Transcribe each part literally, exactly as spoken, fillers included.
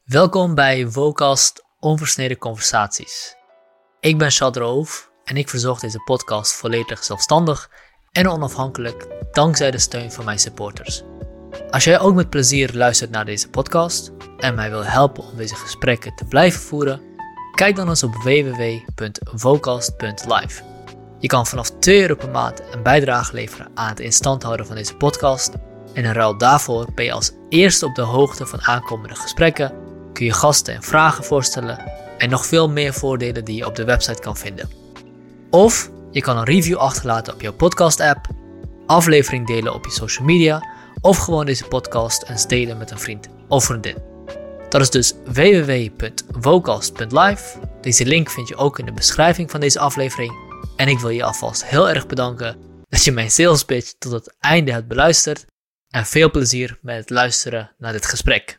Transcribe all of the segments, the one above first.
Welkom bij Vocast Onversneden Conversaties. Ik ben Chad Roof en ik verzorg deze podcast volledig zelfstandig en onafhankelijk dankzij de steun van mijn supporters. Als jij ook met plezier luistert naar deze podcast en mij wil helpen om deze gesprekken te blijven voeren, kijk dan eens op w w w punt vocast punt live. Je kan vanaf twee euro per maand een bijdrage leveren aan het instand houden van deze podcast en in ruil daarvoor ben je als eerste op de hoogte van aankomende gesprekken, kun je gasten en vragen voorstellen en nog veel meer voordelen die je op de website kan vinden. Of je kan een review achterlaten op jouw podcast-app, aflevering delen op je social media of gewoon deze podcast eens delen met een vriend of vriendin. Dat is dus w w w punt vocast punt live. Deze link vind je ook in de beschrijving van deze aflevering. En ik wil je alvast heel erg bedanken dat je mijn sales pitch tot het einde hebt beluisterd. En veel plezier met het luisteren naar dit gesprek.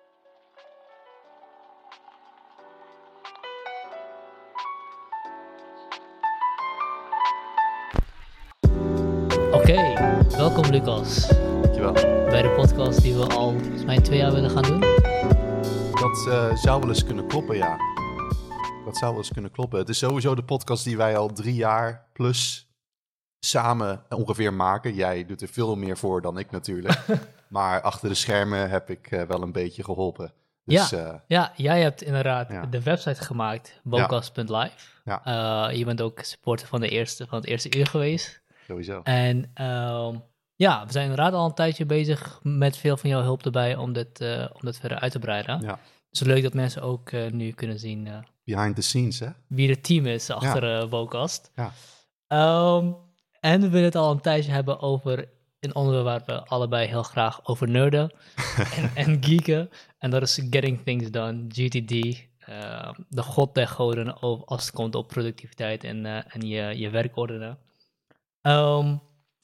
Oké, okay, welkom Lucas. Dankjewel. Bij de podcast die we al volgens mij twee jaar willen gaan doen. Dat uh, zou wel eens kunnen kloppen, ja. Dat zou wel eens kunnen kloppen. Het is sowieso de podcast die wij al drie jaar plus samen ongeveer maken. Jij doet er veel meer voor dan ik natuurlijk. Maar achter de schermen heb ik uh, wel een beetje geholpen. Dus, ja, uh, ja, jij hebt inderdaad ja. de website gemaakt, vocast punt live. Ja. Uh, je bent ook supporter van, de eerste, van het eerste uur geweest. Sowieso. En uh, ja, we zijn inderdaad al een tijdje bezig met veel van jouw hulp erbij om dit, uh, om dit verder uit te breiden. Ja. Dus leuk dat mensen ook uh, nu kunnen zien uh, behind the scenes, hè? Wie het team is achter ja. uh, Vocast. Ja. Um, en we willen het al een tijdje hebben over een onderwerp waar we allebei heel graag over nerden en, en geeken. En dat is Getting Things Done, G T D, uh, de god der goden als het komt op productiviteit en, uh, en je, je werkordenen. Um,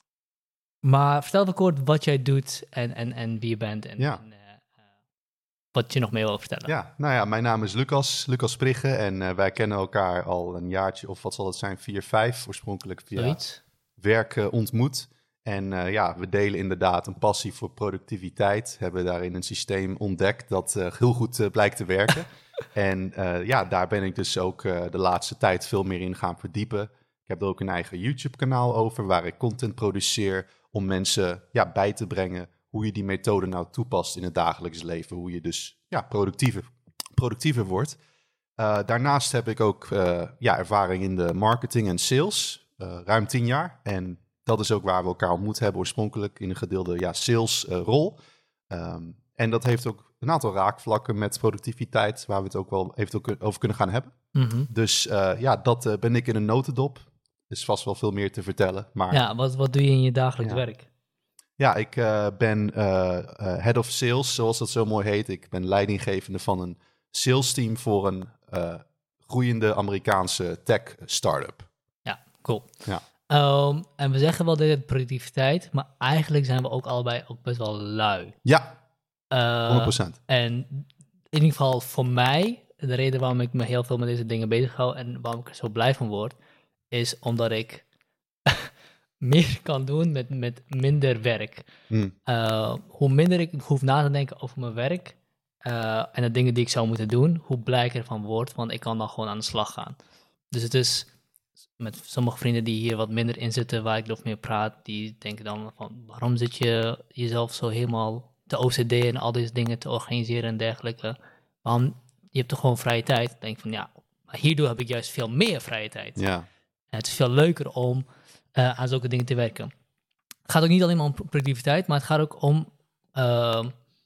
maar vertel even kort wat jij doet en, en, en wie je bent en, ja. en uh, uh, wat je nog meer wil vertellen. Ja, nou ja, mijn naam is Lucas, Lucas Sprigge en uh, wij kennen elkaar al een jaartje of wat zal het zijn, vier, vijf, oorspronkelijk via Zoiets. werk uh, ontmoet. En uh, ja, we delen inderdaad een passie voor productiviteit, hebben daarin een systeem ontdekt dat uh, heel goed uh, blijkt te werken. En uh, ja, daar ben ik dus ook uh, de laatste tijd veel meer in gaan verdiepen. Ik heb er ook een eigen YouTube-kanaal over waar ik content produceer om mensen ja, bij te brengen hoe je die methode nou toepast in het dagelijks leven. Hoe je dus ja, productiever, productiever wordt. Uh, daarnaast heb ik ook uh, ja, ervaring in de marketing en sales, uh, ruim tien jaar. En dat is ook waar we elkaar ontmoet hebben oorspronkelijk in een gedeelde ja, salesrol. Uh, um, en dat heeft ook een aantal raakvlakken met productiviteit waar we het ook wel even over kunnen gaan hebben. Mm-hmm. Dus uh, ja, dat uh, ben ik in een notendop. Er is vast wel veel meer te vertellen. Maar, ja, wat, wat doe je in je dagelijks ja. werk? Ja, ik uh, ben uh, uh, head of sales, zoals dat zo mooi heet. Ik ben leidinggevende van een sales team voor een uh, groeiende Amerikaanse tech startup. Ja, cool. Ja. Um, en we zeggen wel dit productiviteit, maar eigenlijk zijn we ook allebei ook best wel lui. Ja, uh, honderd procent. En in ieder geval voor mij, de reden waarom ik me heel veel met deze dingen bezig hou en waarom ik er zo blij van word, is omdat ik meer kan doen met, met minder werk. Mm. Uh, hoe minder ik hoef na te denken over mijn werk uh, en de dingen die ik zou moeten doen, hoe blij ik ervan word, want ik kan dan gewoon aan de slag gaan. Dus het is met sommige vrienden die hier wat minder in zitten, waar ik nog mee praat, die denken dan van, waarom zit je jezelf zo helemaal te O C D en al deze dingen te organiseren en dergelijke? Want je hebt toch gewoon vrije tijd? Dan denk ik van, ja, maar hierdoor heb ik juist veel meer vrije tijd. Ja. En het is veel leuker om uh, aan zulke dingen te werken. Het gaat ook niet alleen maar om productiviteit, maar het gaat ook om, uh,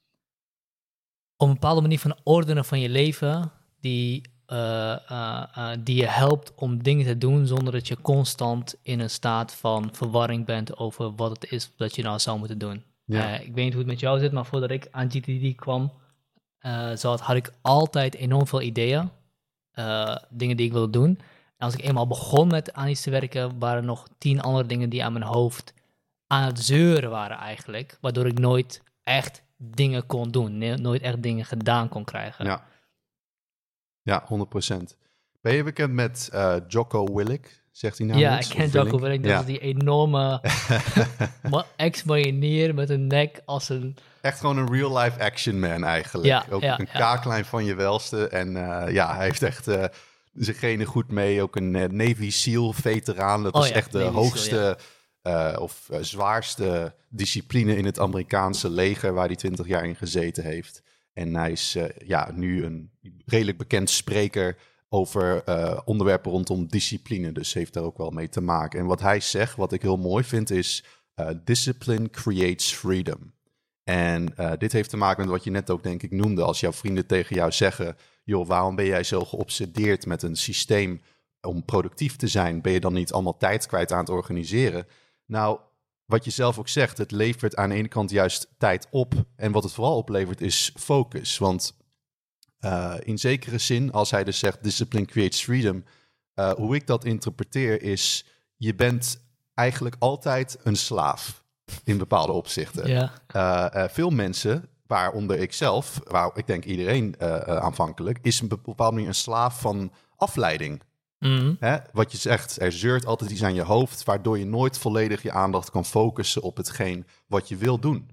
om een bepaalde manier van ordenen van je leven die, uh, uh, uh, die je helpt om dingen te doen zonder dat je constant in een staat van verwarring bent over wat het is dat je nou zou moeten doen. Ja. Uh, ik weet niet hoe het met jou zit, maar voordat ik aan G T D kwam, uh, zo had, had ik altijd enorm veel ideeën, uh, dingen die ik wilde doen. En als ik eenmaal begon met aan iets te werken, waren er nog tien andere dingen die aan mijn hoofd aan het zeuren waren eigenlijk. Waardoor ik nooit echt dingen kon doen. Nee, nooit echt dingen gedaan kon krijgen. Ja, ja honderd procent. Ben je bekend met uh, Jocko Willink? Zegt hij nou Ja, iets? ik ken Jocko Willink. Dat ja. is die enorme ex-miljonair met een nek als een... Echt gewoon een real-life action man eigenlijk. Ja, ook ja, een ja. kaaklijn van je welste. En uh, ja, hij heeft echt uh, zijn genen goed mee. Ook een uh, Navy SEAL veteraan. Dat oh, is ja, echt de Navy hoogste Seal, ja. uh, of uh, zwaarste discipline in het Amerikaanse leger, waar hij twintig jaar in gezeten heeft. En hij is uh, ja, nu een redelijk bekend spreker over uh, onderwerpen rondom discipline. Dus heeft daar ook wel mee te maken. En wat hij zegt, wat ik heel mooi vind, is uh, discipline creates freedom. En uh, dit heeft te maken met wat je net ook denk ik noemde. Als jouw vrienden tegen jou zeggen, joh, waarom ben jij zo geobsedeerd met een systeem om productief te zijn? Ben je dan niet allemaal tijd kwijt aan het organiseren? Nou, wat je zelf ook zegt, het levert aan de ene kant juist tijd op. En wat het vooral oplevert is focus. Want uh, in zekere zin, als hij dus zegt discipline creates freedom, uh, hoe ik dat interpreteer is, je bent eigenlijk altijd een slaaf in bepaalde opzichten. Ja. Uh, uh, veel mensen, waaronder ik zelf, waar ik denk iedereen uh, uh, aanvankelijk, is op een bepaalde manier een slaaf van afleiding. Mm-hmm. Hè? Wat je zegt, er zeurt altijd iets aan je hoofd, waardoor je nooit volledig je aandacht kan focussen op hetgeen wat je wil doen.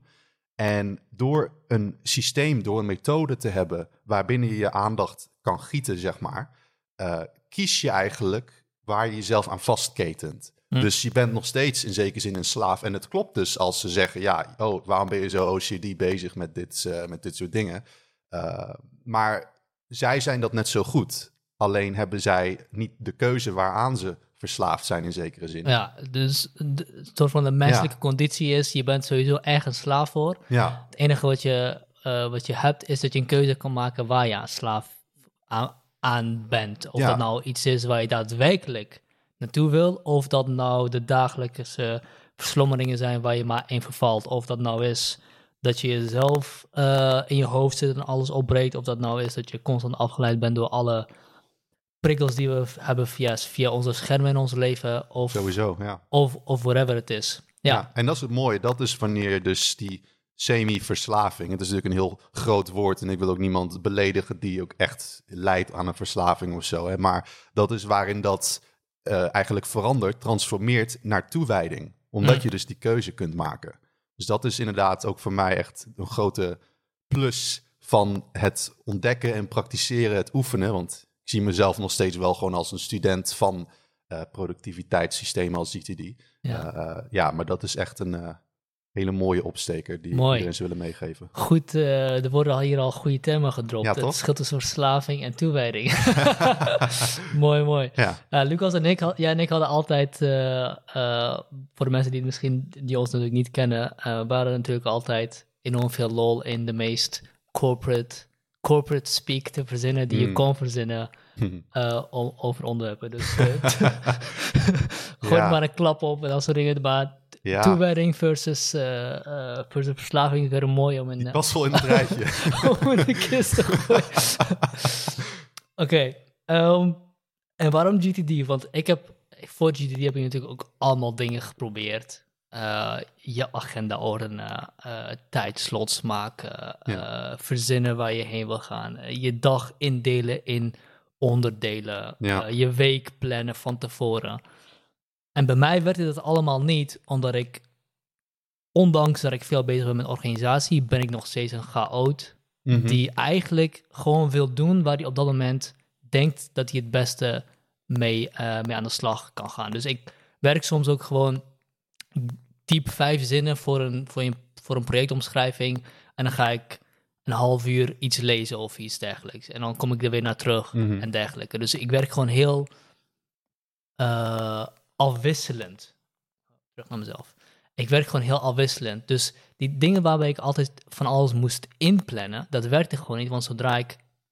En door een systeem, door een methode te hebben waarbinnen je je aandacht kan gieten, zeg maar, uh, kies je eigenlijk waar je jezelf aan vastketent. Mm. Dus je bent nog steeds in zekere zin een slaaf. En het klopt dus als ze zeggen, ja, oh, waarom ben je zo O C D bezig met dit, uh, met dit soort dingen? Uh, maar zij zijn dat net zo goed. Alleen hebben zij niet de keuze waaraan ze verslaafd zijn in zekere zin. Ja, dus de soort van de menselijke ja. conditie is, je bent sowieso ergens slaaf voor. Ja. Het enige wat je, uh, wat je hebt, is dat je een keuze kan maken waar je aan slaaf aan, aan bent. Of ja. dat nou iets is waar je daadwerkelijk naartoe wil, of dat nou de dagelijkse verslommeringen zijn waar je maar in vervalt. Of dat nou is dat je jezelf uh, in je hoofd zit en alles opbreekt. Of dat nou is dat je constant afgeleid bent door alle prikkels die we hebben via, via onze schermen in ons leven. Of, Sowieso, ja. Of, of whatever het is. Ja. ja, en dat is het mooie. Dat is wanneer je dus die semi-verslaving, het is natuurlijk een heel groot woord en ik wil ook niemand beledigen die ook echt lijdt aan een verslaving of zo. Hè, maar dat is waarin dat uh, eigenlijk verandert, transformeert naar toewijding. Omdat mm. je dus die keuze kunt maken. Dus dat is inderdaad ook voor mij echt een grote plus van het ontdekken en praktiseren, het oefenen. Want ik zie mezelf nog steeds wel gewoon als een student van uh, productiviteitssystemen als G T D. Ja. Uh, uh, ja, maar dat is echt een uh, hele mooie opsteker die Mooi. iedereen ze willen meegeven. Goed, uh, er worden al hier al goede termen gedropt. Ja, het verschil tussen verslaving en toewijding. mooi, mooi. Ja. Uh, Lucas en ik, jij en ik hadden altijd, uh, uh, voor de mensen die het misschien die ons natuurlijk niet kennen, uh, waren natuurlijk altijd enorm veel lol in de meest corporate, corporate speak te verzinnen die mm. je kon verzinnen uh, o- over onderwerpen. Dus uh, gooi ja. maar een klap op en dat soort dingen. Maar ja. toewijding versus, uh, uh, versus verslaving is weer mooi om in... Uh, pas wel in het rijtje. om in de kist te gooien. Oké, okay, um, en waarom G T D? Want ik heb, voor G T D heb ik natuurlijk ook allemaal dingen geprobeerd. Uh, je agenda ordenen, uh, tijdslots maken, uh, ja. verzinnen waar je heen wil gaan, uh, je dag indelen in onderdelen, ja. uh, je week plannen van tevoren. En bij mij werkte dat allemaal niet, omdat ik, ondanks dat ik veel bezig ben met organisatie, ben ik nog steeds een chaot mm-hmm. die eigenlijk gewoon wil doen waar hij op dat moment denkt dat hij het beste mee, uh, mee aan de slag kan gaan. Dus ik werk soms ook gewoon typ vijf zinnen voor een, voor een, voor een projectomschrijving en dan ga ik een half uur iets lezen of iets dergelijks. En dan kom ik er weer naar terug mm-hmm. en dergelijke. Dus ik werk gewoon heel uh, afwisselend. Terug naar mezelf. Ik werk gewoon heel afwisselend. Dus die dingen waarbij ik altijd van alles moest inplannen, dat werkte gewoon niet. Want zodra ik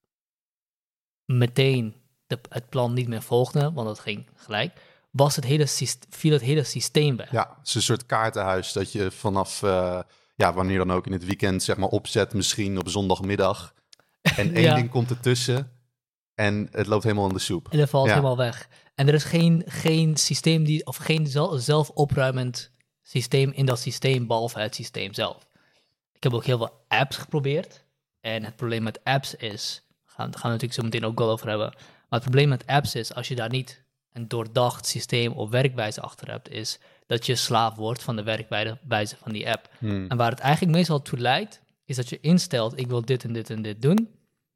meteen de, het plan niet meer volgde, want dat ging gelijk, was het hele, viel het hele systeem weg. Ja, het is een soort kaartenhuis dat je vanaf, uh, ja, wanneer dan ook in het weekend, zeg maar, opzet, misschien op zondagmiddag. En één ja. ding komt ertussen en het loopt helemaal in de soep. En het valt ja. helemaal weg. En er is geen, geen systeem, die, of geen zelfopruimend systeem in dat systeem, behalve het systeem zelf. Ik heb ook heel veel apps geprobeerd. En het probleem met apps is, daar gaan, gaan we natuurlijk zo meteen ook wel over hebben, maar het probleem met apps is, als je daar niet een doordacht systeem of werkwijze achter hebt, is dat je slaaf wordt van de werkwijze van die app. Hmm. En waar het eigenlijk meestal toe leidt, is dat je instelt, ik wil dit en dit en dit doen.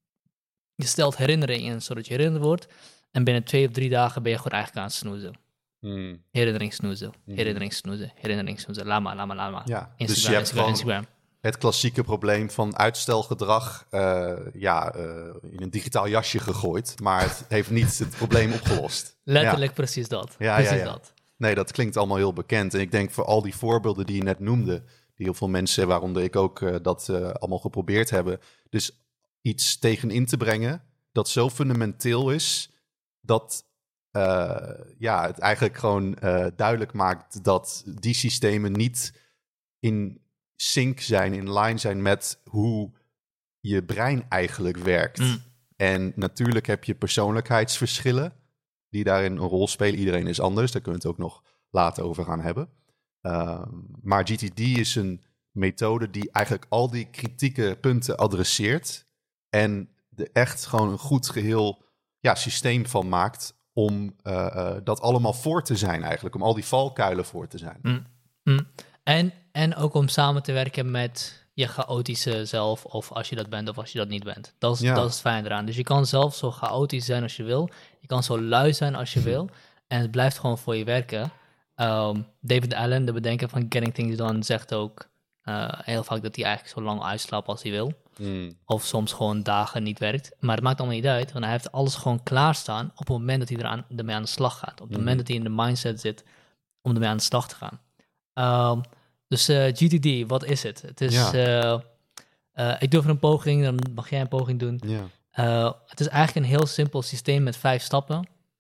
Je stelt herinneringen in, zodat je herinnerd wordt. En binnen twee of drie dagen ben je gewoon eigenlijk aan het snoezen. Hmm. Herinnering snoezen, herinnering snoezen, herinnering snoezen. Lama, lama, lama. Ja, Instagram, dus je hebt Instagram, gewoon Instagram. Het klassieke probleem van uitstelgedrag uh, ja, uh, in een digitaal jasje gegooid. Maar het heeft niet het probleem opgelost. Letterlijk ja. precies dat. Ja, precies ja, ja. dat. Nee, dat klinkt allemaal heel bekend. En ik denk voor al die voorbeelden die je net noemde, die heel veel mensen, waaronder ik ook, uh, dat uh, allemaal geprobeerd hebben. Dus iets tegenin te brengen dat zo fundamenteel is, dat uh, ja, het eigenlijk gewoon uh, duidelijk maakt dat die systemen niet in sync zijn, in line zijn met hoe je brein eigenlijk werkt. Mm. En natuurlijk heb je persoonlijkheidsverschillen die daarin een rol spelen. Iedereen is anders, daar kunnen we het ook nog later over gaan hebben. Uh, maar G T D is een methode die eigenlijk al die kritieke punten adresseert en er echt gewoon een goed geheel ja, systeem van maakt om uh, uh, dat allemaal voor te zijn eigenlijk, om al die valkuilen voor te zijn. Mm. Mm. En, en ook om samen te werken met je chaotische zelf, of als je dat bent of als je dat niet bent. Dat is, ja. dat is het fijn eraan. Dus je kan zelf zo chaotisch zijn als je wil. Je kan zo lui zijn als je wil. En het blijft gewoon voor je werken. Um, David Allen, de bedenker van Getting Things Done, zegt ook uh, heel vaak dat hij eigenlijk zo lang uitslaapt als hij wil. Mm. Of soms gewoon dagen niet werkt. Maar het maakt allemaal niet uit, want hij heeft alles gewoon klaarstaan op het moment dat hij eraan, ermee aan de slag gaat. Op het mm. moment dat hij in de mindset zit om ermee aan de slag te gaan. Um, dus uh, G T D, wat is het? Het is, ja. uh, uh, ik doe even een poging, dan mag jij een poging doen. Ja. Uh, het is eigenlijk een heel simpel systeem met vijf stappen,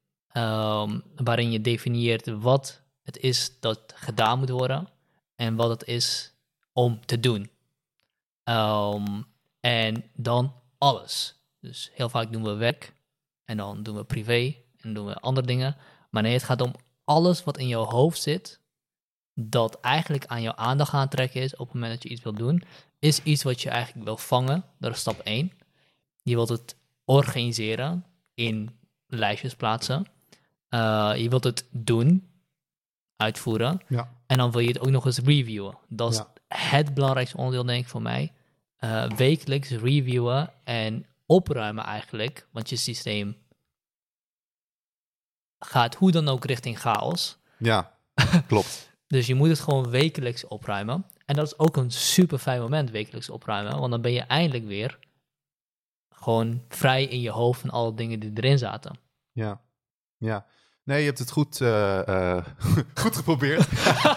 um, waarin je definieert wat het is dat gedaan moet worden en wat het is om te doen. Um, en dan alles. Dus heel vaak doen we werk en dan doen we privé en doen we andere dingen. Maar nee, het gaat om alles wat in jouw hoofd zit, dat eigenlijk aan jouw aandacht aantrekken is op het moment dat je iets wilt doen, is iets wat je eigenlijk wil vangen. Dat is stap één. Je wilt het organiseren, in lijstjes plaatsen. Uh, je wilt het doen, uitvoeren. Ja. En dan wil je het ook nog eens reviewen. Dat is ja. het belangrijkste onderdeel, denk ik, voor mij. Uh, wekelijks reviewen en opruimen eigenlijk, want je systeem gaat hoe dan ook richting chaos. Ja, klopt. Dus je moet het gewoon wekelijks opruimen. En dat is ook een super fijn moment, wekelijks opruimen. Want dan ben je eindelijk weer gewoon vrij in je hoofd van alle dingen die erin zaten. Ja, ja. Nee, je hebt het goed, uh, uh, goed geprobeerd.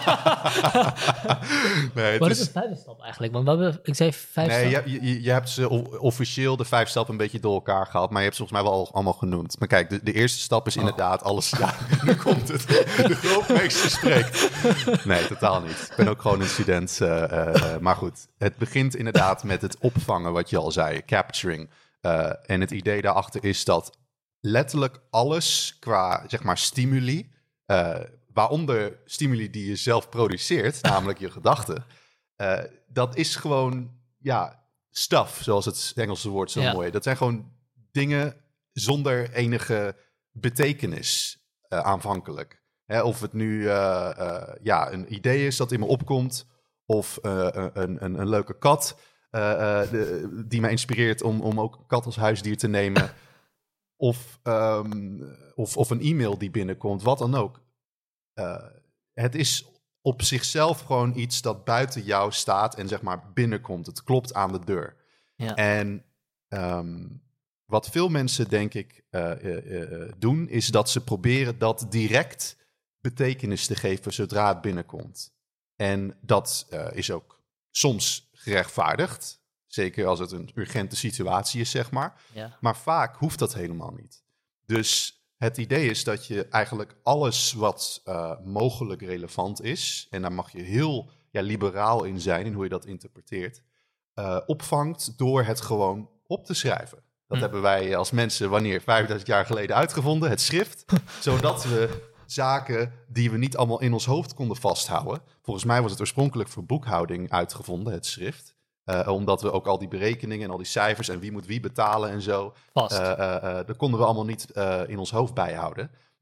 nee, het Wat is de vijfde stap eigenlijk? Want we hebben, ik zei vijf nee, stappen. Je, je, je hebt ze officieel de vijf stappen een beetje door elkaar gehaald, maar je hebt ze volgens mij wel al, allemaal genoemd. Maar kijk, de, de eerste stap is inderdaad oh. alles... Ja, nu komt het. De grootmeester spreekt. Nee, totaal niet. Ik ben ook gewoon een student. Uh, uh, maar goed, het begint inderdaad met het opvangen, wat je al zei, capturing. Uh, en het idee daarachter is dat letterlijk alles qua, zeg maar, stimuli, uh, waaronder stimuli die je zelf produceert, namelijk je gedachten, uh, dat is gewoon, ja, stuff, zoals het Engelse woord zo ja. mooi. Dat zijn gewoon dingen zonder enige betekenis uh, aanvankelijk. Hè, of het nu uh, uh, ja, een idee is dat in me opkomt, of uh, een, een, een leuke kat uh, uh, de, die me inspireert om, om ook een kat als huisdier te nemen. Of, um, of, of een e-mail die binnenkomt, wat dan ook. Uh, het is op zichzelf gewoon iets dat buiten jou staat en zeg maar binnenkomt. Het klopt aan de deur. Ja. En um, wat veel mensen denk ik uh, uh, uh, doen, is dat ze proberen dat direct betekenis te geven zodra het binnenkomt. En dat uh, is ook soms gerechtvaardigd. Zeker als het een urgente situatie is, zeg maar. Ja. Maar vaak hoeft dat helemaal niet. Dus het idee is dat je eigenlijk alles wat uh, mogelijk relevant is, en daar mag je heel ja, liberaal in zijn, in hoe je dat interpreteert, uh, opvangt door het gewoon op te schrijven. Dat hm. hebben wij als mensen, wanneer, vijfduizend jaar geleden uitgevonden, het schrift, zodat we zaken die we niet allemaal in ons hoofd konden vasthouden. Volgens mij was het oorspronkelijk voor boekhouding uitgevonden, het schrift. Uh, omdat we ook al die berekeningen en al die cijfers en wie moet wie betalen en zo. Uh, uh, uh, dat konden we allemaal niet uh, in ons hoofd bijhouden. Ja.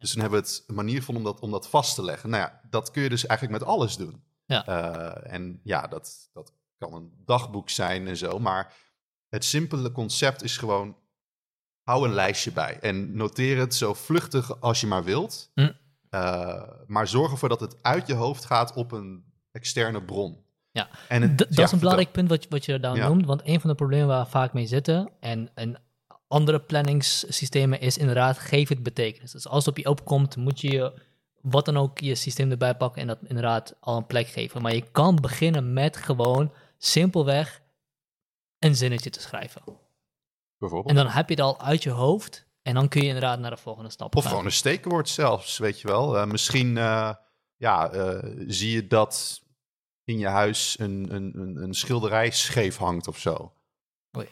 Dus dan hebben we het een manier gevonden om dat, om dat vast te leggen. Nou ja, dat kun je dus eigenlijk met alles doen. Ja. Uh, en ja, dat, dat kan een dagboek zijn en zo. Maar het simpele concept is gewoon, hou een lijstje bij. En noteer het zo vluchtig als je maar wilt. Hm. Uh, maar zorg ervoor dat het uit je hoofd gaat op een externe bron. Ja, en het, D- dat ja, is een belangrijk punt wat je, wat je daar ja. noemt. Want een van de problemen waar we vaak mee zitten... en, en andere planningssystemen is inderdaad, geef het betekenis. Dus als het op je opkomt, moet je wat dan ook je systeem erbij pakken... en dat inderdaad al een plek geven. Maar je kan beginnen met gewoon simpelweg een zinnetje te schrijven. Bijvoorbeeld. En dan heb je het al uit je hoofd... en dan kun je inderdaad naar de volgende stap Of gaan. gewoon een steekwoord zelfs, weet je wel. Uh, misschien uh, ja, uh, zie je dat... in je huis een, een, een, een schilderij scheef hangt of zo. Oei.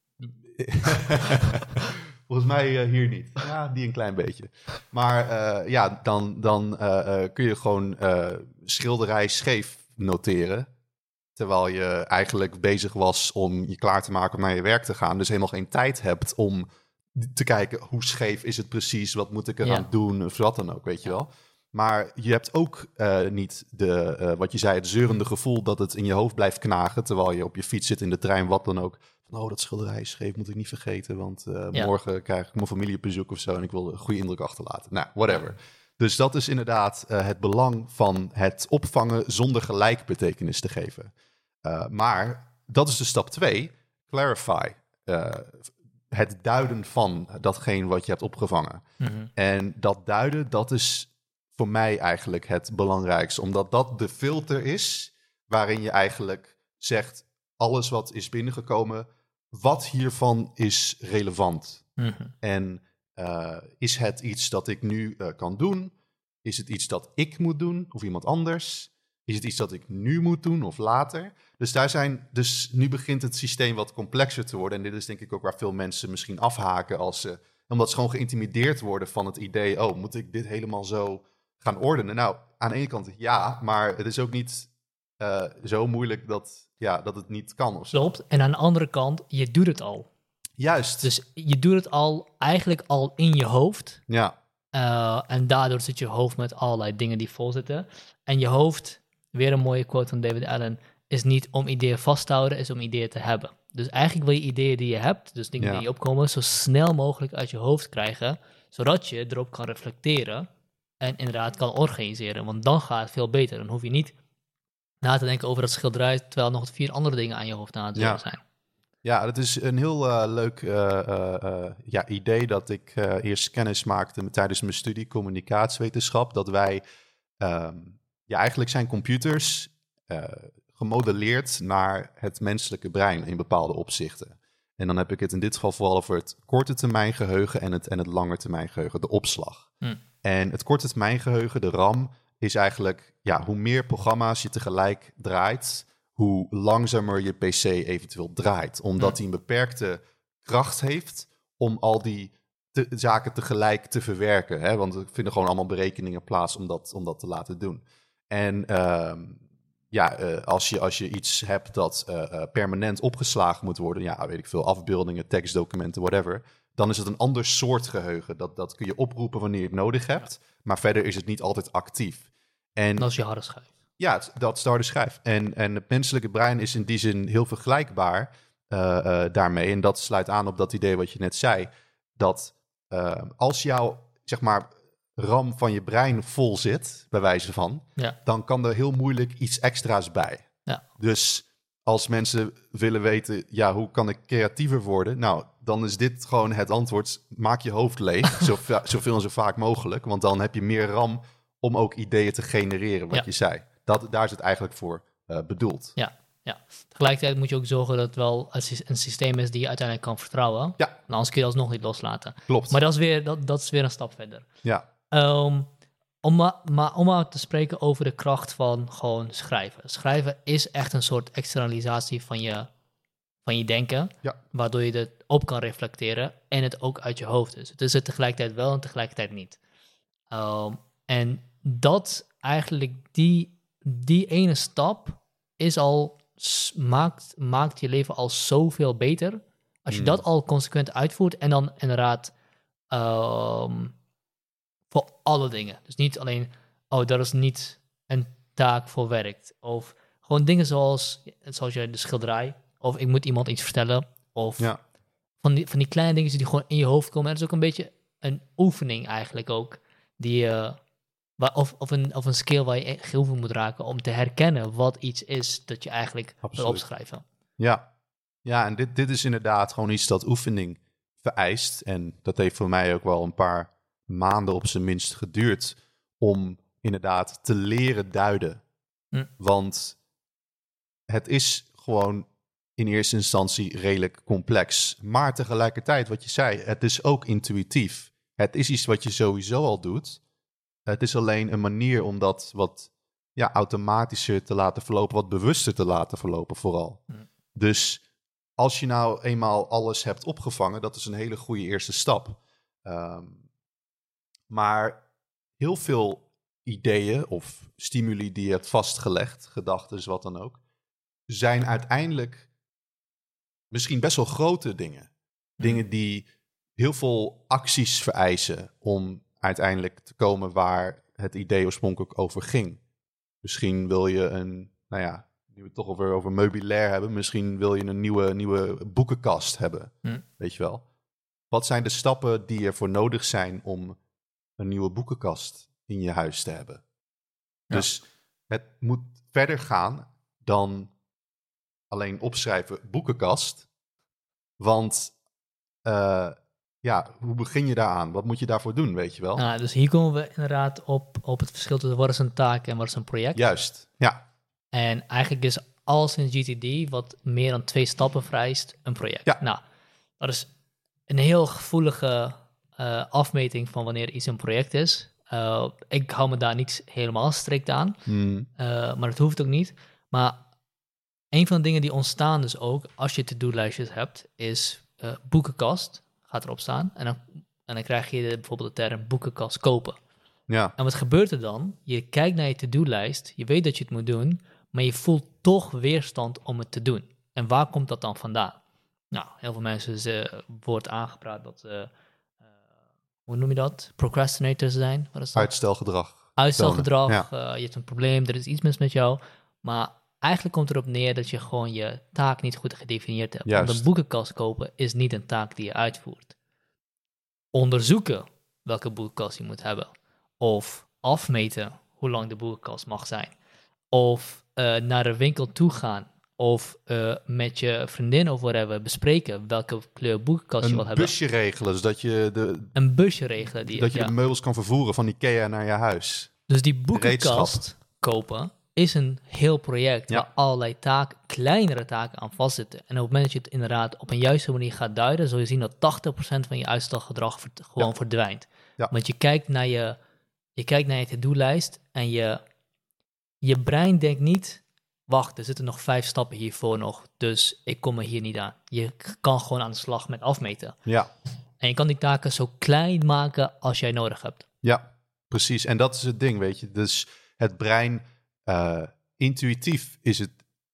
Volgens mij uh, hier niet. Ja, die een klein beetje. Maar uh, ja, dan, dan uh, uh, kun je gewoon uh, schilderij scheef noteren. Terwijl je eigenlijk bezig was om je klaar te maken om naar je werk te gaan. Dus helemaal geen tijd hebt om te kijken hoe scheef is het precies. Wat moet ik eraan ja. doen of wat dan ook, weet je wel. Maar je hebt ook uh, niet de, uh, wat je zei, het zeurende gevoel dat het in je hoofd blijft knagen, terwijl je op je fiets zit in de trein, wat dan ook. Van, oh, dat schilderij is scheef, moet ik niet vergeten, want uh, ja. morgen krijg ik mijn familie op bezoek of zo en ik wil een goede indruk achterlaten. Nou, whatever. Dus dat is inderdaad uh, het belang van het opvangen zonder gelijk betekenis te geven. Uh, maar dat is de stap twee, clarify. Uh, het duiden van datgene wat je hebt opgevangen. Mm-hmm. En dat duiden, dat is voor mij eigenlijk het belangrijkste. Omdat dat de filter is waarin je eigenlijk zegt, alles wat is binnengekomen, wat hiervan is relevant? Mm-hmm. En uh, is het iets dat ik nu uh, kan doen? Is het iets dat ik moet doen of iemand anders? Is het iets dat ik nu moet doen of later? Dus daar zijn, dus nu begint het systeem wat complexer te worden. En dit is denk ik ook waar veel mensen misschien afhaken als ze, omdat ze gewoon geïntimideerd worden van het idee, oh, moet ik dit helemaal zo gaan ordenen? Nou, aan de ene kant ja, maar het is ook niet uh, zo moeilijk dat, ja, dat het niet kan of zo. Klopt. En aan de andere kant, je doet het al. Juist. Dus je doet het al eigenlijk al in je hoofd. Ja. Uh, en daardoor zit je hoofd met allerlei dingen die vol zitten. En je hoofd, weer een mooie quote van David Allen, is niet om ideeën vast te houden, is om ideeën te hebben. Dus eigenlijk wil je ideeën die je hebt, dus dingen ja. die opkomen, zo snel mogelijk uit je hoofd krijgen, zodat je erop kan reflecteren en inderdaad kan organiseren. Want dan gaat het veel beter. Dan hoef je niet na te denken over dat schilderij, terwijl nog vier andere dingen aan je hoofd aan het ja. zijn. Ja, dat is een heel uh, leuk uh, uh, uh, ja, idee dat ik uh, eerst kennis maakte tijdens mijn studie communicatiewetenschap. Dat wij, um, ja, eigenlijk zijn computers uh, gemodelleerd naar het menselijke brein in bepaalde opzichten. En dan heb ik het in dit geval vooral over het korte termijn geheugen en het, en het lange termijn geheugen, de opslag. Hm. En het korte termijn geheugen, de RAM, is eigenlijk, ja, hoe meer programma's je tegelijk draait, hoe langzamer je P C eventueel draait. Omdat hij een beperkte kracht heeft om al die te, zaken tegelijk te verwerken. Hè? Want er vinden gewoon allemaal berekeningen plaats om dat, om dat te laten doen. En uh, ja, uh, als, je, als je iets hebt dat uh, uh, permanent opgeslagen moet worden, ja, weet ik veel, afbeeldingen, tekstdocumenten, whatever, dan is het een ander soort geheugen. Dat, dat kun je oproepen wanneer je het nodig hebt, ja. maar verder is het niet altijd actief. En dat is je harde schijf. Ja, dat is de harde schijf. En, en het menselijke brein is in die zin heel vergelijkbaar uh, uh, daarmee. En dat sluit aan op dat idee wat je net zei. Dat uh, als jouw, zeg maar, RAM van je brein vol zit, bij wijze van, ja. dan kan er heel moeilijk iets extra's bij. Ja. Dus als mensen willen weten, ja, hoe kan ik creatiever worden? Nou, dan is dit gewoon het antwoord. Maak je hoofd leeg, zo, zoveel en zo vaak mogelijk. Want dan heb je meer RAM om ook ideeën te genereren, wat ja. je zei. Dat, daar is het eigenlijk voor uh, bedoeld. Ja, ja, tegelijkertijd moet je ook zorgen dat het wel een systeem is die je uiteindelijk kan vertrouwen. Ja. En anders kun je alsnog niet loslaten. Klopt. Maar dat is weer, dat, dat is weer een stap verder. Ja. Um, om, ma, maar om maar te spreken over de kracht van gewoon schrijven. Schrijven is echt een soort externalisatie van je, van je denken. Ja. Waardoor je het op kan reflecteren en het ook uit je hoofd is. Het is het tegelijkertijd wel en tegelijkertijd niet. Um, en dat eigenlijk die... Die ene stap is al, maakt, maakt je leven al zoveel beter. Als je mm. dat al consequent uitvoert en dan inderdaad um, voor alle dingen. Dus niet alleen, oh, dat is niet een taak voor werk. Of gewoon dingen zoals, zoals je de schilderij. Of ik moet iemand iets vertellen. Of Ja. van, die, van die kleine dingen die gewoon in je hoofd komen. En dat is ook een beetje een oefening eigenlijk ook. Die, uh, waar, of, of, een, of een skill waar je geoefend moet raken om te herkennen wat iets is dat je eigenlijk wil opschrijven. Ja, ja en dit, dit is inderdaad gewoon iets dat oefening vereist. En dat heeft voor mij ook wel een paar maanden op zijn minst geduurd om inderdaad te leren duiden. Hm. Want het is gewoon in eerste instantie redelijk complex. Maar tegelijkertijd, wat je zei, het is ook intuïtief. Het is iets wat je sowieso al doet. Het is alleen een manier om dat wat ja, automatischer te laten verlopen, wat bewuster te laten verlopen vooral. Hm. Dus als je nou eenmaal alles hebt opgevangen, dat is een hele goede eerste stap. Um, maar heel veel ideeën of stimuli die je hebt vastgelegd, gedachten, wat dan ook, zijn uiteindelijk misschien best wel grote dingen. Hm. Dingen die heel veel acties vereisen om uiteindelijk te komen waar het idee oorspronkelijk over ging. Misschien wil je een, nou ja, nu we het toch over, over meubilair hebben, misschien wil je een nieuwe, nieuwe boekenkast hebben, hm. weet je wel. Wat zijn de stappen die ervoor nodig zijn om een nieuwe boekenkast in je huis te hebben? Ja. Dus het moet verder gaan dan alleen opschrijven boekenkast. Want uh, ja, hoe begin je daaraan? Wat moet je daarvoor doen, weet je wel? Nou, dus hier komen we inderdaad op, op het verschil tussen wat is een taak en wat is een project. Juist, ja. En eigenlijk is alles in G T D wat meer dan twee stappen vereist een project. Ja. Nou, dat is een heel gevoelige uh, afmeting van wanneer iets een project is. Uh, ik hou me daar niet helemaal strikt aan, hmm. uh, maar dat hoeft ook niet. Maar een van de dingen die ontstaan dus ook als je to-do-lijstjes hebt, is uh, boekenkast gaat erop staan. En dan, en dan krijg je de, bijvoorbeeld de term boekenkast kopen. Ja. En wat gebeurt er dan? Je kijkt naar je to-do-lijst, je weet dat je het moet doen, maar je voelt toch weerstand om het te doen. En waar komt dat dan vandaan? Nou, heel veel mensen ze, wordt aangepraat dat, uh, uh, hoe noem je dat? Procrastinators zijn. Wat is dat? Uitstelgedrag. Uitstelgedrag, ja. uh, je hebt een probleem, er is iets mis met jou. Maar eigenlijk komt erop neer dat je gewoon je taak niet goed gedefinieerd hebt. Juist. Want een boekenkast kopen is niet een taak die je uitvoert. Onderzoeken welke boekenkast je moet hebben. Of afmeten hoe lang de boekenkast mag zijn. Of uh, naar de winkel toe gaan. Of uh, met je vriendin of whatever bespreken welke kleur boekenkast je wil hebben. Een busje regelen, zodat je de... Een busje regelen. Die, dat je ja. de meubels kan vervoeren van Ikea naar je huis. Dus die boekenkast kopen is een heel project, ja, waar allerlei taken, kleinere taken aan vastzitten. En op het moment dat je het inderdaad op een juiste manier gaat duiden, zul je zien dat tachtig procent van je uitstelgedrag verd- gewoon ja. verdwijnt. Ja. Want je kijkt naar je, je kijkt naar je to-do-lijst en je, je brein denkt niet, wacht, er zitten nog vijf stappen hiervoor nog, dus ik kom er hier niet aan. Je kan gewoon aan de slag met afmeten. Ja. En je kan die taken zo klein maken als jij nodig hebt. Ja, precies. En dat is het ding, weet je. Dus het brein... Uh, intuïtief is het,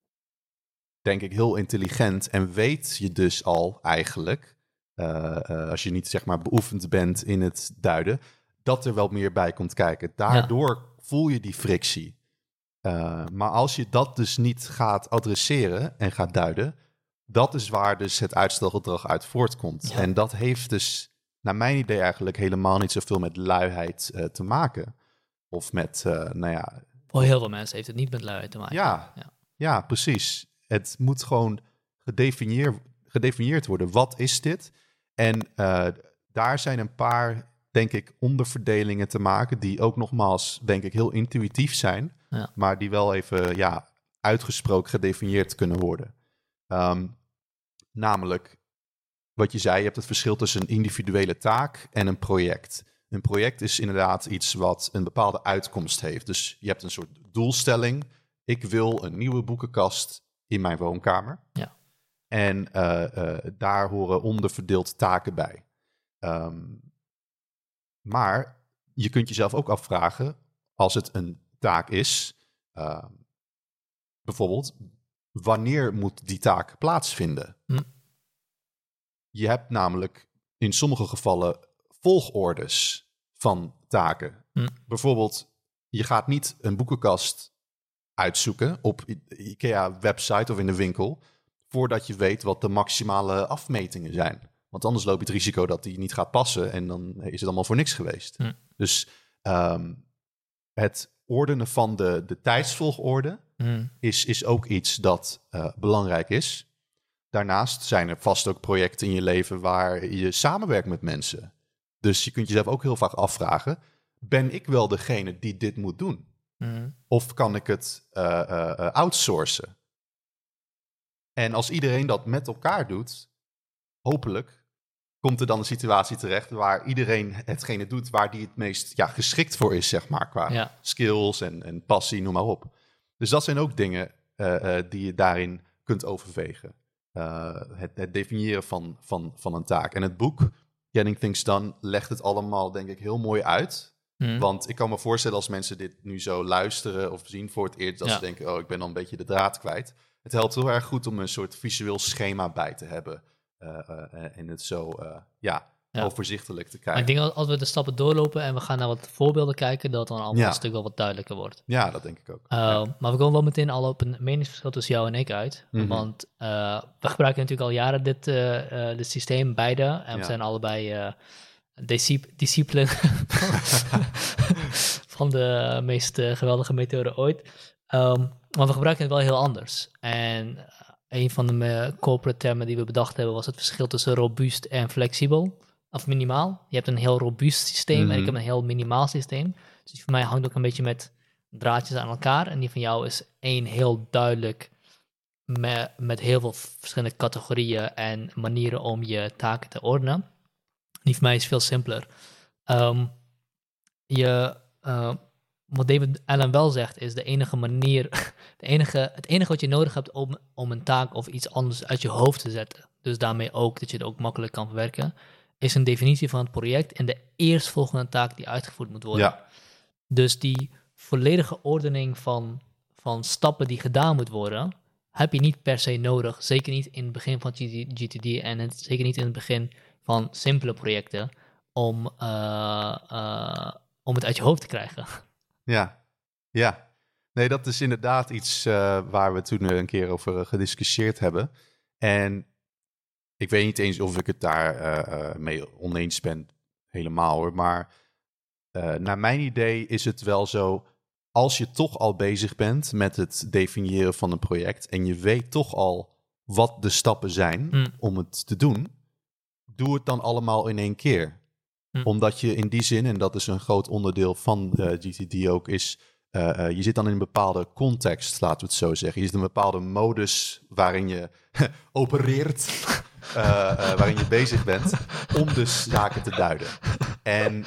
denk ik, heel intelligent en weet je dus al eigenlijk, uh, uh, als je niet zeg maar beoefend bent in het duiden, dat er wel meer bij komt kijken. Daardoor ja. voel je die frictie. Uh, maar als je dat dus niet gaat adresseren en gaat duiden, dat is waar dus het uitstelgedrag uit voortkomt. Ja. En dat heeft dus, naar mijn idee eigenlijk, helemaal niet zoveel met luiheid uh, te maken. Of met, uh, nou ja... Voor heel veel mensen heeft het niet met luiheid te maken. Ja, ja. ja, precies. Het moet gewoon gedefinieerd, gedefinieerd worden. Wat is dit? En uh, daar zijn een paar, denk ik, onderverdelingen te maken... die ook nogmaals, denk ik, heel intuïtief zijn... Ja. maar die wel even ja, uitgesproken gedefinieerd kunnen worden. Um, namelijk, wat je zei, je hebt het verschil tussen een individuele taak en een project... Een project is inderdaad iets wat een bepaalde uitkomst heeft. Dus je hebt een soort doelstelling. Ik wil een nieuwe boekenkast in mijn woonkamer. Ja. En uh, uh, daar horen onderverdeeld taken bij. Um, maar je kunt jezelf ook afvragen, als het een taak is, uh, bijvoorbeeld, wanneer moet die taak plaatsvinden? Hm. Je hebt namelijk in sommige gevallen volgordes van taken. Hm. Bijvoorbeeld, je gaat niet een boekenkast uitzoeken op IKEA-website of in de winkel, voordat je weet wat de maximale afmetingen zijn. Want anders loop je het risico dat die niet gaat passen en dan is het allemaal voor niks geweest. Hm. Dus um, het ordenen van de, de tijdsvolgorde hm. is, is ook iets dat uh, belangrijk is. Daarnaast zijn er vast ook projecten in je leven waar je samenwerkt met mensen. Dus je kunt jezelf ook heel vaak afvragen, ben ik wel degene die dit moet doen? Mm. Of kan ik het uh, uh, uh, outsourcen? En als iedereen dat met elkaar doet, hopelijk komt er dan een situatie terecht waar iedereen hetgene doet waar die het meest ja, geschikt voor is, zeg maar, qua ja. skills en, en passie, noem maar op. Dus dat zijn ook dingen uh, uh, die je daarin kunt overwegen. Uh, het, het definiëren van, van, van een taak. En het boek, Getting Things Done, legt het allemaal, denk ik, heel mooi uit. Hmm. Want ik kan me voorstellen als mensen dit nu zo luisteren of zien voor het eerst, dat ja. ze denken, oh, ik ben al een beetje de draad kwijt. Het helpt heel erg goed om een soort visueel schema bij te hebben uh, uh, en het zo uh, ja, ja. overzichtelijk te krijgen. Maar ik denk dat als we de stappen doorlopen en we gaan naar wat voorbeelden kijken, dat dan allemaal ja. een stuk wel wat duidelijker wordt. Ja, dat denk ik ook. Uh, ja. Maar we komen wel meteen al op een meningsverschil tussen jou en ik uit. Mm-hmm. Want uh, we gebruiken natuurlijk al jaren dit, uh, uh, dit systeem, beide. En ja. we zijn allebei... Uh, discipline van de meest uh, geweldige methode ooit. Um, maar we gebruiken het wel heel anders. En uh, een van de uh, corporate termen die we bedacht hebben was het verschil tussen robuust en flexibel. Of minimaal. Je hebt een heel robuust systeem mm-hmm. en ik heb een heel minimaal systeem. Dus die van mij hangt ook een beetje met draadjes aan elkaar. En die van jou is één heel duidelijk me, met heel veel verschillende categorieën en manieren om je taken te ordenen. Die voor mij is veel simpeler. Um, je, uh, wat David Allen wel zegt, is de enige manier, de enige, het enige wat je nodig hebt om, om een taak of iets anders uit je hoofd te zetten, dus daarmee ook dat je het ook makkelijk kan verwerken, is een definitie van het project en de eerstvolgende taak die uitgevoerd moet worden. Ja. Dus die volledige ordening van, van stappen die gedaan moet worden, heb je niet per se nodig. Zeker niet in het begin van G T D en het, zeker niet in het begin van simpele projecten, om, uh, uh, om het uit je hoofd te krijgen. Ja, ja. Nee, dat is inderdaad iets uh, waar we toen een keer over uh, gediscussieerd hebben. En ik weet niet eens of ik het daar uh, uh, mee oneens ben, helemaal hoor. Maar uh, naar mijn idee is het wel zo, als je toch al bezig bent met het definiëren van een project en je weet toch al wat de stappen zijn mm. om het te doen, doe het dan allemaal in één keer. Hm. Omdat je in die zin, en dat is een groot onderdeel van uh, G T D ook, is uh, uh, je zit dan in een bepaalde context, laten we het zo zeggen. Je zit in een bepaalde modus waarin je opereert, uh, uh, waarin je bezig bent om dus zaken te duiden. En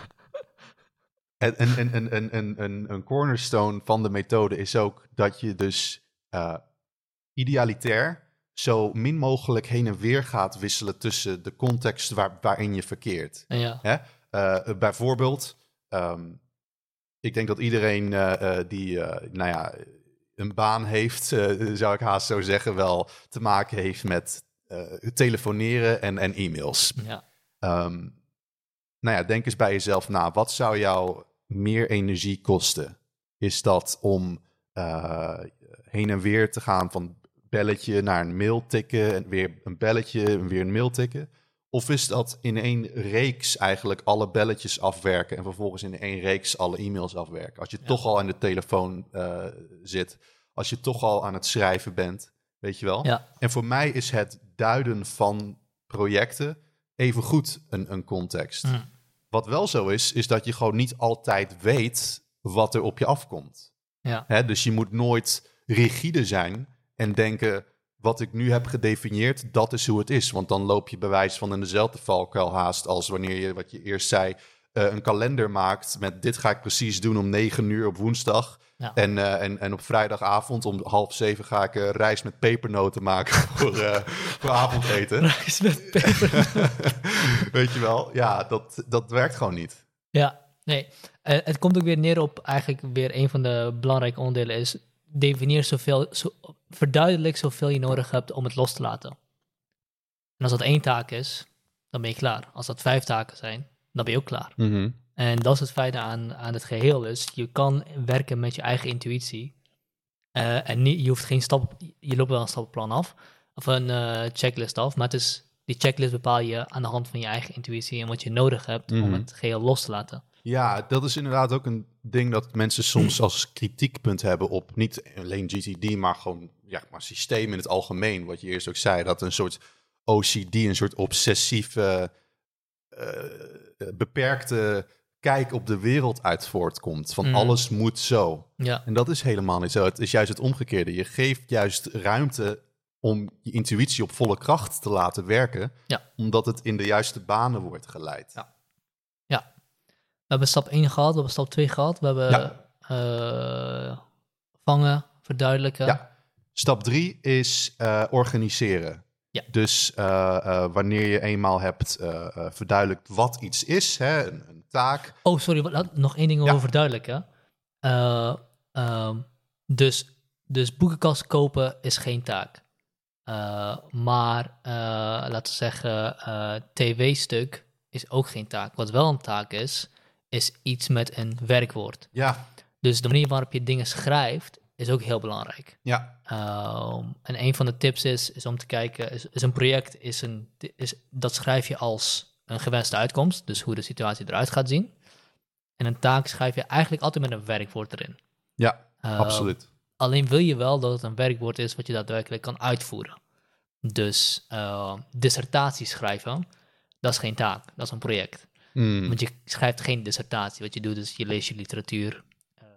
een, een, een, een, een, een, een cornerstone van de methode is ook dat je dus uh, idealitair zo min mogelijk heen en weer gaat wisselen tussen de context waar, waarin je verkeert. Ja. Hè? Uh, bijvoorbeeld, um, ik denk dat iedereen uh, uh, die uh, nou ja, een baan heeft, uh, zou ik haast zo zeggen, wel te maken heeft met uh, telefoneren en, en e-mails. Ja. Um, nou ja, denk eens bij jezelf na. Wat zou jou meer energie kosten? Is dat om uh, heen en weer te gaan van belletje naar een mail tikken en weer een belletje en weer een mail tikken? Of is dat in één reeks eigenlijk alle belletjes afwerken en vervolgens in één reeks alle e-mails afwerken? Als je ja. toch al aan de telefoon uh, zit, als je toch al aan het schrijven bent, weet je wel? Ja. En voor mij is het duiden van projecten even goed een, een context. Mm. Wat wel zo is, is dat je gewoon niet altijd weet wat er op je afkomt. Ja. Hè, dus je moet nooit rigide zijn en denken, wat ik nu heb gedefinieerd, dat is hoe het is. Want dan loop je bewijs van in dezelfde valkuil haast als wanneer je, wat je eerst zei, uh, een kalender maakt met dit ga ik precies doen om negen uur op woensdag. Ja. En, uh, en, en op vrijdagavond om half zeven ga ik uh, rijst met pepernoten maken voor, uh, voor avondeten. Rijst met pepernoten. Weet je wel? Ja, dat, dat werkt gewoon niet. Ja, nee. Uh, het komt ook weer neer op eigenlijk weer een van de belangrijke onderdelen is definieer zoveel, zo, verduidelijk zoveel je nodig hebt om het los te laten. En als dat één taak is, dan ben je klaar. Als dat vijf taken zijn, dan ben je ook klaar. Mm-hmm. En dat is het fijne aan, aan het geheel. Dus je kan werken met je eigen intuïtie. Uh, en niet, je hoeft geen stap, je loopt wel een stappenplan af. Of een uh, checklist af. Maar het is, die checklist bepaal je aan de hand van je eigen intuïtie. En wat je nodig hebt mm-hmm. om het geheel los te laten. Ja, dat is inderdaad ook een ding dat mensen soms als kritiekpunt hebben op niet alleen G T D, maar gewoon ja, maar systeem in het algemeen. Wat je eerst ook zei, dat een soort O C D, een soort obsessieve, uh, beperkte kijk op de wereld uit voortkomt. Van mm. alles moet zo. Ja. En dat is helemaal niet zo. Het is juist het omgekeerde. Je geeft juist ruimte om je intuïtie op volle kracht te laten werken, ja. omdat het in de juiste banen wordt geleid. Ja. ja. We hebben stap één gehad, we hebben stap twee gehad. We hebben ja. uh, vangen, verduidelijken. Ja. Stap drie is uh, organiseren. Ja. Dus uh, uh, wanneer je eenmaal hebt uh, uh, verduidelijkt wat iets is, hè, een, een taak. Oh, sorry, wat, nog één ding over ja. verduidelijken. Uh, uh, dus, dus boekenkast kopen is geen taak. Uh, maar uh, laten we zeggen, uh, tv-stuk is ook geen taak. Wat wel een taak is, is iets met een werkwoord. Ja. Dus de manier waarop je dingen schrijft is ook heel belangrijk. Ja. Uh, en een van de tips is, is om te kijken, is, is een project, is een, is, dat schrijf je als een gewenste uitkomst, dus hoe de situatie eruit gaat zien. En een taak schrijf je eigenlijk altijd met een werkwoord erin. Ja, uh, absoluut. Alleen wil je wel dat het een werkwoord is wat je daadwerkelijk kan uitvoeren. Dus uh, dissertatie schrijven, dat is geen taak, dat is een project. Mm. Want je schrijft geen dissertatie. Wat je doet is, je leest je literatuur, uh,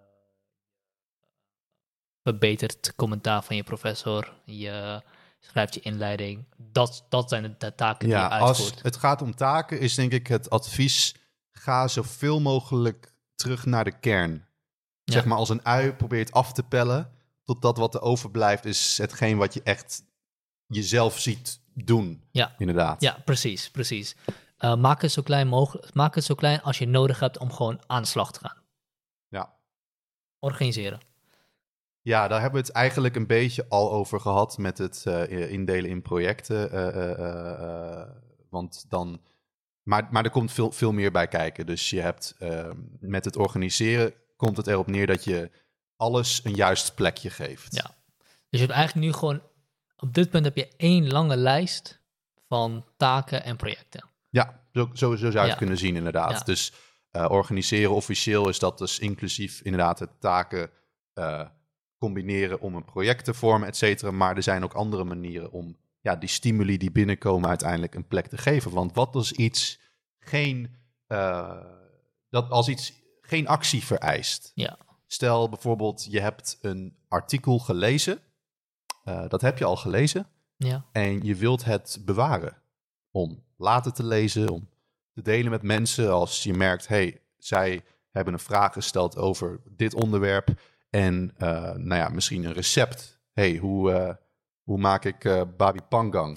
verbetert commentaar van je professor, je schrijft je inleiding. Dat, dat zijn de, de taken ja, die je uitvoert. Als het gaat om taken, is denk ik het advies, ga zoveel mogelijk terug naar de kern. Ja. Zeg maar als een ui, probeer het af te pellen, totdat wat er overblijft is hetgeen wat je echt jezelf ziet doen. Ja, inderdaad. Ja, precies, precies. Uh, maak het zo klein mogelijk. Maak het zo klein als je nodig hebt om gewoon aan de slag te gaan. Ja. Organiseren. Ja, daar hebben we het eigenlijk een beetje al over gehad met het uh, indelen in projecten. Uh, uh, uh, uh, want dan, maar, maar er komt veel, veel meer bij kijken. Dus je hebt uh, met het organiseren komt het erop neer dat je alles een juist plekje geeft. Ja. Dus je hebt eigenlijk nu gewoon, op dit punt heb je één lange lijst van taken en projecten. Ja, zo, zo, zo zou je ja. het kunnen zien inderdaad. Ja. Dus uh, organiseren officieel is dat dus inclusief inderdaad het taken uh, combineren om een project te vormen, et cetera. Maar er zijn ook andere manieren om ja, die stimuli die binnenkomen uiteindelijk een plek te geven. Want wat als iets geen, uh, dat als iets geen actie vereist. Ja. Stel bijvoorbeeld, je hebt een artikel gelezen. Uh, dat heb je al gelezen. Ja. En je wilt het bewaren. Om later te lezen, om te delen met mensen. Als je merkt, hey, zij hebben een vraag gesteld over dit onderwerp. En uh, nou ja, misschien een recept. Hey, hoe, uh, hoe maak ik uh, babi panggang?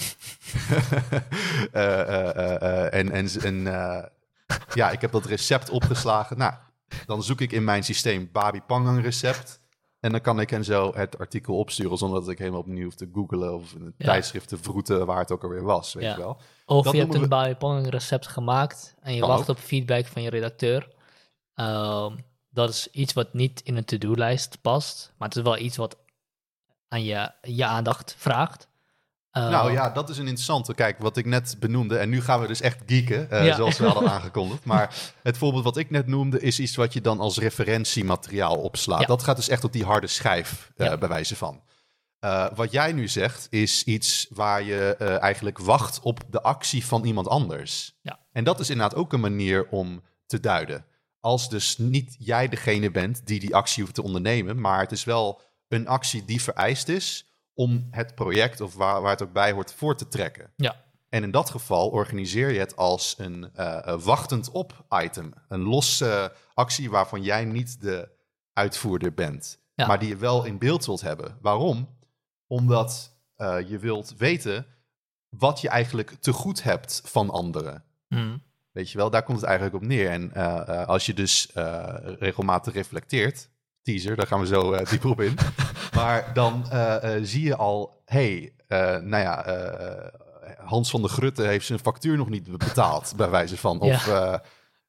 uh, uh, uh, uh, en en, en uh, ja, ik heb dat recept opgeslagen. Nou, dan zoek ik in mijn systeem babi panggang recept. En dan kan ik hen zo het artikel opsturen zonder dat ik helemaal opnieuw hoef te googlen of een ja. tijdschrift te vroeten waar het ook alweer was, weet ja. je wel. Of dat je hebt een we... babi panggang recept gemaakt en je kan wacht ook. op feedback van je redacteur. Um, dat is iets wat niet in een to-do-lijst past, maar het is wel iets wat aan je, je aandacht vraagt. Uh, nou ja, dat is een interessante. Kijk, wat ik net benoemde, en nu gaan we dus echt geeken, uh, ja. zoals we hadden aangekondigd. Maar het voorbeeld wat ik net noemde is iets wat je dan als referentiemateriaal opslaat. Ja. Dat gaat dus echt op die harde schijf, uh, ja. bij wijze van. Uh, wat jij nu zegt, is iets waar je uh, eigenlijk wacht op de actie van iemand anders. Ja. En dat is inderdaad ook een manier om te duiden. Als dus niet jij degene bent die die actie hoeft te ondernemen, maar het is wel een actie die vereist is om het project of waar, waar het ook bij hoort voor te trekken. Ja. En in dat geval organiseer je het als een uh, wachtend op item. Een losse actie waarvan jij niet de uitvoerder bent. Ja. Maar die je wel in beeld wilt hebben. Waarom? Omdat uh, je wilt weten wat je eigenlijk te goed hebt van anderen. Mm. Weet je wel, daar komt het eigenlijk op neer. En uh, uh, als je dus uh, regelmatig reflecteert, teaser, daar gaan we zo uh, dieper op in. Maar dan uh, uh, zie je al, hey, uh, nou ja, uh, Hans van der Grutte heeft zijn factuur nog niet betaald, bij wijze van. Of, ja. uh,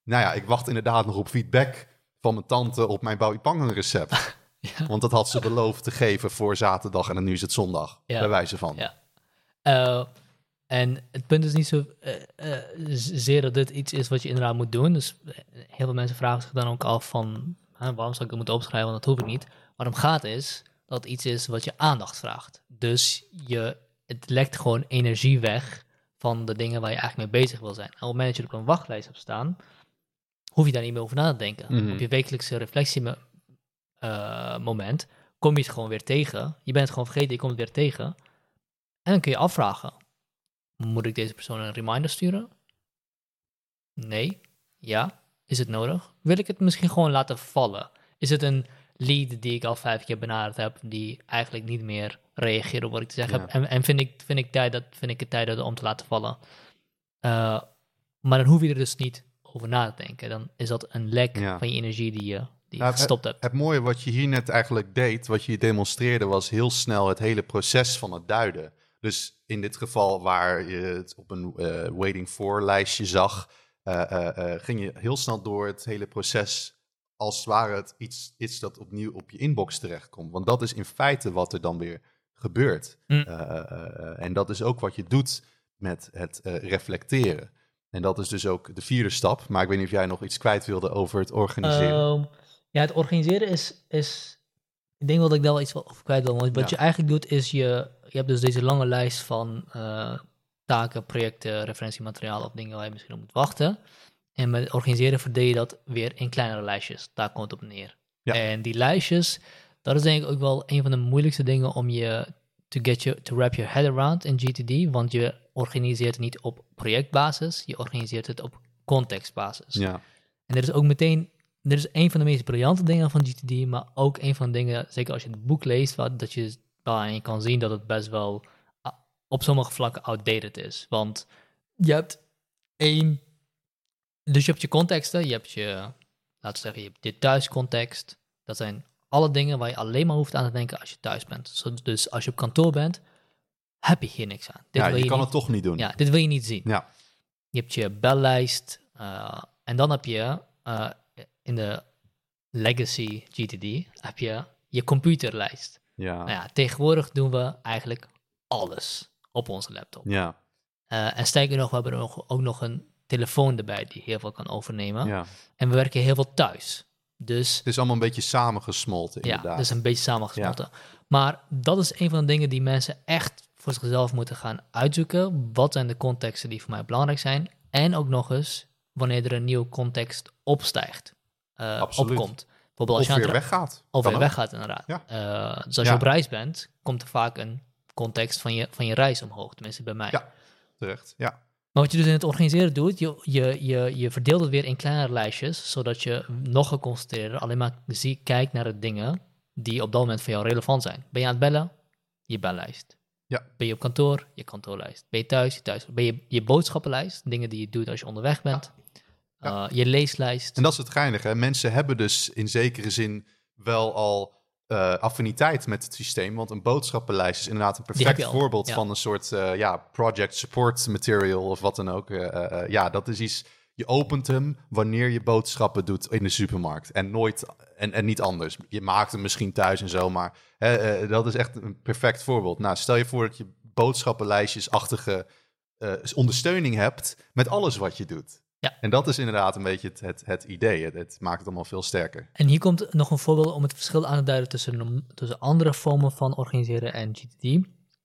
nou ja, ik wacht inderdaad nog op feedback van mijn tante op mijn Baoipangen recept. Ja. Want dat had ze beloofd te geven voor zaterdag en nu is het zondag, ja. bij wijze van. Ja. Uh, en het punt is niet zo uh, uh, zeer dat dit iets is wat je inderdaad moet doen. Dus uh, heel veel mensen vragen zich dan ook af van, uh, waarom zou ik dat moeten opschrijven, want dat hoef ik niet. Waarom gaat is dat het iets is wat je aandacht vraagt. Dus je, het lekt gewoon energie weg van de dingen waar je eigenlijk mee bezig wil zijn. En op het moment dat je op een wachtlijst hebt staan, hoef je daar niet meer over na te denken. Mm-hmm. Op je wekelijkse reflectiemoment uh, kom je het gewoon weer tegen. Je bent het gewoon vergeten, je komt het weer tegen. En dan kun je afvragen, moet ik deze persoon een reminder sturen? Nee. Ja. Is het nodig? Wil ik het misschien gewoon laten vallen? Is het een lead die ik al vijf keer benaderd heb, die eigenlijk niet meer reageert op wat ik te zeggen ja. heb? En, en vind, ik, vind, ik tijd dat, vind ik het tijd om te laten vallen? Uh, maar dan hoef je er dus niet over na te denken. Dan is dat een lek ja. van je energie die je, die je nou, gestopt het, hebt. Het mooie wat je hier net eigenlijk deed, wat je hier demonstreerde, was heel snel het hele proces van het duiden. Dus in dit geval waar je het op een uh, waiting for lijstje zag, uh, uh, uh, ging je heel snel door het hele proces als het ware het iets, iets dat opnieuw op je inbox terechtkomt. Want dat is in feite wat er dan weer gebeurt. Mm. Uh, uh, uh, en dat is ook wat je doet met het uh, reflecteren. En dat is dus ook de vierde stap. Maar ik weet niet of jij nog iets kwijt wilde over het organiseren. Uh, ja, het organiseren is... is... Ik denk wel dat ik daar wel iets over kwijt wil. Want wat ja. je eigenlijk doet is, je, je hebt dus deze lange lijst van uh, taken, projecten, referentiemateriaal of dingen waar je misschien op moet wachten. En met organiseren verdeel je dat weer in kleinere lijstjes. Daar komt het op neer. Ja. En die lijstjes, dat is denk ik ook wel een van de moeilijkste dingen om je to get you, to wrap your head around in G T D. Want je organiseert het niet op projectbasis, je organiseert het op contextbasis. Ja. En dit is ook meteen... Dit is een van de meest briljante dingen van G T D, maar ook een van de dingen, zeker als je het boek leest, wat, dat je daarin kan zien dat het best wel uh, op sommige vlakken outdated is. Want je hebt één... Dus je hebt je contexten, je hebt je, laten we zeggen, je hebt je thuiscontext. Dat zijn alle dingen waar je alleen maar hoeft aan te denken als je thuis bent. So, dus als je op kantoor bent, heb je hier niks aan. Dit ja, wil je, je kan niet, het toch niet doen. Ja, dit wil je niet zien. Ja. Je hebt je bellijst uh, en dan heb je... Uh, in de legacy G T D heb je je computerlijst. Ja. Nou ja, tegenwoordig doen we eigenlijk alles op onze laptop. Ja. Uh, en sterker nog, we hebben er nog, ook nog een telefoon erbij die heel veel kan overnemen. Ja. En we werken heel veel thuis. Dus, het is allemaal een beetje samengesmolten inderdaad. Ja, dus een beetje samengesmolten. Ja. Maar dat is een van de dingen die mensen echt voor zichzelf moeten gaan uitzoeken. Wat zijn de contexten die voor mij belangrijk zijn? En ook nog eens wanneer er een nieuwe context opstijgt. Uh, opkomt. Bijvoorbeeld als of je weer weggaat. Of weer weggaat, inderdaad. Ja. Uh, dus als ja. je op reis bent, komt er vaak een context van je, van je reis omhoog. Tenminste, bij mij. Ja, terecht. Ja. Maar wat je dus in het organiseren doet, je, je, je, je verdeelt het weer in kleinere lijstjes, zodat je nog geconcentreerder alleen maar zie, kijkt naar de dingen die op dat moment voor jou relevant zijn. Ben je aan het bellen? Je bellijst. Ja. Ben je op kantoor? Je kantoorlijst. Ben je thuis? Je thuis. Ben je je boodschappenlijst? Dingen die je doet als je onderweg bent. Ja. Ja. Uh, je leeslijst. En dat is het geinige. Hè? Mensen hebben dus in zekere zin wel al uh, affiniteit met het systeem. Want een boodschappenlijst is inderdaad een perfect voorbeeld ja. van een soort uh, ja, project support material of wat dan ook. Uh, uh, ja, dat is iets... Je opent hem wanneer je boodschappen doet in de supermarkt. En nooit en, en niet anders. Je maakt hem misschien thuis en zo, maar hè, uh, dat is echt een perfect voorbeeld. Nou, stel je voor dat je boodschappenlijstjesachtige uh, ondersteuning hebt met alles wat je doet. Ja. En dat is inderdaad een beetje het, het, het idee. Het, het maakt het allemaal veel sterker. En hier komt nog een voorbeeld om het verschil aan te duiden tussen, tussen andere vormen van organiseren en G T D.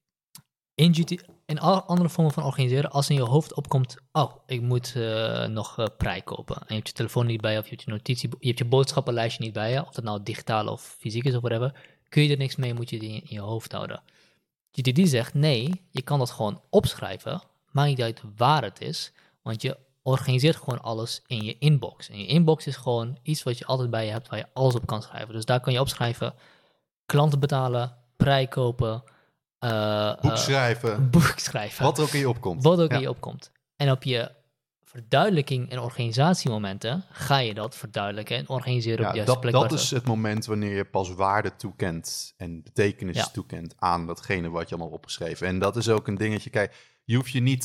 In, G T, in alle andere vormen van organiseren, als in je hoofd opkomt, oh, ik moet uh, nog uh, prei kopen. En je hebt je telefoon niet bij je, of je hebt je notitie, je hebt je boodschappenlijstje niet bij je, of dat nou digitaal of fysiek is of whatever, kun je er niks mee, moet je die in je hoofd houden. G T D zegt, nee, je kan dat gewoon opschrijven, maakt niet uit waar het is, want je organiseert gewoon alles in je inbox. En je inbox is gewoon iets wat je altijd bij je hebt, waar je alles op kan schrijven. Dus daar kan je opschrijven, klanten betalen, prei kopen, Uh, boek schrijven. Uh, boek schrijven. Wat ook in je opkomt. Wat ook ja. in je opkomt. En op je verduidelijking en organisatiemomenten ga je dat verduidelijken en organiseren ja, op de juiste dat, plek. Dat is het moment wanneer je pas waarde toekent en betekenis ja. toekent aan datgene wat je allemaal opgeschreven. En dat is ook een dingetje. Kijk, je hoeft je niet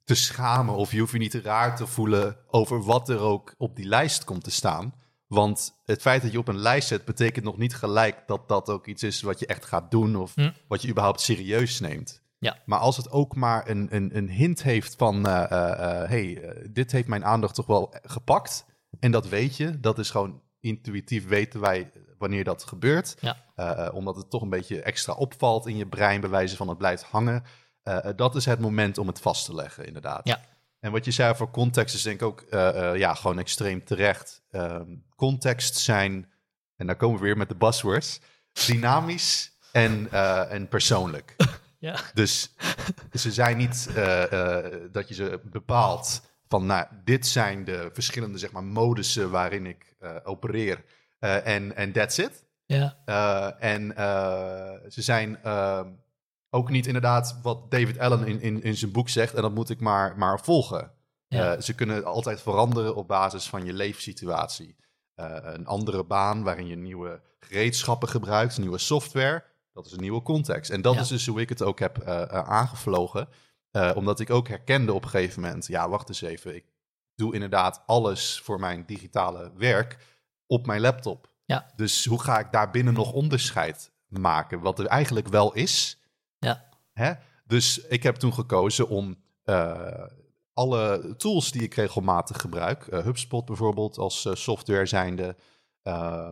te schamen of je hoeft je niet raar te voelen over wat er ook op die lijst komt te staan. Want het feit dat je op een lijst zet betekent nog niet gelijk dat dat ook iets is wat je echt gaat doen of hm. wat je überhaupt serieus neemt. Ja. Maar als het ook maar een, een, een hint heeft van, uh, uh, uh, hey, uh, dit heeft mijn aandacht toch wel gepakt. En dat weet je, dat is gewoon intuïtief weten wij wanneer dat gebeurt. Ja. Uh, omdat het toch een beetje extra opvalt in je brein, bij wijze van het blijft hangen. Uh, dat is het moment om het vast te leggen, inderdaad. Ja. En wat je zei voor context is denk ik ook uh, uh, ja, gewoon extreem terecht. Um, context zijn, en daar komen we weer met de buzzwords, dynamisch en, uh, en persoonlijk. Ja. Dus ze zijn niet uh, uh, dat je ze bepaalt van, nou, dit zijn de verschillende, zeg maar, modussen waarin ik uh, opereer. En uh, that's it. Ja. Uh, en uh, ze zijn uh, ook niet inderdaad wat David Allen in, in, in zijn boek zegt, en dat moet ik maar, maar volgen. Ja. Uh, ze kunnen altijd veranderen op basis van je leefsituatie. Uh, een andere baan waarin je nieuwe gereedschappen gebruikt, nieuwe software. Dat is een nieuwe context. En dat ja. is dus hoe ik het ook heb uh, uh, aangevlogen. Uh, omdat ik ook herkende op een gegeven moment, ja, wacht eens even. Ik doe inderdaad alles voor mijn digitale werk op mijn laptop. Ja. Dus hoe ga ik daarbinnen nog onderscheid maken? Wat er eigenlijk wel is. Ja. Hè? Dus ik heb toen gekozen om uh, alle tools die ik regelmatig gebruik, uh, HubSpot bijvoorbeeld als uh, software zijnde, uh,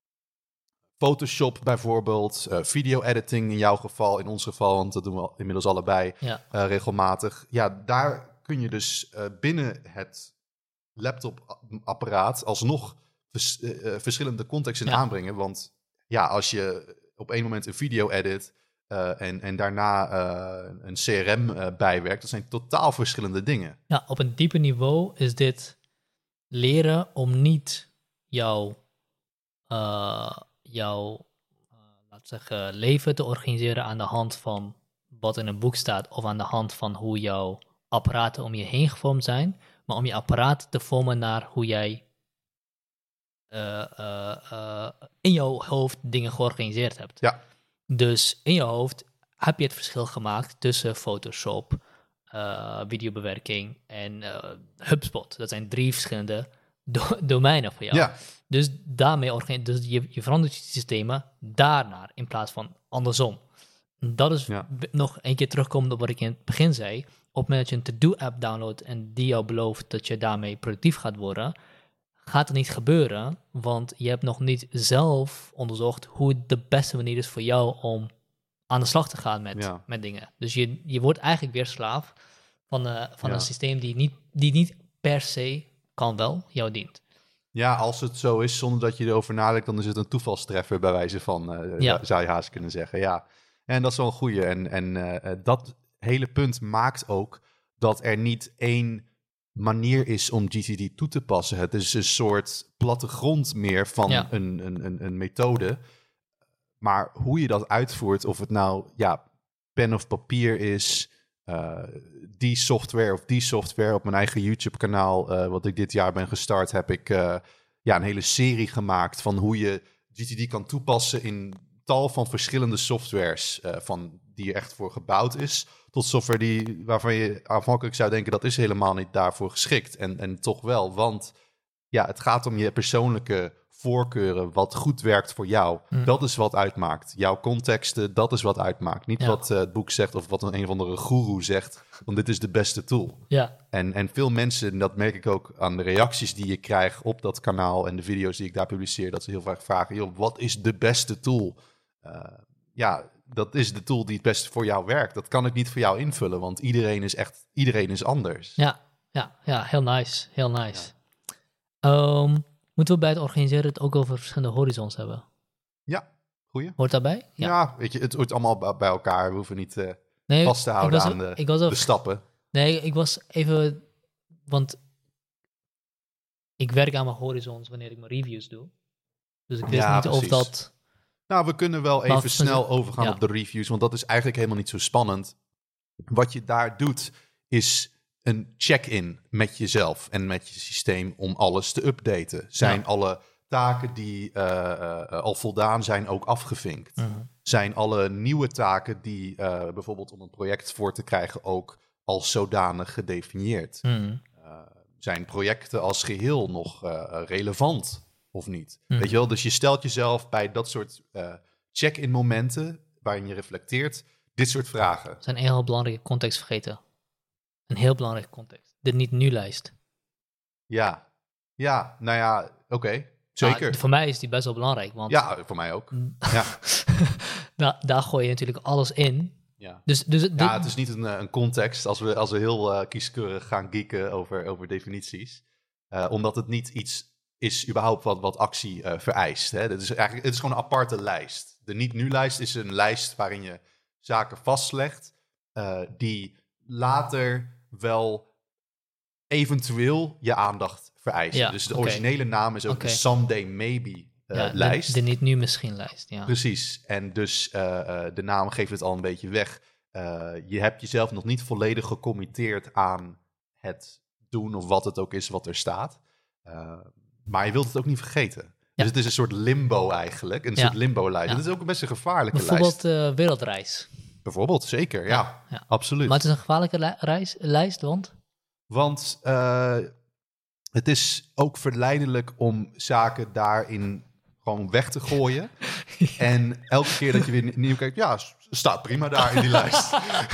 Photoshop bijvoorbeeld, uh, video editing in jouw geval, in ons geval, want dat doen we inmiddels allebei ja. uh, regelmatig. Ja, daar kun je dus uh, binnen het laptopapparaat alsnog vers, uh, verschillende contexten ja. aanbrengen. Want ja, als je op één moment een video edit uh, en, en daarna uh, een C R M uh, bijwerkt, dat zijn totaal verschillende dingen. Ja, op een dieper niveau is dit leren om niet jouw... Uh, jouw uh, laat zeggen, leven te organiseren aan de hand van wat in een boek staat of aan de hand van hoe jouw apparaten om je heen gevormd zijn, maar om je apparaat te vormen naar hoe jij uh, uh, uh, in jouw hoofd dingen georganiseerd hebt. Ja. Dus in je hoofd heb je het verschil gemaakt tussen Photoshop, uh, videobewerking en uh, HubSpot. Dat zijn drie verschillende do- domeinen voor jou. Ja. Dus daarmee organ- dus je, je verandert je systemen daarnaar in plaats van andersom. Dat is ja. b- nog een keer terugkomend op wat ik in het begin zei. Op het moment dat je een to-do-app downloadt en die jou belooft dat je daarmee productief gaat worden, gaat het niet gebeuren, want je hebt nog niet zelf onderzocht hoe de beste manier is voor jou om aan de slag te gaan met, ja. met dingen. Dus je, je wordt eigenlijk weer slaaf van, uh, van ja. een systeem die niet, die niet per se, kan wel, jou dient. Ja, als het zo is, zonder dat je erover nadenkt, dan is het een toevalstreffer bij wijze van, uh, ja. zou je haast kunnen zeggen. Ja, en dat is wel een goeie. En, en uh, dat hele punt maakt ook dat er niet één manier is om G T D toe te passen. Het is een soort plattegrond meer van ja. een, een, een, een methode. Maar hoe je dat uitvoert, of het nou ja, pen of papier is, uh, die software of die software. Op mijn eigen YouTube-kanaal, uh, wat ik dit jaar ben gestart, heb ik uh, ja, een hele serie gemaakt van hoe je G T D kan toepassen in tal van verschillende softwares, uh, van die er echt voor gebouwd is, tot software die, waarvan je aanvankelijk zou denken dat is helemaal niet daarvoor geschikt. En, en toch wel, want ja, het gaat om je persoonlijke voorkeuren, wat goed werkt voor jou. Mm. Dat is wat uitmaakt. Jouw contexten, dat is wat uitmaakt. Niet ja. wat uh, het boek zegt of wat een, een of andere goeroe zegt, want dit is de beste tool. Ja. En, en veel mensen, en dat merk ik ook aan de reacties die je krijgt op dat kanaal en de video's die ik daar publiceer, dat ze heel vaak vragen, joh, wat is de beste tool? Uh, ja, dat is de tool die het beste voor jou werkt. Dat kan ik niet voor jou invullen, want iedereen is echt, iedereen is anders. Ja, ja, ja, heel nice, heel nice. Ja. Um, moeten we bij het organiseren het ook over verschillende horizons hebben? Ja, goeie. Hoort daarbij? Ja, ja weet je, het hoort allemaal bij elkaar. We hoeven niet uh, nee, vast te houden was, aan de, ik was ook, de stappen. Nee, ik was even, want ik werk aan mijn horizons wanneer ik mijn reviews doe. Dus ik wist ja, niet precies. of dat... Nou, we kunnen wel even maar, snel overgaan ja. op de reviews, want dat is eigenlijk helemaal niet zo spannend. Wat je daar doet, is een check-in met jezelf en met je systeem om alles te updaten. Zijn ja. alle taken die uh, uh, al voldaan zijn ook afgevinkt? Uh-huh. Zijn alle nieuwe taken die uh, bijvoorbeeld om een project voor te krijgen ook als zodanig gedefinieerd? Mm. Uh, zijn projecten als geheel nog uh, relevant of niet? Mm. Weet je wel, dus je stelt jezelf bij dat soort uh, check-in momenten waarin je reflecteert, dit soort vragen. We zijn een heel belangrijke context vergeten. Een heel belangrijke context. De niet-nu-lijst. Ja, ja, nou ja, oké, okay, zeker. Nou, voor mij is die best wel belangrijk. Want ja, voor mij ook. Ja. daar, daar gooi je natuurlijk alles in. Ja, dus, dus, ja dit... het is niet een, een context als we, als we heel uh, kieskeurig gaan geeken over, over definities. Uh, omdat het niet iets is überhaupt wat, wat actie uh, vereist. Hè? Het is eigenlijk, het is gewoon een aparte lijst. De niet-nu-lijst is een lijst waarin je zaken vastlegt uh, die later wel eventueel je aandacht vereisen. Ja, dus de okay. originele naam is ook okay. de Someday Maybe uh, ja, lijst. De, de niet nu misschien lijst, ja. Precies. En dus uh, uh, de naam geeft het al een beetje weg. Uh, je hebt jezelf nog niet volledig gecommitteerd aan het doen of wat het ook is wat er staat. Uh, maar je wilt het ook niet vergeten. Ja. Dus het is een soort limbo eigenlijk. Een ja. soort limbo-lijst. Ja. Het is ook best een gevaarlijke Bijvoorbeeld, lijst. Bijvoorbeeld uh, wereldreis. Bijvoorbeeld, zeker. Ja, ja, ja, absoluut. Maar het is een gevaarlijke li- reis, lijst, want... Want uh, het is ook verleidelijk om zaken daarin gewoon weg te gooien. ja. En elke keer dat je weer nieuw kijkt, ja, staat prima daar in die lijst.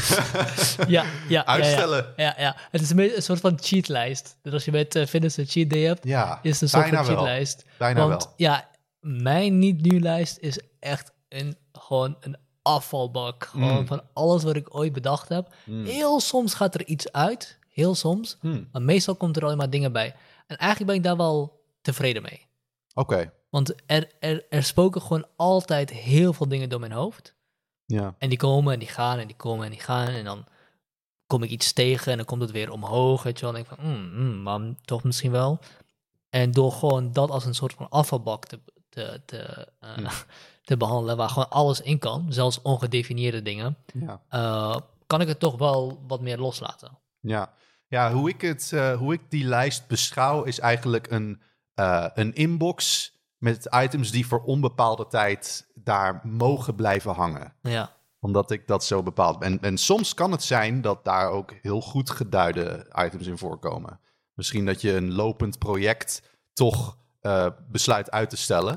ja, ja. Uitstellen. Ja, ja, ja. Het is een, een soort van cheatlijst. Dus als je met uh, Fitness een cheat day hebt, ja, is het een soort van cheatlijst. Wel. Bijna Want, wel. ja, mijn niet-nu-lijst is echt een, gewoon een afvalbak. Gewoon mm. van alles wat ik ooit bedacht heb. Mm. Heel soms gaat er iets uit. Heel soms. Hmm. Maar meestal komt er alleen maar dingen bij. En eigenlijk ben ik daar wel tevreden mee. Oké. Okay. Want er, er, er spoken gewoon altijd heel veel dingen door mijn hoofd. Ja. En die komen en die gaan en die komen en die gaan. En dan kom ik iets tegen en dan komt het weer omhoog. Weet je wel. En ik van, mm, mm, maar toch misschien wel. En door gewoon dat als een soort van afvalbak te, te, te, uh, hmm. te behandelen. Waar gewoon alles in kan. Zelfs ongedefinieerde dingen. Ja. Uh, kan ik het toch wel wat meer loslaten. Ja, ja hoe, ik het, uh, hoe ik die lijst beschouw is eigenlijk een, uh, een inbox met items die voor onbepaalde tijd daar mogen blijven hangen. Ja. Omdat ik dat zo bepaald ben. En, en soms kan het zijn dat daar ook heel goed geduide items in voorkomen. Misschien dat je een lopend project toch uh, besluit uit te stellen.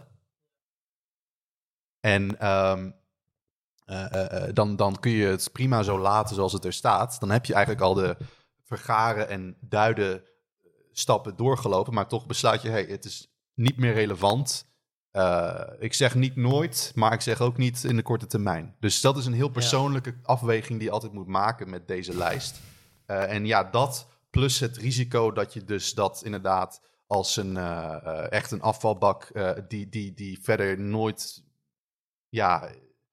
En um, uh, uh, dan, dan kun je het prima zo laten zoals het er staat. Dan heb je eigenlijk al de vergaren en duiden stappen doorgelopen, maar toch besluit je, hey, het is niet meer relevant. Uh, ik zeg niet nooit, maar ik zeg ook niet in de korte termijn. Dus dat is een heel persoonlijke ja. afweging die je altijd moet maken met deze lijst. Uh, en ja, dat plus het risico dat je dus dat inderdaad als een uh, uh, echt een afvalbak uh, die, die, die verder nooit ja,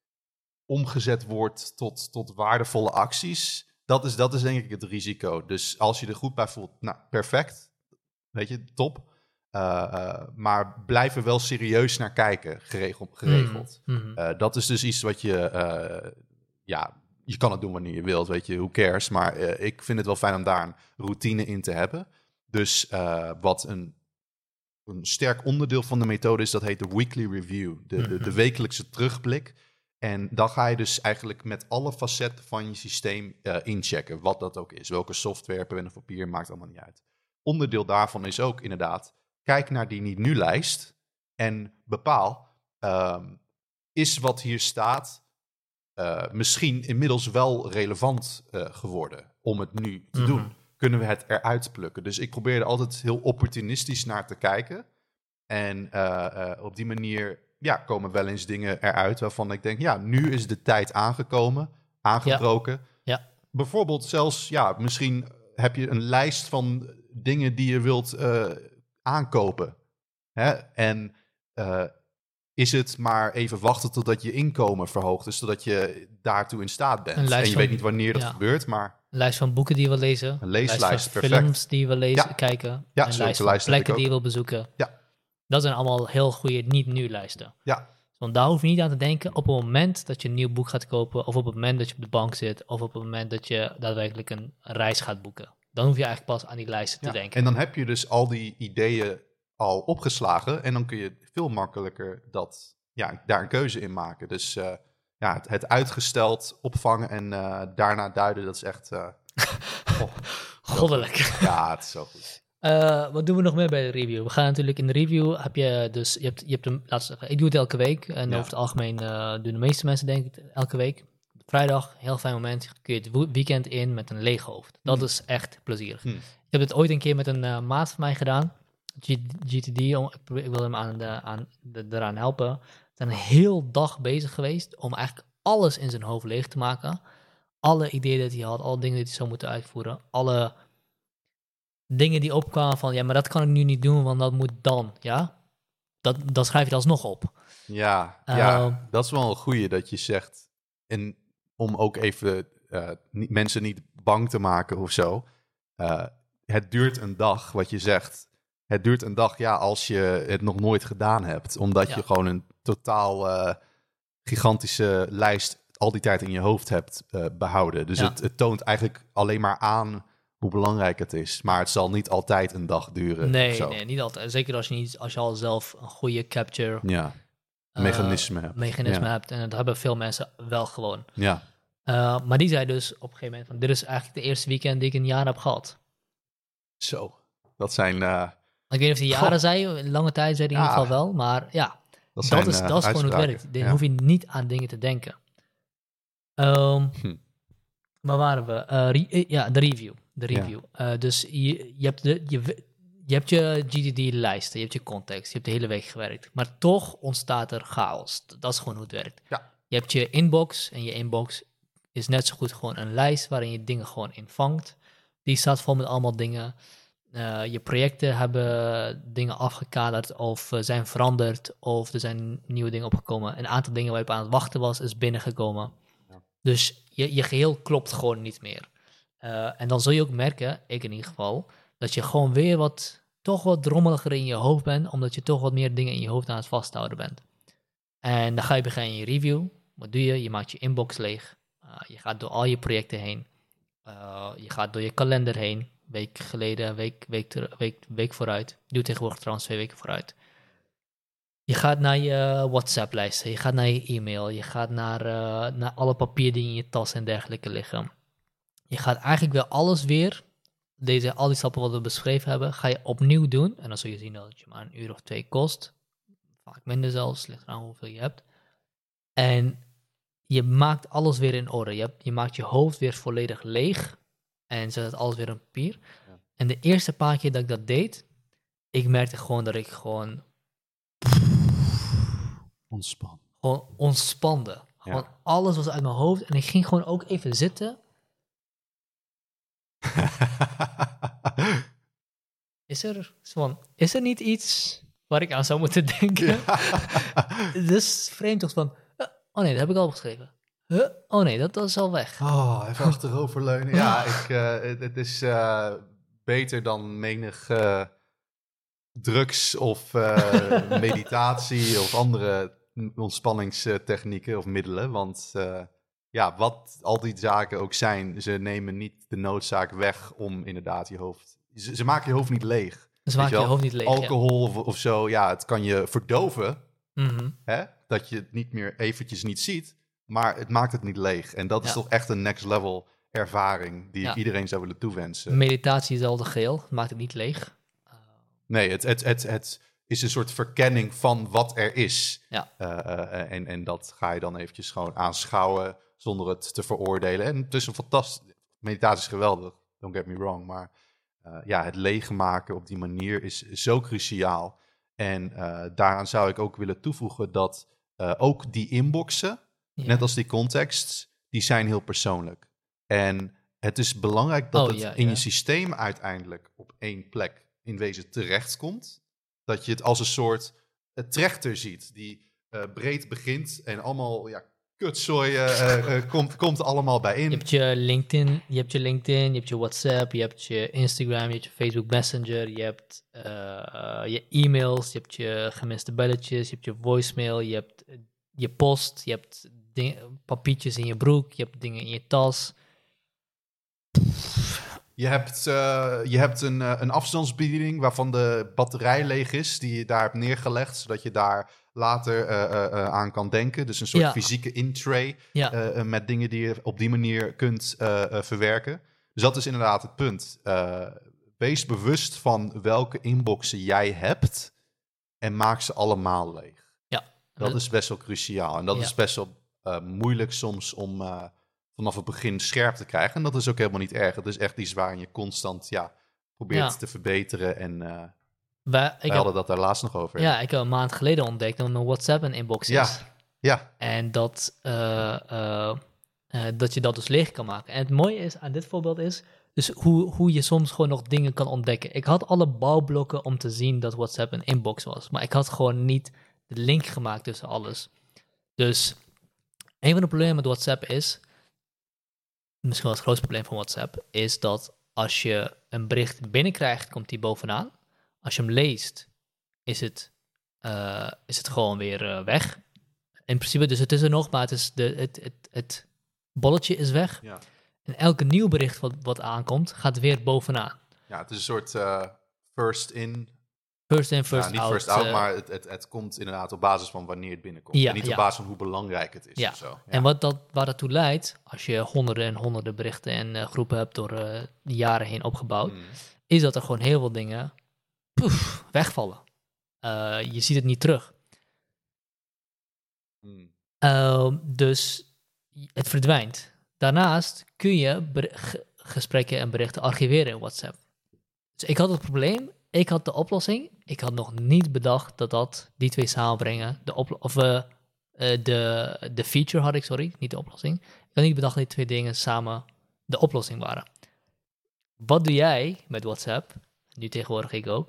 omgezet wordt tot, tot waardevolle acties. Dat is, dat is denk ik het risico. Dus als je er goed bij voelt, nou, perfect. Weet je, top. Uh, uh, maar blijf er wel serieus naar kijken, geregeld. geregeld. Mm-hmm. Uh, dat is dus iets wat je... Uh, ja, je kan het doen wanneer je wilt, weet je, who cares. Maar uh, ik vind het wel fijn om daar een routine in te hebben. Dus uh, wat een, een sterk onderdeel van de methode is, dat heet de weekly review. De, mm-hmm. de, de wekelijkse terugblik. En dan ga je dus eigenlijk met alle facetten van je systeem uh, inchecken. Wat dat ook is. Welke software, pen of papier, maakt allemaal niet uit. Onderdeel daarvan is ook inderdaad, kijk naar die niet-nu-lijst en bepaal, um, is wat hier staat uh, misschien inmiddels wel relevant uh, geworden om het nu te mm-hmm. doen? Kunnen we het eruit plukken? Dus ik probeer er altijd heel opportunistisch naar te kijken. En uh, uh, op die manier ja, komen wel eens dingen eruit waarvan ik denk, ja, nu is de tijd aangekomen, aangebroken. Ja. Ja. Bijvoorbeeld zelfs, ja, misschien heb je een lijst van dingen die je wilt uh, aankopen. Hè? En uh, is het maar even wachten totdat je inkomen verhoogt, dus zodat je daartoe in staat bent. En je van, weet niet wanneer dat ja. gebeurt, maar... Een lijst van boeken die je wil lezen. Een leeslijst, een lijst van perfect. films die je wil lezen, ja. kijken. Ja, een lijst van plekken die je wil bezoeken. Ja. Dat zijn allemaal heel goede niet-nu-lijsten. Ja. Want daar hoef je niet aan te denken op het moment dat je een nieuw boek gaat kopen, of op het moment dat je op de bank zit, of op het moment dat je daadwerkelijk een reis gaat boeken. Dan hoef je eigenlijk pas aan die lijsten te ja. denken. En dan heb je dus al die ideeën al opgeslagen en dan kun je veel makkelijker dat, ja, daar een keuze in maken. Dus uh, ja, het, het uitgesteld opvangen en uh, daarna duiden, dat is echt... Uh, Goddelijk. Ja, het is zo goed. Uh, wat doen we nog meer bij de review? We gaan natuurlijk in de review, heb je dus, je hebt, je hebt een, laten we zeggen, ik doe het elke week. En ja. over het algemeen uh, doen de meeste mensen denk ik elke week. Vrijdag, heel fijn moment, kun je het weekend in met een leeg hoofd. Dat mm. is echt plezierig. Mm. Ik heb het ooit een keer met een uh, maat van mij gedaan, G- G T D, om, ik wil hem aan de, aan de, eraan helpen. We zijn een heel dag bezig geweest om eigenlijk alles in zijn hoofd leeg te maken. Alle ideeën die hij had, alle dingen die hij zou moeten uitvoeren, alle dingen die opkwamen van, ja, maar dat kan ik nu niet doen, want dat moet dan, ja. Dat, dat schrijf je alsnog op. Ja, uh, ja, dat is wel een goeie dat je zegt. En om ook even uh, niet, mensen niet bang te maken of zo. Uh, het duurt een dag, wat je zegt. Het duurt een dag, ja, als je het nog nooit gedaan hebt. Omdat ja. je gewoon een totaal uh, gigantische lijst al die tijd in je hoofd hebt uh, behouden. Dus ja. het, het toont eigenlijk alleen maar aan hoe belangrijk het is. Maar het zal niet altijd een dag duren. Nee, zo. nee niet altijd. Zeker als je, niet, als je al zelf een goede capture ja. mechanisme, uh, hebt. mechanisme ja. hebt. En dat hebben veel mensen wel gewoon. Ja. Uh, maar die zei dus op een gegeven moment van, dit is eigenlijk de eerste weekend die ik in een jaar heb gehad. Zo, dat zijn... Uh... Ik weet niet of hij jaren God. zei, lange tijd zei hij in ja. ieder geval wel. Maar ja, dat, dat, is, uh, dat is gewoon hoe het werkt. Dan ja. hoef je niet aan dingen te denken. Um, hm. Waar waren we? Uh, re- ja, de review. De review. Ja. Uh, dus je, je, hebt de, je, je hebt je G T D-lijsten, je hebt je context, je hebt de hele week gewerkt. Maar toch ontstaat er chaos. Dat is gewoon hoe het werkt. Ja. Je hebt je inbox en je inbox is net zo goed gewoon een lijst waarin je dingen gewoon invangt. Die staat vol met allemaal dingen. Uh, je projecten hebben dingen afgekaderd of uh, zijn veranderd of er zijn nieuwe dingen opgekomen. Een aantal dingen waar je op aan het wachten was, is binnengekomen. Ja. Dus je, je geheel klopt gewoon niet meer. Uh, en dan zul je ook merken, ik in ieder geval, dat je gewoon weer wat, toch wat rommeliger in je hoofd bent, omdat je toch wat meer dingen in je hoofd aan het vasthouden bent. En dan ga je beginnen in je review. Wat doe je? Je maakt je inbox leeg. Uh, je gaat door al je projecten heen. Uh, je gaat door je kalender heen. Week geleden, week, week, ter, week, week vooruit. Ik doe tegenwoordig trouwens twee weken vooruit. Je gaat naar je WhatsApp-lijsten. Je gaat naar je e-mail. Je gaat naar, uh, naar alle papier die in je tas en dergelijke liggen. Je gaat eigenlijk weer alles weer, deze, al die stappen wat we beschreven hebben, ga je opnieuw doen. En dan zul je zien dat het je maar een uur of twee kost. Vaak minder zelfs, ligt eraan hoeveel je hebt. En je maakt alles weer in orde. Je, hebt, je maakt je hoofd weer volledig leeg. En zet het alles weer op papier. Ja. En de eerste paar keer dat ik dat deed, ik merkte gewoon dat ik gewoon... Ontspan. Gewoon ontspande. Gewoon ja. alles was uit mijn hoofd. En ik ging gewoon ook even zitten. is, er, van, is er niet iets waar ik aan zou moeten denken? Ja. Het is vreemd toch van... Oh nee, dat heb ik al geschreven. Huh? Oh nee, dat, dat is al weg. Oh, even achteroverleunen. Ja, ik, uh, het, het is uh, beter dan menig uh, drugs of uh, meditatie of andere ontspanningstechnieken of middelen. Want uh, ja, wat al die zaken ook zijn, ze nemen niet de noodzaak weg om inderdaad je hoofd... Ze, ze maken je hoofd niet leeg. Ze maken je hoofd niet leeg, Alcohol ja. of, of zo, ja, het kan je verdoven. Mm-hmm. Hè? Dat je het niet meer eventjes niet ziet. Maar het maakt het niet leeg. En dat is ja. toch echt een next level ervaring die ja. ik iedereen zou willen toewensen. Meditatie is al de geel. Het maakt het niet leeg. Uh... Nee, het, het, het, het is een soort verkenning van wat er is. Ja. Uh, uh, en, en dat ga je dan eventjes gewoon aanschouwen zonder het te veroordelen. En het is een fantastisch... Meditatie is geweldig, don't get me wrong. Maar uh, ja, het leegmaken op die manier is zo cruciaal. En uh, daaraan zou ik ook willen toevoegen dat uh, ook die inboxen... Ja. Net als die context, die zijn heel persoonlijk. En het is belangrijk dat oh, het ja, in ja. je systeem uiteindelijk op één plek in wezen terechtkomt. Dat je het als een soort uh, trechter ziet die uh, breed begint en allemaal ja, kutzooi uh, uh, komt, komt allemaal bijeen. Je hebt je LinkedIn, je hebt je LinkedIn, je hebt je WhatsApp, je hebt je Instagram, je hebt je Facebook Messenger, je hebt uh, uh, je e-mails, je hebt je gemiste belletjes, je hebt je voicemail, je hebt je post, je hebt ding, papiertjes in je broek, je hebt dingen in je tas. Je hebt, uh, je hebt een, uh, een afstandsbediening waarvan de batterij leeg is, die je daar hebt neergelegd, zodat je daar later uh, uh, uh, aan kan denken. Dus een soort ja. fysieke in-tray ja. uh, uh, met dingen die je op die manier kunt uh, uh, verwerken. Dus dat is inderdaad het punt. Uh, wees bewust van welke inboxen jij hebt en maak ze allemaal leeg. Ja. Dat is best wel cruciaal. En dat ja. is best wel uh, moeilijk soms om uh, vanaf het begin scherp te krijgen. En dat is ook helemaal niet erg. Het is echt iets waarin je constant ja, probeert ja. te verbeteren. En uh, wij, ik wij hadden heb, dat daar laatst nog over. Ja, ik heb een maand geleden ontdekt dat een WhatsApp een inbox is. Ja. Ja. En dat, uh, uh, uh, dat je dat dus leeg kan maken. En het mooie is aan dit voorbeeld is... Dus hoe, hoe je soms gewoon nog dingen kan ontdekken. Ik had alle bouwblokken om te zien dat WhatsApp een inbox was. Maar ik had gewoon niet de link gemaakt tussen alles. Dus een van de problemen met WhatsApp is... Misschien wel het grootste probleem van WhatsApp... is dat als je een bericht binnenkrijgt, komt die bovenaan. Als je hem leest, is het, uh, is het gewoon weer uh, weg. In principe, dus het is er nog, maar het, is de, het, het, het bolletje is weg. Ja. En elke nieuw bericht wat, wat aankomt, gaat weer bovenaan. Ja, het is een soort uh, first in... First in, first ja, niet out. first out, uh, maar het, het, het komt inderdaad op basis van wanneer het binnenkomt. Ja, en niet ja. op basis van hoe belangrijk het is. Ja. Of zo. Ja. En wat dat, waar dat toe leidt, als je honderden en honderden berichten en uh, groepen hebt door uh, de jaren heen opgebouwd, hmm. is dat er gewoon heel veel dingen poef, wegvallen. Uh, je ziet het niet terug. Hmm. Uh, dus het verdwijnt. Daarnaast kun je ber- g- gesprekken en berichten archiveren in WhatsApp. Dus ik had het probleem, ik had de oplossing. Ik had nog niet bedacht dat dat die twee samenbrengen. De oplo- of uh, uh, de, de feature had ik, sorry, niet de oplossing. Ik had niet bedacht dat die twee dingen samen de oplossing waren. Wat doe jij met WhatsApp? Nu tegenwoordig ik ook.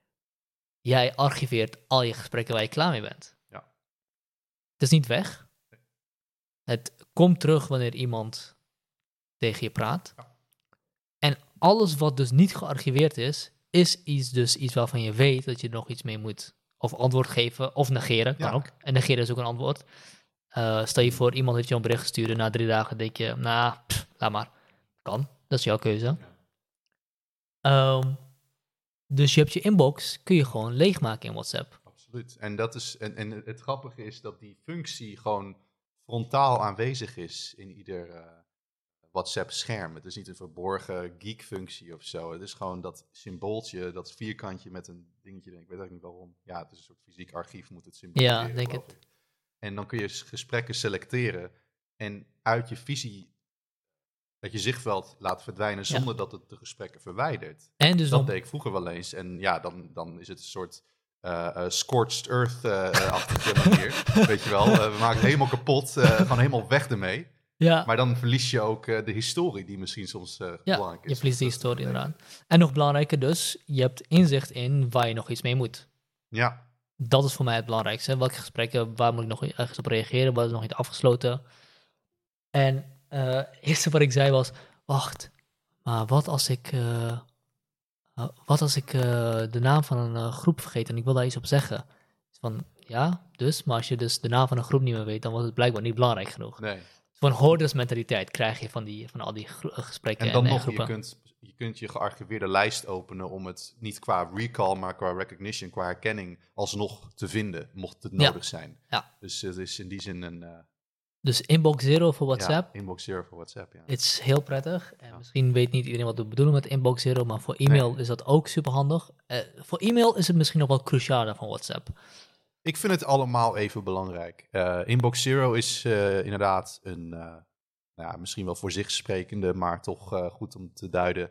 Jij archiveert al je gesprekken waar je klaar mee bent. Ja. Het is niet weg. Het komt terug wanneer iemand tegen je praat. Ja. En alles wat dus niet gearchiveerd is, is iets, dus iets waarvan je weet dat je er nog iets mee moet. Of antwoord geven, of negeren, kan ja. ook. En negeren is ook een antwoord. Uh, stel je voor, iemand heeft je een bericht gestuurd, na drie dagen denk je, nou, pff, laat maar. Kan, dat is jouw keuze. Ja. Um, dus je hebt je inbox, kun je gewoon leegmaken in WhatsApp. Absoluut. En, dat is, en, en het grappige is dat die functie gewoon frontaal aanwezig is in ieder uh, WhatsApp-scherm. Het is niet een verborgen geek-functie of zo. Het is gewoon dat symbooltje, dat vierkantje met een dingetje. Ik weet eigenlijk niet waarom. Ja, het is een soort fysiek archief, moet het symbool Ja, denk het. Ik. En dan kun je gesprekken selecteren en uit je visie, dat je zichtveld laat verdwijnen zonder ja. dat het de gesprekken verwijdert. En dus dat nog... deed ik vroeger wel eens. En ja, dan, dan is het een soort uh, uh, scorched earth-achtige uh, manier. Weet je wel, uh, we maken het helemaal kapot, uh, gewoon helemaal weg ermee. Ja. Maar dan verlies je ook uh, de historie die misschien soms uh, ja, belangrijk is. Je verliest de historie inderdaad. En nog belangrijker dus, je hebt inzicht in waar je nog iets mee moet. Ja. Dat is voor mij het belangrijkste. Welke gesprekken, waar moet ik nog ergens op reageren, wat is nog niet afgesloten. En uh, het eerste wat ik zei was, wacht, maar wat als ik, uh, uh, wat als ik uh, de naam van een uh, groep vergeet en ik wil daar iets op zeggen? Van, ja, dus, maar als je dus de naam van een groep niet meer weet, dan was het blijkbaar niet belangrijk genoeg. Nee. Zo'n hoordersmentaliteit krijg je van, die, van al die gro- gesprekken en dan en, nog, en groepen. Je kunt, je kunt je gearchiveerde lijst openen om het niet qua recall, maar qua recognition, qua herkenning, alsnog te vinden, mocht het nodig ja. zijn. Ja. Dus het is in die zin een... Uh, Dus Inbox Zero voor WhatsApp. Ja, Inbox Zero voor WhatsApp, ja. Het is heel prettig. En ja. Misschien weet niet iedereen wat we bedoelen met Inbox Zero, maar voor e-mail nee. is dat ook super handig. Uh, voor e-mail is het misschien nog wel crucialer van WhatsApp. Ik vind het allemaal even belangrijk. Uh, Inbox Zero is uh, inderdaad een, uh, nou, misschien wel voor zich sprekende, maar toch uh, goed om te duiden.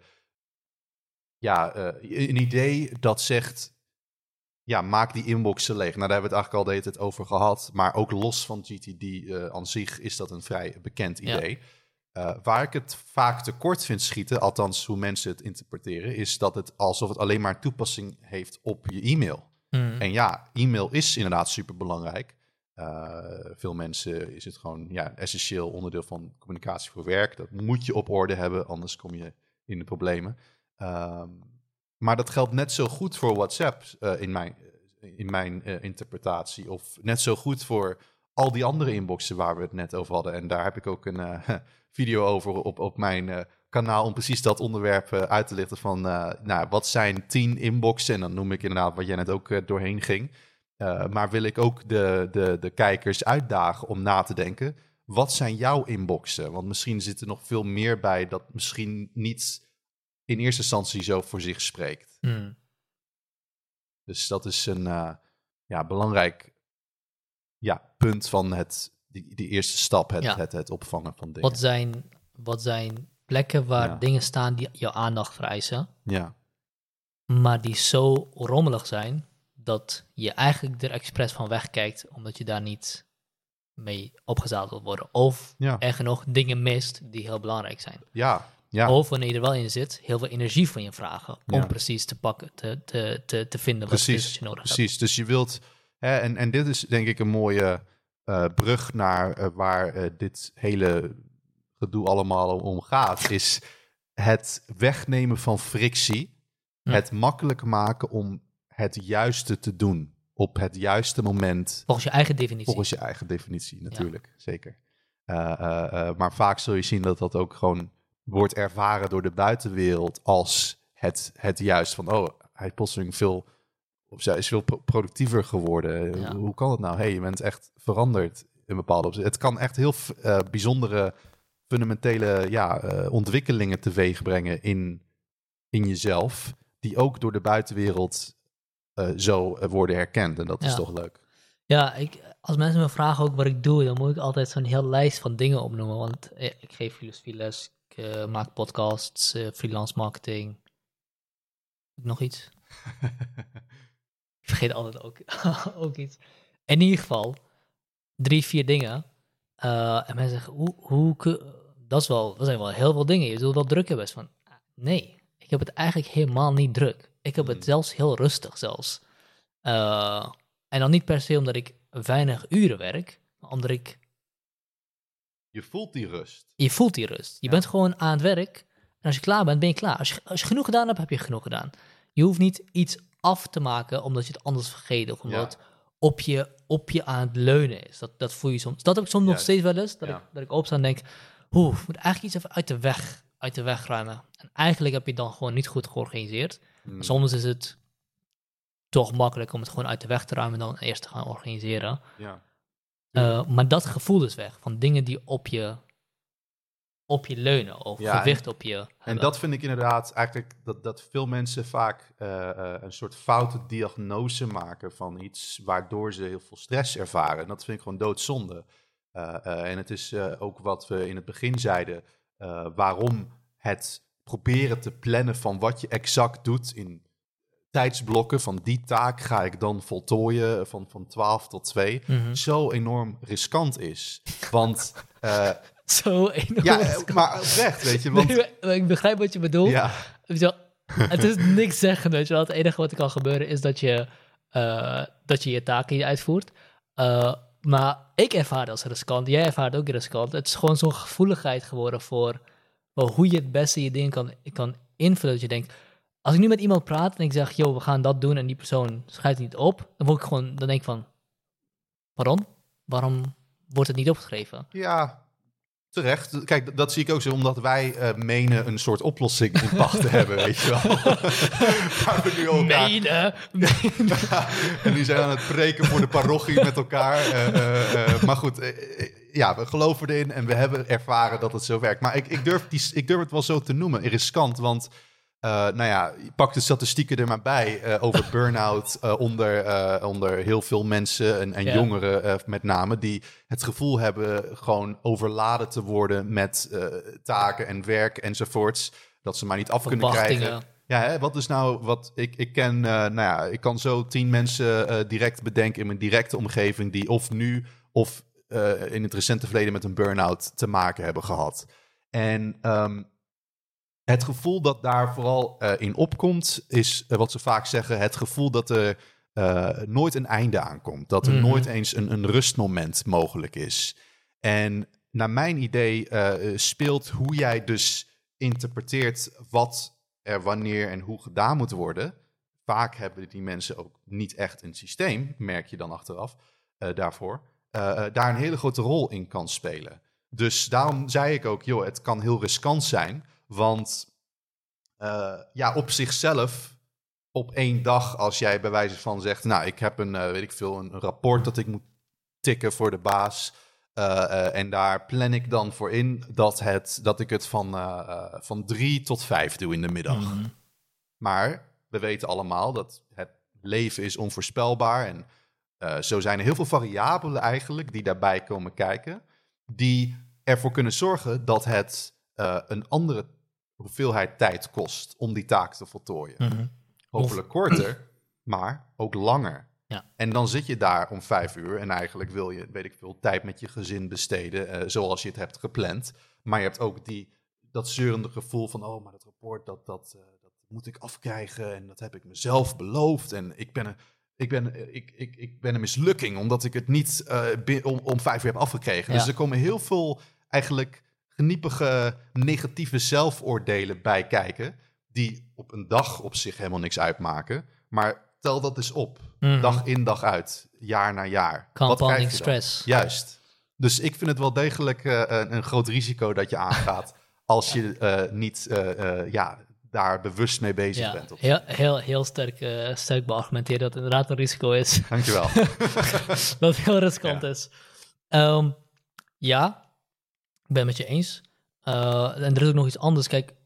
Ja, uh, een idee dat zegt, ja, maak die inboxen leeg. Nou, daar hebben we het eigenlijk al de hele tijd over gehad. Maar ook los van G T D uh, aan zich is dat een vrij bekend idee. Ja. Uh, waar ik het vaak tekort vind schieten, althans hoe mensen het interpreteren, is dat het alsof het alleen maar toepassing heeft op je e-mail. Mm. En ja, e-mail is inderdaad superbelangrijk. Uh, veel mensen is het gewoon ja, essentieel onderdeel van communicatie voor werk. Dat moet je op orde hebben, anders kom je in de problemen. Um, maar dat geldt net zo goed voor WhatsApp uh, in mijn, in mijn uh, interpretatie. Of net zo goed voor al die andere inboxen waar we het net over hadden. En daar heb ik ook een uh, video over op, op mijn uh, kanaal om precies dat onderwerp uh, uit te lichten van, uh, nou, wat zijn tien inboxen? En dan noem ik inderdaad wat jij net ook uh, doorheen ging. Uh, maar wil ik ook de, de, de kijkers uitdagen om na te denken. wat zijn jouw inboxen? Want misschien zit er nog veel meer bij dat misschien niet in eerste instantie zo voor zich spreekt. Hmm. Dus dat is een uh, ja, belangrijk ja, punt van het, die, die eerste stap, het, ja. het, het opvangen van dingen. Wat zijn, wat zijn plekken waar ja. dingen staan die jouw aandacht vereisen, ja. maar die zo rommelig zijn dat je eigenlijk er expres van wegkijkt, omdat je daar niet mee opgezaald wilt worden. Of ja. er genoeg dingen mist die heel belangrijk zijn. Ja. Ja. Of wanneer je er wel in zit, heel veel energie van je vragen om ja. precies te pakken, te, te, te, te vinden wat, precies, wat je nodig precies. hebt. Precies, dus je wilt, hè, en, en dit is denk ik een mooie uh, brug naar uh, waar uh, dit hele gedoe allemaal om gaat, is het wegnemen van frictie, hm. het makkelijk maken om het juiste te doen op het juiste moment. Volgens je eigen definitie. Volgens je eigen definitie, natuurlijk, ja. zeker. Uh, uh, uh, maar vaak zul je zien dat dat ook gewoon wordt ervaren door de buitenwereld als het, het juist van, oh, hij is plotseling veel, of zij is veel pro- productiever geworden. Ja. Hoe, hoe kan het nou? Hey, je bent echt veranderd in bepaalde opzichten. Het kan echt heel uh, bijzondere, fundamentele ja, uh, ontwikkelingen teweeg brengen in, in jezelf, die ook door de buitenwereld uh, zo uh, worden herkend. En dat ja. is toch leuk. Ja, ik, als mensen me vragen ook wat ik doe, dan moet ik altijd zo'n heel lijst van dingen opnoemen. Want eh, ik geef filosofieles, ik uh, maak podcasts, uh, freelance marketing. Nog iets? Ik vergeet altijd ook, ook iets. In ieder geval, drie, vier dingen. Uh, en mensen zeggen, hoe, hoe dat, is wel, dat zijn wel heel veel dingen. Je zult wel druk hebben. Van, nee, ik heb het eigenlijk helemaal niet druk. Ik heb het mm. zelfs heel rustig zelfs. Uh, en dan niet per se omdat ik weinig uren werk, maar omdat ik... Je voelt die rust. Je voelt die rust. Je ja. bent gewoon aan het werk. En als je klaar bent, ben je klaar. Als je, als je genoeg gedaan hebt, heb je genoeg gedaan. Je hoeft niet iets af te maken omdat je het anders vergeet. Of omdat ja. het op je, op je aan het leunen is. Dat, dat voel je soms. Dat heb ik soms ja. nog steeds wel eens. Dat, ja. ik, dat ik opsta en denk, oeh, ik moet eigenlijk iets even uit de weg, uit de weg ruimen. En eigenlijk heb je het dan gewoon niet goed georganiseerd. Hmm. Soms is het toch makkelijk om het gewoon uit de weg te ruimen en dan eerst te gaan organiseren. Ja. Uh, maar dat gevoel is weg. Van dingen die op je, op je leunen. Of ja, gewicht en, op je hebben. En dat vind ik inderdaad eigenlijk dat, dat veel mensen vaak uh, uh, een soort foute diagnose maken van iets waardoor ze heel veel stress ervaren. En dat vind ik gewoon doodzonde. Uh, uh, en het is uh, ook wat we in het begin zeiden. Uh, waarom het proberen te plannen van wat je exact doet in tijdsblokken van die taak ga ik dan voltooien van, van twaalf tot twee, mm-hmm. zo enorm riskant is. Want... Uh, zo enorm Ja, riskant. Maar oprecht, weet je. Want... Nee, ik begrijp wat je bedoelt. Ja. Het is niks zeggen, weet je wel. Het enige wat er kan gebeuren is dat je uh, dat je, je taken je uitvoert. Uh, maar ik ervaar het als riskant. Jij ervaart ook riskant. Het is gewoon zo'n gevoeligheid geworden voor well, hoe je het beste je ding kan, kan invullen. Dat je denkt... Als ik nu met iemand praat en ik zeg, joh, we gaan dat doen en die persoon schrijft het niet op, dan word ik gewoon, dan denk ik van, waarom? Waarom wordt het niet opgeschreven? Ja, terecht. Kijk, dat zie ik ook zo, omdat wij uh, menen een soort oplossing in pacht te hebben, weet je wel. we nu elkaar... Menen? ja, en nu zijn we aan het preken voor de parochie met elkaar. Uh, uh, uh, maar goed, uh, ja, we geloven erin en we hebben ervaren dat het zo werkt. Maar ik, ik, durf, die, ik durf het wel zo te noemen, riskant, want... Uh, nou ja, pak de statistieken er maar bij uh, over burn-out uh, onder, uh, onder heel veel mensen en, en ja. jongeren uh, met name, die het gevoel hebben gewoon overladen te worden met uh, taken en werk enzovoorts, dat ze maar niet af kunnen krijgen. Ja, hè, wat is nou, wat ik, ik ken, uh, nou ja, ik kan zo tien mensen uh, direct bedenken in mijn directe omgeving die of nu of uh, in het recente verleden met een burn-out te maken hebben gehad. En... Um, Het gevoel dat daar vooral uh, in opkomt, is uh, wat ze vaak zeggen, het gevoel dat er uh, nooit een einde aankomt. Dat er mm-hmm. nooit eens een, een rustmoment mogelijk is. En naar mijn idee uh, speelt hoe jij dus interpreteert wat er wanneer en hoe gedaan moet worden. Vaak hebben die mensen ook niet echt een systeem, merk je dan achteraf, uh, daarvoor. Uh, uh, daar een hele grote rol in kan spelen. Dus daarom zei ik ook, joh, het kan heel riskant zijn... Want uh, ja, op zichzelf, op één dag, als jij bij wijze van zegt... nou, ik heb een, uh, weet ik veel, een, een rapport dat ik moet tikken voor de baas... Uh, uh, en daar plan ik dan voor in dat, het, dat ik het van, uh, uh, van drie tot vijf doe in de middag. Mm-hmm. Maar we weten allemaal dat het leven is onvoorspelbaar. En uh, zo zijn er heel veel variabelen eigenlijk die daarbij komen kijken. Die ervoor kunnen zorgen dat het uh, een andere hoeveelheid tijd kost om die taak te voltooien. Mm-hmm. Hopelijk korter, maar ook langer. Ja. En dan zit je daar om vijf uur en eigenlijk wil je, weet ik veel, tijd met je gezin besteden, uh, zoals je het hebt gepland. Maar je hebt ook die, dat zeurende gevoel van, oh, maar dat rapport, dat, dat, uh, dat moet ik afkrijgen en dat heb ik mezelf beloofd. En ik ben een, ik ben, ik, ik, ik ben een mislukking, omdat ik het niet uh, bi- om, om vijf uur heb afgekregen. Ja. Dus er komen heel veel eigenlijk geniepige, negatieve zelfoordelen bij kijken, die op een dag op zich helemaal niks uitmaken. Maar tel dat eens op. Mm-hmm. Dag in, dag uit. Jaar na jaar. Compounding stress. Juist. Dus ik vind het wel degelijk uh, een, een groot risico dat je aangaat als je uh, niet uh, uh, ja, daar bewust mee bezig ja, bent. Of heel, heel, heel sterk, uh, sterk beargumenteerd dat het inderdaad een risico is. Dankjewel. Dat het heel riskant ja. is. Um, ja, ik ben het met je eens. Uh, en er is ook nog iets anders. Kijk,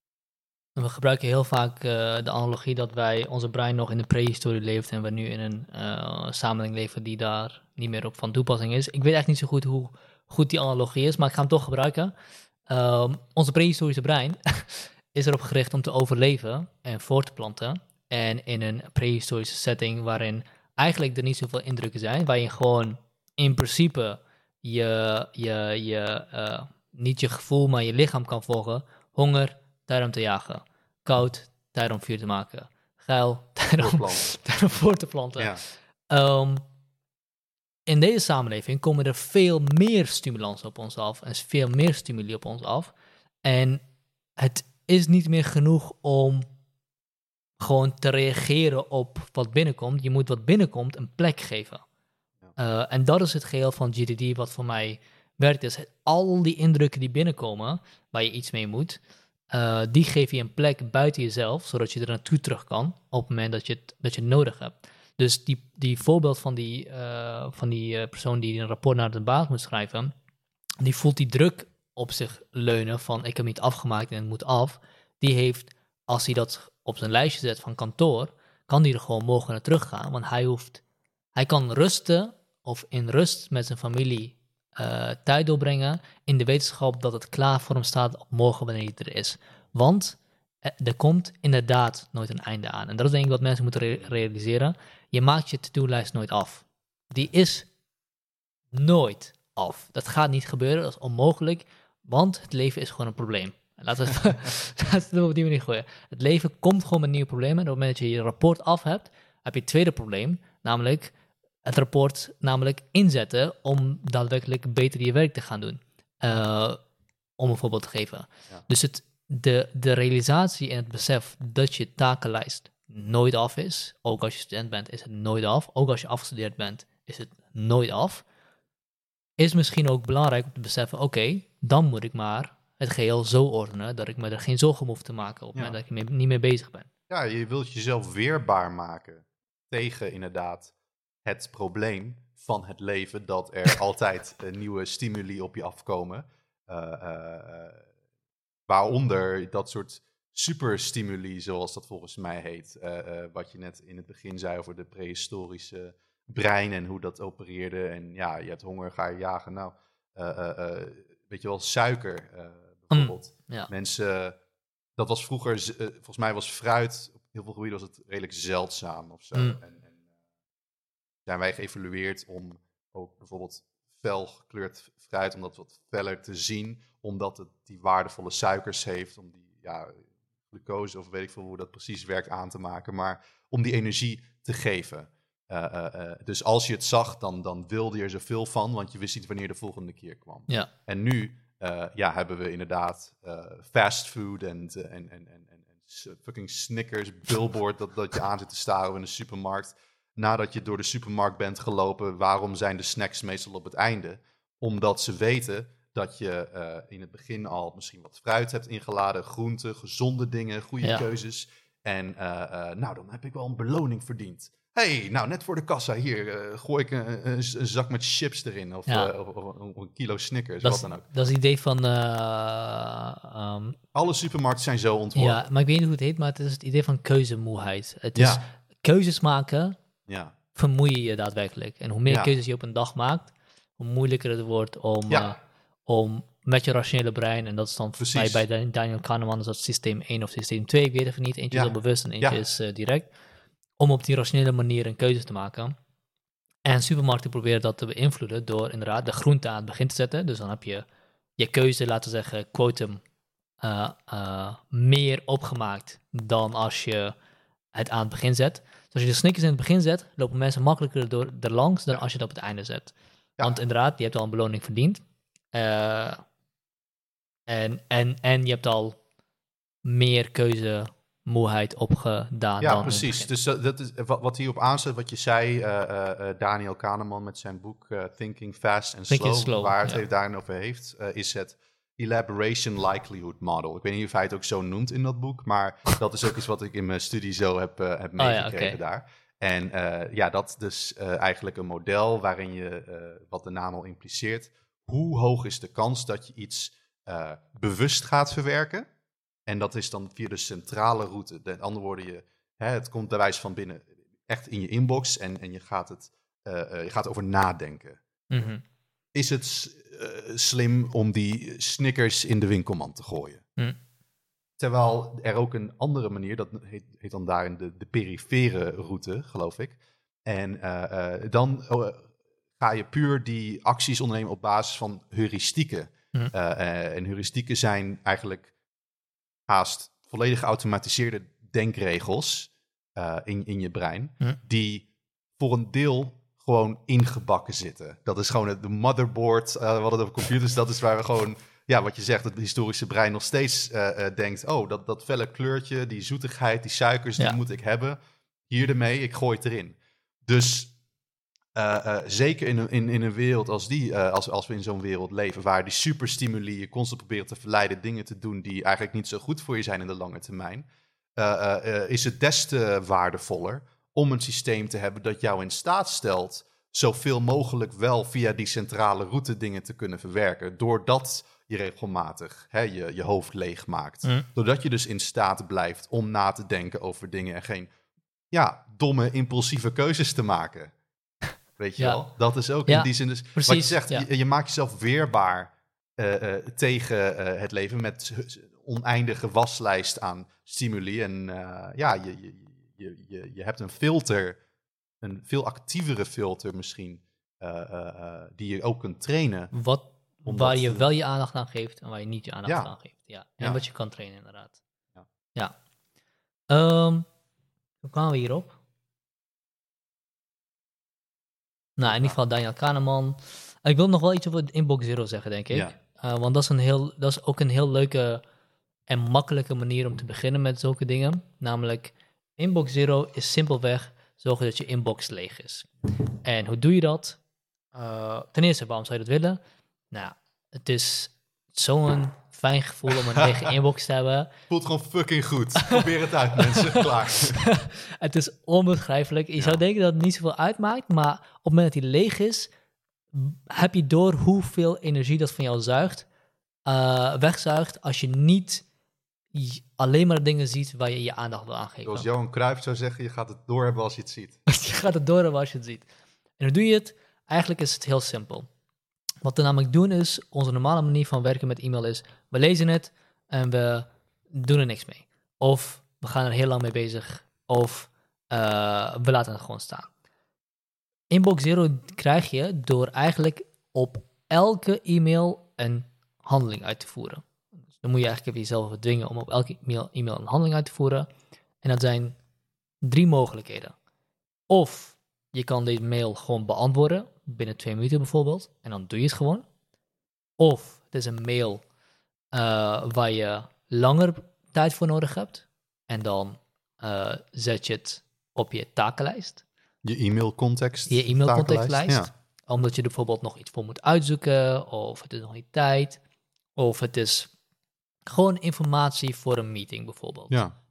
we gebruiken heel vaak uh, de analogie dat wij onze brein nog in de prehistorie leeft en we nu in een uh, samenleving leven die daar niet meer op van toepassing is. Ik weet echt niet zo goed hoe goed die analogie is, maar ik ga hem toch gebruiken. Um, onze prehistorische brein is erop gericht om te overleven en voort te planten. En in een prehistorische setting waarin eigenlijk er niet zoveel indrukken zijn, waar je gewoon in principe je, je, je uh, niet je gevoel, maar je lichaam kan volgen. Honger, tijd om te jagen. Koud, tijd om vuur te maken. Geil, tijd om, tijd om voor te planten. Ja. Um, in deze samenleving komen er veel meer stimulans op ons af en veel meer stimuli op ons af. En het is niet meer genoeg om gewoon te reageren op wat binnenkomt. Je moet wat binnenkomt een plek geven. Ja. Uh, en dat is het geheel van G D D wat voor mij werkt. Dus al die indrukken die binnenkomen, waar je iets mee moet, Uh, die geef je een plek buiten jezelf, zodat je er naartoe terug kan op het moment dat je het, dat je het nodig hebt. Dus die, die voorbeeld van die, uh, van die uh, persoon die een rapport naar de baas moet schrijven, die voelt die druk op zich leunen van ik heb niet afgemaakt en het moet af. Die heeft, als hij dat op zijn lijstje zet van kantoor, kan hij er gewoon morgen naar terug gaan, want hij hoeft, hij kan rusten of in rust met zijn familie Uh, tijd doorbrengen in de wetenschap dat het klaar voor hem staat op morgen wanneer het er is. Want uh, er komt inderdaad nooit een einde aan. En dat is denk ik wat mensen moeten re- realiseren. Je maakt je to-do-lijst nooit af. Die is nooit af. Dat gaat niet gebeuren, dat is onmogelijk, want het leven is gewoon een probleem. Laten we het op die manier gooien. Het leven komt gewoon met nieuwe problemen. En op het moment dat je je rapport af hebt, heb je het tweede probleem, namelijk het rapport namelijk inzetten om daadwerkelijk beter je werk te gaan doen. Uh, om een voorbeeld te geven. Ja. Dus het, de, de realisatie en het besef dat je takenlijst nooit af is, ook als je student bent, is het nooit af. Ook als je afgestudeerd bent, is het nooit af. Is misschien ook belangrijk om te beseffen, oké, okay, dan moet ik maar het geheel zo ordenen dat ik me er geen zorgen om hoef te maken op het ja. moment dat ik mee, niet mee bezig ben. Ja, je wilt jezelf weerbaar maken tegen inderdaad het probleem van het leven, dat er altijd uh, nieuwe stimuli op je afkomen. Uh, uh, waaronder dat soort superstimuli, zoals dat volgens mij heet. Uh, uh, wat je net in het begin zei over de prehistorische brein en hoe dat opereerde. En ja, je hebt honger, ga je jagen. Nou, uh, uh, uh, weet je wel, suiker uh, bijvoorbeeld. Mm, ja. Mensen, dat was vroeger, uh, volgens mij was fruit, op heel veel gebieden was het redelijk zeldzaam of zo. Mm. En, zijn wij geëvalueerd om ook bijvoorbeeld fel gekleurd fruit, om dat wat feller te zien, omdat het die waardevolle suikers heeft, om die ja, glucose of weet ik veel hoe dat precies werkt aan te maken, maar om die energie te geven. Uh, uh, uh, dus als je het zag, dan, dan wilde je er zoveel van, want je wist niet wanneer de volgende keer kwam. Ja. En nu uh, ja, hebben we inderdaad uh, fast food en, uh, en, en, en, en fucking Snickers, billboard dat, dat je aan zit te staren in de supermarkt. Nadat je door de supermarkt bent gelopen, waarom zijn de snacks meestal op het einde? Omdat ze weten dat je uh, in het begin al misschien wat fruit hebt ingeladen, groenten, gezonde dingen, goede ja. keuzes. En uh, uh, nou, dan heb ik wel een beloning verdiend. hey, nou, net voor de kassa, hier, uh, gooi ik een, een, een zak met chips erin. Of, ja. uh, of, of, of een kilo Snickers, dat wat dan ook. Dat is het idee van... Uh, um, Alle supermarkten zijn zo ontworpen. Ja, maar ik weet niet hoe het heet, maar het is het idee van keuzemoeheid. Het is ja. keuzes maken, ja. vermoei je je daadwerkelijk. En hoe meer ja. keuzes je op een dag maakt, hoe moeilijker het wordt om, ja. uh, om met je rationele brein, en dat is dan bij, bij Daniel Kahneman, is dat systeem één of systeem twee, ik weet even niet. Eentje ja. is al bewust en eentje ja. is uh, direct. Om op die rationele manier een keuze te maken. En supermarkten proberen dat te beïnvloeden door inderdaad de groente aan het begin te zetten. Dus dan heb je je keuze, laten we zeggen, quotum, uh, uh, meer opgemaakt dan als je het aan het begin zet. Dus als je de Snickers in het begin zet, lopen mensen makkelijker door erlangs dan als je het op het einde zet. Ja. Want inderdaad, je hebt al een beloning verdiend. Uh, en, en, en je hebt al meer keuzemoeheid opgedaan. Ja, dan precies. Dus uh, dat is wat, wat hierop aanzet, wat je zei, uh, uh, Daniel Kahneman met zijn boek uh, Thinking Fast and Slow, slow, waar het ja. heeft daarin over heeft, uh, is het Elaboration Likelihood Model. Ik weet niet of hij het ook zo noemt in dat boek, maar dat is ook iets wat ik in mijn studie zo heb, uh, heb meegekregen oh, ja, okay. daar. En uh, ja, dat dus uh, eigenlijk een model waarin je, uh, wat de naam al impliceert, hoe hoog is de kans dat je iets uh, bewust gaat verwerken? En dat is dan via de centrale route. Met andere woorden, je, hè, het komt bij wijze van binnen echt in je inbox en, en je, gaat het, uh, uh, je gaat over nadenken. Mm-hmm. Is het uh, slim om die Snickers in de winkelmand te gooien? Mm. Terwijl er ook een andere manier, dat heet, heet dan daarin de, de perifere route, geloof ik. En uh, uh, dan uh, ga je puur die acties ondernemen op basis van heuristieken. Mm. Uh, uh, en heuristieken zijn eigenlijk haast volledig geautomatiseerde denkregels uh, in, in je brein, hm. die voor een deel gewoon ingebakken zitten. Dat is gewoon het de motherboard, uh, we hadden het over computers, dat is waar we gewoon, ja, wat je zegt, het historische brein nog steeds uh, uh, denkt, oh, dat, dat felle kleurtje, die zoetigheid, die suikers, ja. die moet ik hebben. Hier ermee, ik gooi het erin. Dus Uh, uh, zeker in een, in, in een wereld als die, uh, als, als we in zo'n wereld leven, waar die superstimuli je constant proberen te verleiden dingen te doen die eigenlijk niet zo goed voor je zijn in de lange termijn, uh, uh, uh, is het des te waardevoller om een systeem te hebben dat jou in staat stelt zoveel mogelijk wel via die centrale route dingen te kunnen verwerken, doordat je regelmatig hè, je, je hoofd leeg maakt. Mm. Doordat je dus in staat blijft om na te denken over dingen en geen ja, domme, impulsieve keuzes te maken. Weet je ja. wel? Dat is ook ja, in die zin dus... Precies, wat je zegt, ja. je, je maakt jezelf weerbaar uh, uh, tegen uh, het leven met oneindige waslijst aan stimuli. En uh, ja, je, je, je, je, je hebt een filter, een veel actievere filter misschien, uh, uh, uh, die je ook kunt trainen. Wat, waar je wel je aandacht aan geeft en waar je niet je aandacht ja. aan geeft. Ja. En ja. wat je kan trainen inderdaad. Ja. ja. Um, hoe kwamen we hierop? Nou, in ieder geval Daniel Kahneman. Ik wil nog wel iets over Inbox Zero zeggen, denk ik. Ja. Uh, want dat is, een heel, dat is ook een heel leuke en makkelijke manier om te beginnen met zulke dingen. Namelijk, Inbox Zero is simpelweg zorgen dat je inbox leeg is. En hoe doe je dat? Uh, ten eerste, waarom zou je dat willen? Nou, het is zo'n fijn gevoel om een lege inbox te hebben. Voelt gewoon fucking goed. Probeer het uit, mensen. Klaar. Het is onbegrijpelijk. Je ja. zou denken dat het niet zoveel uitmaakt, maar op het moment dat hij leeg is, heb je door hoeveel energie dat van jou zuigt, uh, wegzuigt, als je niet alleen maar dingen ziet waar je je aandacht wil aangeven. Zoals Johan Cruijff zou zeggen, je gaat het doorhebben als je het ziet. je gaat het doorhebben als je het ziet. En hoe doe je het? Eigenlijk is het heel simpel. Wat we namelijk doen is, onze normale manier van werken met e-mail is, we lezen het en we doen er niks mee. Of we gaan er heel lang mee bezig, of uh, we laten het gewoon staan. Inbox Zero krijg je door eigenlijk op elke e-mail een handeling uit te voeren. Dus dan moet je eigenlijk even jezelf dwingen om op elke e-mail, e-mail een handeling uit te voeren. En dat zijn drie mogelijkheden. Of je kan deze mail gewoon beantwoorden, binnen twee minuten bijvoorbeeld, en dan doe je het gewoon. Of het is een mail uh, waar je langer tijd voor nodig hebt, en dan uh, zet je het op je takenlijst. Je e-mailcontext. Je e-mailcontextlijst. Ja. Omdat je er bijvoorbeeld nog iets voor moet uitzoeken, of het is nog niet tijd, of het is gewoon informatie voor een meeting bijvoorbeeld. Ja.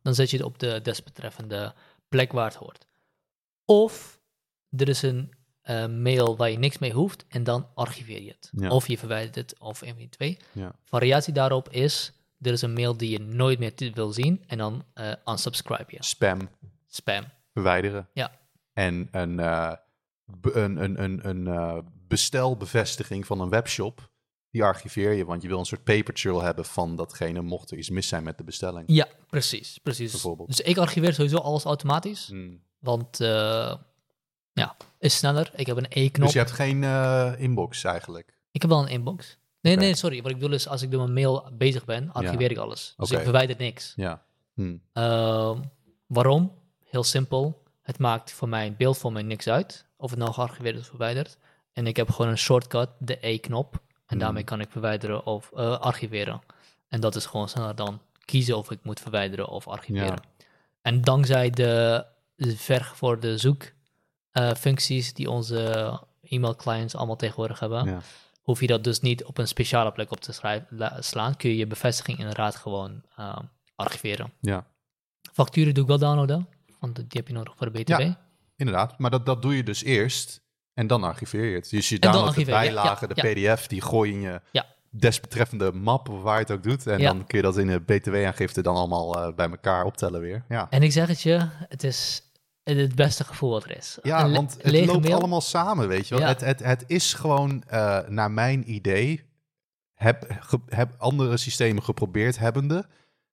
dan zet je het op de desbetreffende plek waar het hoort. Of er is een uh, mail waar je niks mee hoeft en dan archiveer je het. Ja. Of je verwijdert het, of een van die twee. Ja. Variatie daarop is, er is een mail die je nooit meer wil zien en dan uh, unsubscribe je. Spam. Spam. Verwijderen. Ja. En een, uh, be- een, een, een, een uh, bestelbevestiging van een webshop, die archiveer je, want je wil een soort paper trail hebben van datgene mocht er iets mis zijn met de bestelling. Ja, precies. precies. Bijvoorbeeld. Dus ik archiveer sowieso alles automatisch, Hmm. want uh, ja, is sneller. Ik heb een e-knop. Dus je hebt geen uh, inbox eigenlijk? Ik heb wel een inbox. Nee, Okay. nee, sorry. Wat ik bedoel is, als ik door mijn mail bezig ben, archiveer ja. ik alles. Dus Okay. ik verwijder niks. Ja. Hmm. Uh, waarom? Heel simpel. Het maakt voor mijn beeldvorming niks uit, of het nou gearchiveerd is of verwijderd. En ik heb gewoon een shortcut, de E-knop. En daarmee kan ik verwijderen of uh, archiveren. En dat is gewoon sneller dan kiezen of ik moet verwijderen of archiveren. Ja. En dankzij de, de vergevorderde zoekfuncties uh, die onze e-mail clients allemaal tegenwoordig hebben, ja. hoef je dat dus niet op een speciale plek op te schrijven, la, slaan. Kun je je bevestiging inderdaad gewoon uh, archiveren. Ja. Facturen doe ik wel downloaden, want die heb je nodig voor de B T W. Ja, inderdaad. Maar dat, dat doe je dus eerst. En dan archiveer je het. Dus je downloadt de bijlagen, ja, ja, de ja. P D F, die gooi je in je ja. desbetreffende map, of waar je het ook doet. En ja. dan kun je dat in de B T W-aangifte dan allemaal uh, bij elkaar optellen weer. Ja. En ik zeg het je, het is het beste gevoel wat er is. Ja, le- want het loopt mail. allemaal samen, weet je wel. Ja. Het, het, het is gewoon, uh, naar mijn idee, heb, ge, heb andere systemen geprobeerd hebbende,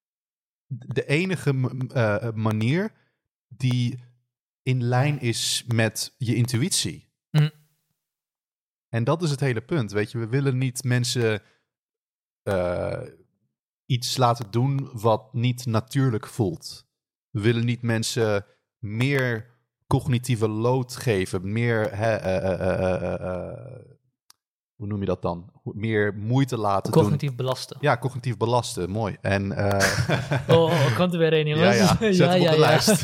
de enige uh, manier die in lijn is met je intuïtie. Mm. En dat is het hele punt, weet je. We willen niet mensen uh, iets laten doen wat niet natuurlijk voelt. We willen niet mensen meer cognitieve load geven, meer, hè, uh, uh, uh, uh, hoe noem je dat dan? Meer moeite laten cognitief doen. Cognitief belasten. Ja, cognitief belasten, mooi. En, uh, oh, oh, komt er weer een, jongens. Ja, ja, zet ja, hem ja, op de ja. lijst.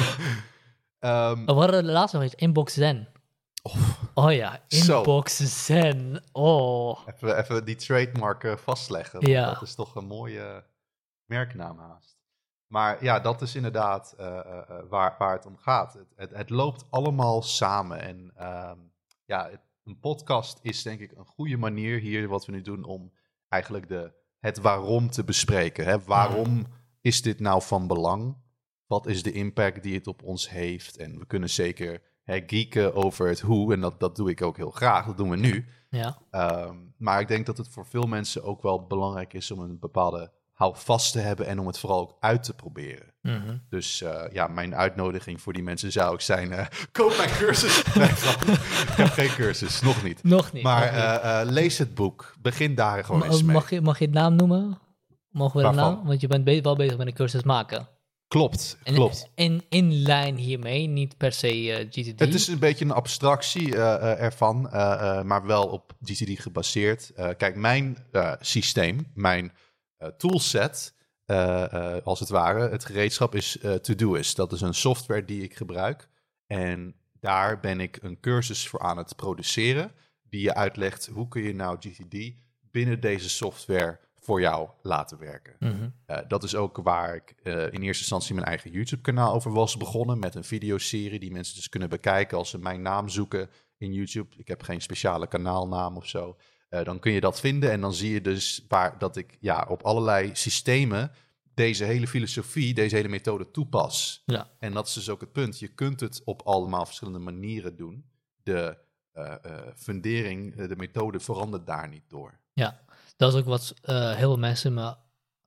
um, we hadden laatst nog iets, Inbox Zen. Oh, oh ja, Inbox zo. Zen. Oh. Even, even die trademark uh, vastleggen. Ja. Dat is toch een mooie merknaam haast. Maar ja, dat is inderdaad uh, uh, waar, waar het om gaat. Het, het, het loopt allemaal samen. En uh, ja, het, een podcast is denk ik een goede manier hier, wat we nu doen, om eigenlijk de, het waarom te bespreken. Hè? Waarom ja. is dit nou van belang? Wat is de impact die het op ons heeft? En we kunnen zeker hè, geeken over het hoe. En dat, dat doe ik ook heel graag. Dat doen we nu. Ja. Um, maar ik denk dat het voor veel mensen ook wel belangrijk is om een bepaalde houvast te hebben en om het vooral ook uit te proberen. Mm-hmm. Dus uh, ja, mijn uitnodiging voor die mensen zou ook zijn, uh, koop mijn cursus. Nee, ik heb geen cursus, nog niet. Nog niet. Maar nog niet. Uh, uh, lees het boek, begin daar gewoon Ma- eens mee. Mag je, mag je het naam noemen? Mogen we de naam? Want je bent be- wel bezig met een cursus maken. Klopt, en, klopt. En in lijn hiermee, niet per se uh, G T D. Het is een beetje een abstractie uh, uh, ervan, uh, uh, maar wel op G T D gebaseerd. Uh, kijk, mijn uh, systeem, mijn uh, toolset, uh, uh, als het ware, het gereedschap is uh, Todoist. Dat is een software die ik gebruik. En daar ben ik een cursus voor aan het produceren, die je uitlegt hoe kun je nou G T D binnen deze software voor jou laten werken. Mm-hmm. Uh, dat is ook waar ik uh, in eerste instantie mijn eigen YouTube-kanaal over was begonnen, met een videoserie die mensen dus kunnen bekijken als ze mijn naam zoeken in YouTube. Ik heb geen speciale kanaalnaam of zo. Uh, dan kun je dat vinden en dan zie je dus waar dat ik ja, op allerlei systemen deze hele filosofie, deze hele methode toepas. Ja. En dat is dus ook het punt. Je kunt het op allemaal verschillende manieren doen. De uh, uh, fundering, uh, de methode verandert daar niet door. Ja. Dat is ook wat uh, heel veel mensen me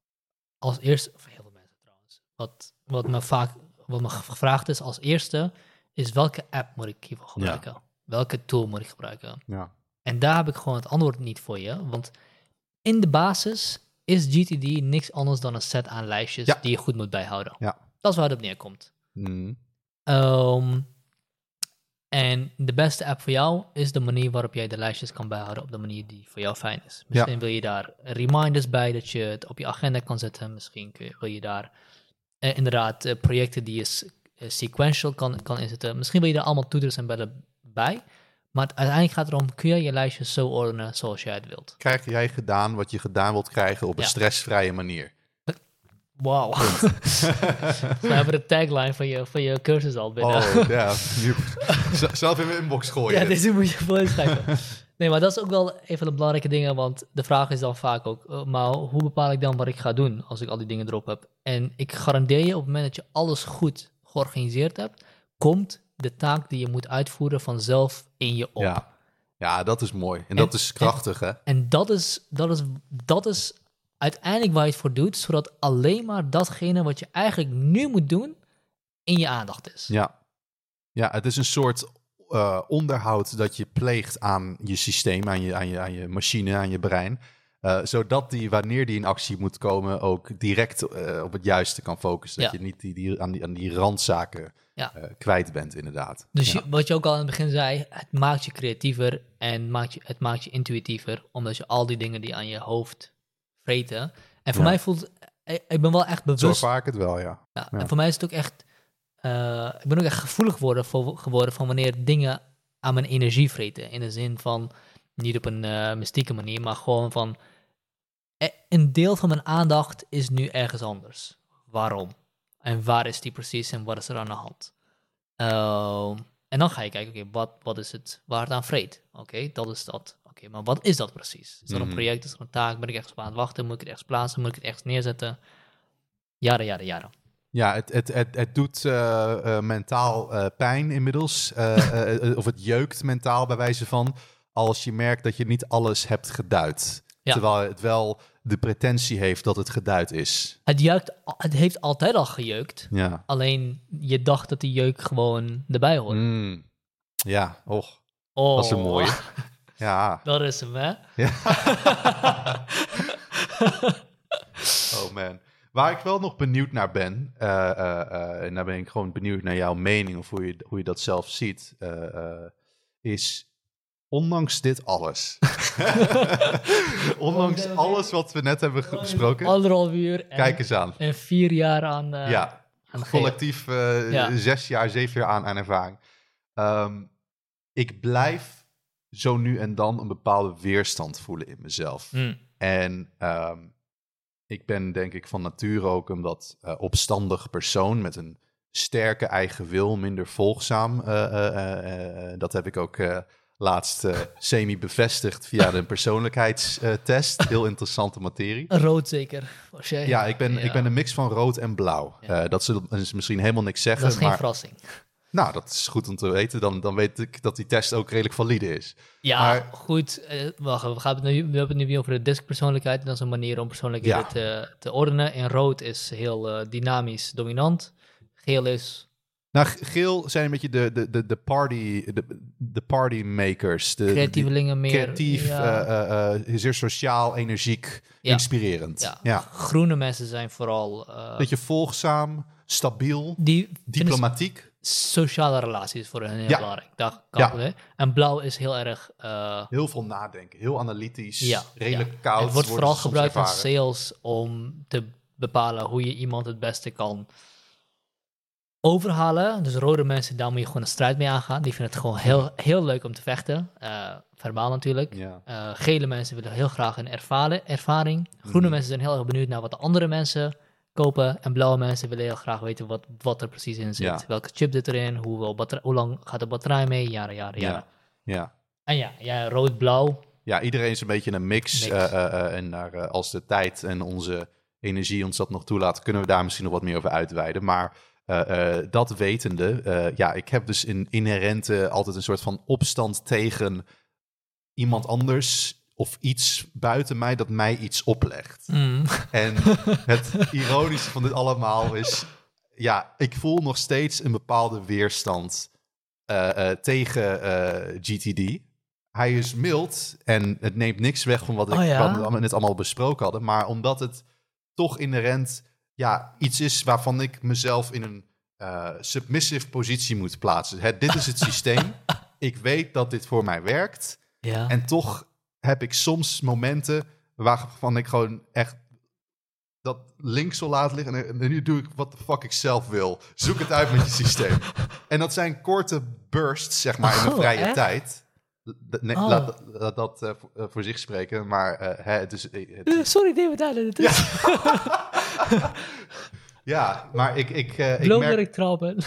als eerste, of heel veel mensen trouwens, wat, wat me vaak wat me gevraagd is als eerste, is welke app moet ik hiervoor gebruiken? Ja. Welke tool moet ik gebruiken? Ja. En daar heb ik gewoon het antwoord niet voor je, want in de basis is G T D niks anders dan een set aan lijstjes ja. die je goed moet bijhouden. Ja. Dat is waar het op neerkomt. Mm. Um, En de beste app voor jou is de manier waarop jij de lijstjes kan bijhouden op de manier die voor jou fijn is. Misschien ja. wil je daar reminders bij dat je het op je agenda kan zetten. Misschien kun je, wil je daar eh, inderdaad uh, projecten die je uh, sequential kan, kan inzetten. Misschien wil je daar allemaal toeters en bellen bij. Maar het, uiteindelijk gaat het erom, kun je je lijstjes zo ordenen zoals jij het wilt. Krijg jij gedaan wat je gedaan wilt krijgen op een ja. stressvrije manier? Wauw. We hebben de tagline van je, van je cursus al binnen. Oh, ja. Zelf in mijn inbox gooien. Ja, deze moet je voor schrijven. Nee, maar dat is ook wel een van de belangrijke dingen, want de vraag is dan vaak ook, uh, maar hoe bepaal ik dan wat ik ga doen als ik al die dingen erop heb? En ik garandeer je, op het moment dat je alles goed georganiseerd hebt, komt de taak die je moet uitvoeren vanzelf in je op. Ja, ja dat is mooi. En, en dat is krachtig, en, hè? En dat is, dat, is, dat is uiteindelijk waar je het voor doet, zodat alleen maar datgene wat je eigenlijk nu moet doen, in je aandacht is. Ja, ja het is een soort uh, onderhoud dat je pleegt aan je systeem, aan je, aan je, aan je machine, aan je brein. Uh, zodat die, wanneer die in actie moet komen, ook direct uh, op het juiste kan focussen. Dat ja. je niet die, die, aan, die, aan die randzaken ja. uh, kwijt bent, inderdaad. Dus ja. je, wat je ook al aan het begin zei, het maakt je creatiever en maakt je, het maakt je intuïtiever, omdat je al die dingen die aan je hoofd vreten. En voor ja. mij voelt, ik, ik ben wel echt bewust. Zo vaak het wel, ja. ja, ja. En voor mij is het ook echt, uh, ik ben ook echt gevoelig geworden, voor, geworden van wanneer dingen aan mijn energie vreten. In de zin van, niet op een uh, mystieke manier, maar gewoon van, een deel van mijn aandacht is nu ergens anders. Waarom? En waar is die precies en wat is er aan de hand? Uh, en dan ga je kijken, oké, okay, wat, wat is het waar het aan vreet? Oké, okay, dat is dat. Oké, okay, maar wat is dat precies? Is dat mm-hmm. een project, is dat een taak? Ben ik echt op aan het wachten? Moet ik het echt plaatsen? Moet ik het echt neerzetten? Jaren, jaren, jaren. Ja, het, het, het, het doet uh, uh, mentaal uh, pijn inmiddels. Uh, uh, of het jeukt mentaal bij wijze van, als je merkt dat je niet alles hebt geduid. Ja. Terwijl het wel de pretentie heeft dat het geduid is. Het jeukt, het heeft altijd al gejeukt. Ja. Alleen je dacht dat die jeuk gewoon erbij hoort. Mm. Ja, och. Oh. Dat is een mooie. Ja. Dat is hem, hè? Ja. Oh man. Waar ik wel nog benieuwd naar ben, uh, uh, uh, en daar ben ik gewoon benieuwd naar jouw mening of hoe je, hoe je dat zelf ziet, uh, uh, is... Ondanks dit alles. Ondanks alles wat we net hebben besproken. Anderhalf uur. En, Kijk eens aan. En vier jaar aan... Uh, ja, aan collectief uh, ja. zes jaar, zeven jaar aan, aan ervaring. Um, ik blijf zo nu en dan een bepaalde weerstand voelen in mezelf. Mm. En um, ik ben denk ik van nature ook een wat uh, opstandig persoon met een sterke eigen wil, minder volgzaam. Uh, uh, uh, uh, dat heb ik ook... Uh, Laatst uh, semi-bevestigd via de persoonlijkheidstest. Heel interessante materie. Rood zeker. Was jij? Ja, ik ben, ja. ik ben een mix van rood en blauw. Ja. Uh, dat is misschien helemaal niks zeggen. Dat is geen maar, verrassing. Nou, dat is goed om te weten. Dan, dan weet ik dat die test ook redelijk valide is. Ja, maar, goed. Uh, wacht, we, gaan het nu, we hebben het nu over de diskpersoonlijkheid. Dat is een manier om persoonlijkheden ja. te, te ordenen. En rood is heel uh, dynamisch dominant. Geel is... Nou, geel zijn een beetje de, de, de, de party, de, de party makers. De, creatievelingen meer. Creatief, ja. uh, uh, uh, zeer sociaal, energiek, ja. inspirerend. Ja. Ja. Groene mensen zijn vooral... Uh, beetje volgzaam, stabiel, die, diplomatiek. Sociale relaties voor hen heel ja. belangrijk. Dat kan, ja. En blauw is heel erg... Uh, heel veel nadenken, heel analytisch, ja. redelijk ja. koud. Het wordt vooral gebruikt als sales om te bepalen hoe je iemand het beste kan... overhalen. Dus rode mensen, daar moet je gewoon een strijd mee aangaan. Die vinden het gewoon heel, heel leuk om te vechten. Uh, verbaal natuurlijk. Ja. Uh, gele mensen willen heel graag een ervaren, ervaring. Groene mm. mensen zijn heel erg benieuwd naar wat de andere mensen kopen. En blauwe mensen willen heel graag weten wat, wat er precies in zit. Ja. Welke chip zit erin? Hoe, batterij, hoe lang gaat de batterij mee? Jaren, jaren, jaren. Ja. Ja. En ja, ja rood-blauw. Ja, iedereen is een beetje een mix. mix. Uh, uh, uh, en daar, uh, als de tijd en onze energie ons dat nog toelaat, kunnen we daar misschien nog wat meer over uitweiden. Maar Uh, uh, dat wetende, uh, ja, ik heb dus in inherente altijd een soort van opstand tegen iemand anders of iets buiten mij dat mij iets oplegt. Mm. En het ironische van dit allemaal is, ja, ik voel nog steeds een bepaalde weerstand uh, uh, tegen uh, G T D. Hij is mild en het neemt niks weg van wat, ik, oh ja? wat we net allemaal besproken hadden, maar omdat het toch inherent... ja, iets is waarvan ik mezelf in een uh, submissive positie moet plaatsen. Het, dit is het systeem. Ik weet dat dit voor mij werkt. Ja. En toch heb ik soms momenten waarvan ik gewoon echt dat links zal laten liggen. En, en nu doe ik wat de fuck ik zelf wil. Zoek het uit met je systeem. En dat zijn korte bursts, zeg maar, in mijn oh, vrije echt? tijd. nee, oh. laat, laat dat uh, voor, uh, voor zich spreken, maar uh, hè, het is... Het is... Uh, sorry, David Allen, het is... Ja. Ja, maar ik... ik, uh, ik, merk... dat ik trouw ben.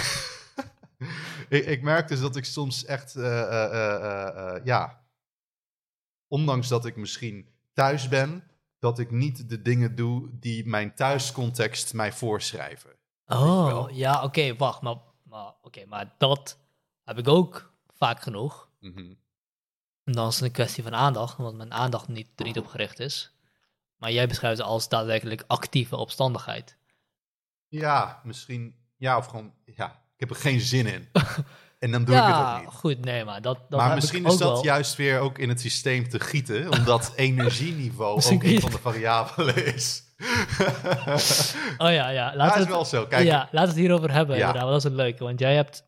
ik, ik merk dus dat ik soms echt... Uh, uh, uh, uh, ja... Ondanks dat ik misschien thuis ben, dat ik niet de dingen doe die mijn thuiscontext mij voorschrijven. Oh, ja, oké, okay, wacht. Maar, maar, okay, maar dat heb ik ook vaak genoeg. Mm-hmm. En dan is het een kwestie van aandacht, omdat mijn aandacht niet, er niet op gericht is. Maar jij beschrijft het als daadwerkelijk actieve opstandigheid. Ja, misschien... Ja, of gewoon... Ja, ik heb er geen zin in. En dan doe ja, ik het ook niet. Goed, nee, maar dat, dat Maar heb misschien ik is dat wel. juist weer ook in het systeem te gieten, omdat energieniveau ook een van de variabelen is. Oh ja, ja. Laat dat het, is wel zo. Kijk, ja, laten we het hierover hebben. Ja. Dat is het leuke, want jij hebt...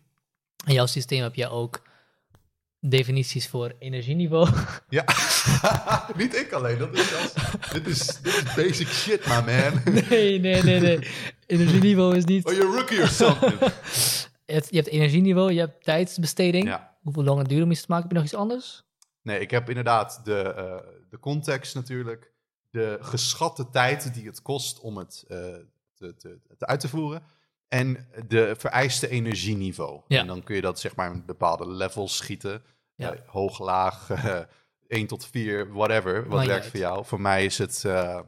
In jouw systeem heb jij ook definities voor energieniveau. Ja, niet ik alleen. Dat is als, dit, is, dit is basic shit, my man. Nee, nee, nee, nee. Energieniveau is niet... Oh, you're rookie or something. Je hebt, je hebt energieniveau, je hebt tijdsbesteding. Ja. Hoeveel lang het duurt om iets te maken? Heb je nog iets anders? Nee, ik heb inderdaad de, uh, de context natuurlijk. De geschatte tijd die het kost om het uh, te, te, te uit te voeren. En de vereiste energieniveau. Ja. En dan kun je dat zeg maar in bepaalde levels schieten. Ja. Uh, hoog, laag, uh, één tot vier, whatever. Wat oh, werkt voor jou? Voor mij is het... Uh,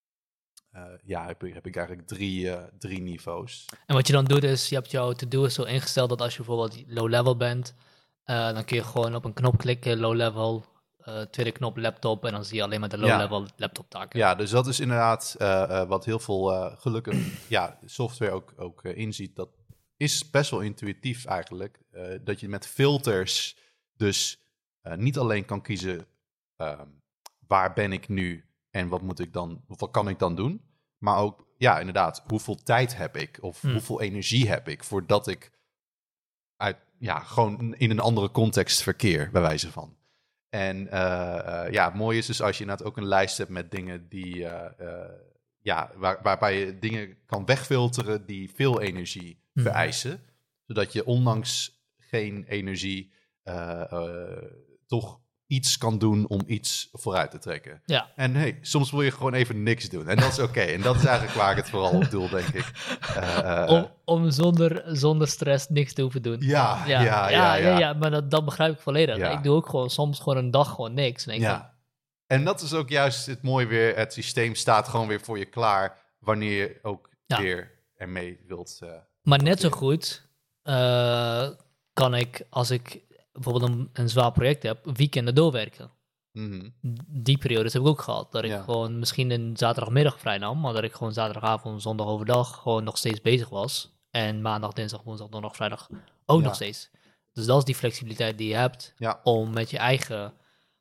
Uh, ja, heb ik, heb ik eigenlijk drie, uh, drie niveaus. En wat je dan doet is, je hebt jouw to-do zo ingesteld dat als je bijvoorbeeld low-level bent, uh, dan kun je gewoon op een knop klikken, low-level, uh, tweede knop laptop, en dan zie je alleen maar de low-level ja. laptop taken. Ja, dus dat is inderdaad uh, uh, wat heel veel uh, gelukkig ja, software ook, ook uh, inziet. Dat is best wel intuïtief eigenlijk. Uh, dat je met filters dus uh, niet alleen kan kiezen uh, waar ben ik nu en wat moet ik dan, wat kan ik dan doen? Maar ook, ja, inderdaad, hoeveel tijd heb ik? Of hmm. hoeveel energie heb ik voordat ik uit, ja, gewoon in een andere context verkeer, bij wijze van. En uh, uh, ja, het mooie is dus als je inderdaad ook een lijst hebt met dingen die, uh, uh, ja, waar, waarbij je dingen kan wegfilteren die veel energie hmm. vereisen. Zodat je ondanks geen energie uh, uh, toch iets kan doen om iets vooruit te trekken. Ja. En hey, soms wil je gewoon even niks doen. En dat is oké. Okay. En dat is eigenlijk waar ik het vooral op doel, denk ik. Uh, om om zonder, zonder stress niks te hoeven doen. Ja, ja, ja. ja, ja, ja, ja, ja maar dat, dat begrijp ik volledig. Ja. Ik doe ook gewoon soms gewoon een dag gewoon niks. En, ja. van... en dat is ook juist het mooie weer. Het systeem staat gewoon weer voor je klaar wanneer je ook ja. weer ermee wilt. Uh, maar net zo goed uh, kan ik, als ik bijvoorbeeld een, een zwaar project heb, weekenden doorwerken. Mm-hmm. Die periodes heb ik ook gehad. Dat ik ja. gewoon misschien een zaterdagmiddag vrij nam, maar dat ik gewoon zaterdagavond, zondag overdag gewoon nog steeds bezig was. En maandag, dinsdag, woensdag, donderdag, vrijdag ook ja. nog steeds. Dus dat is die flexibiliteit die je hebt ja. om met je eigen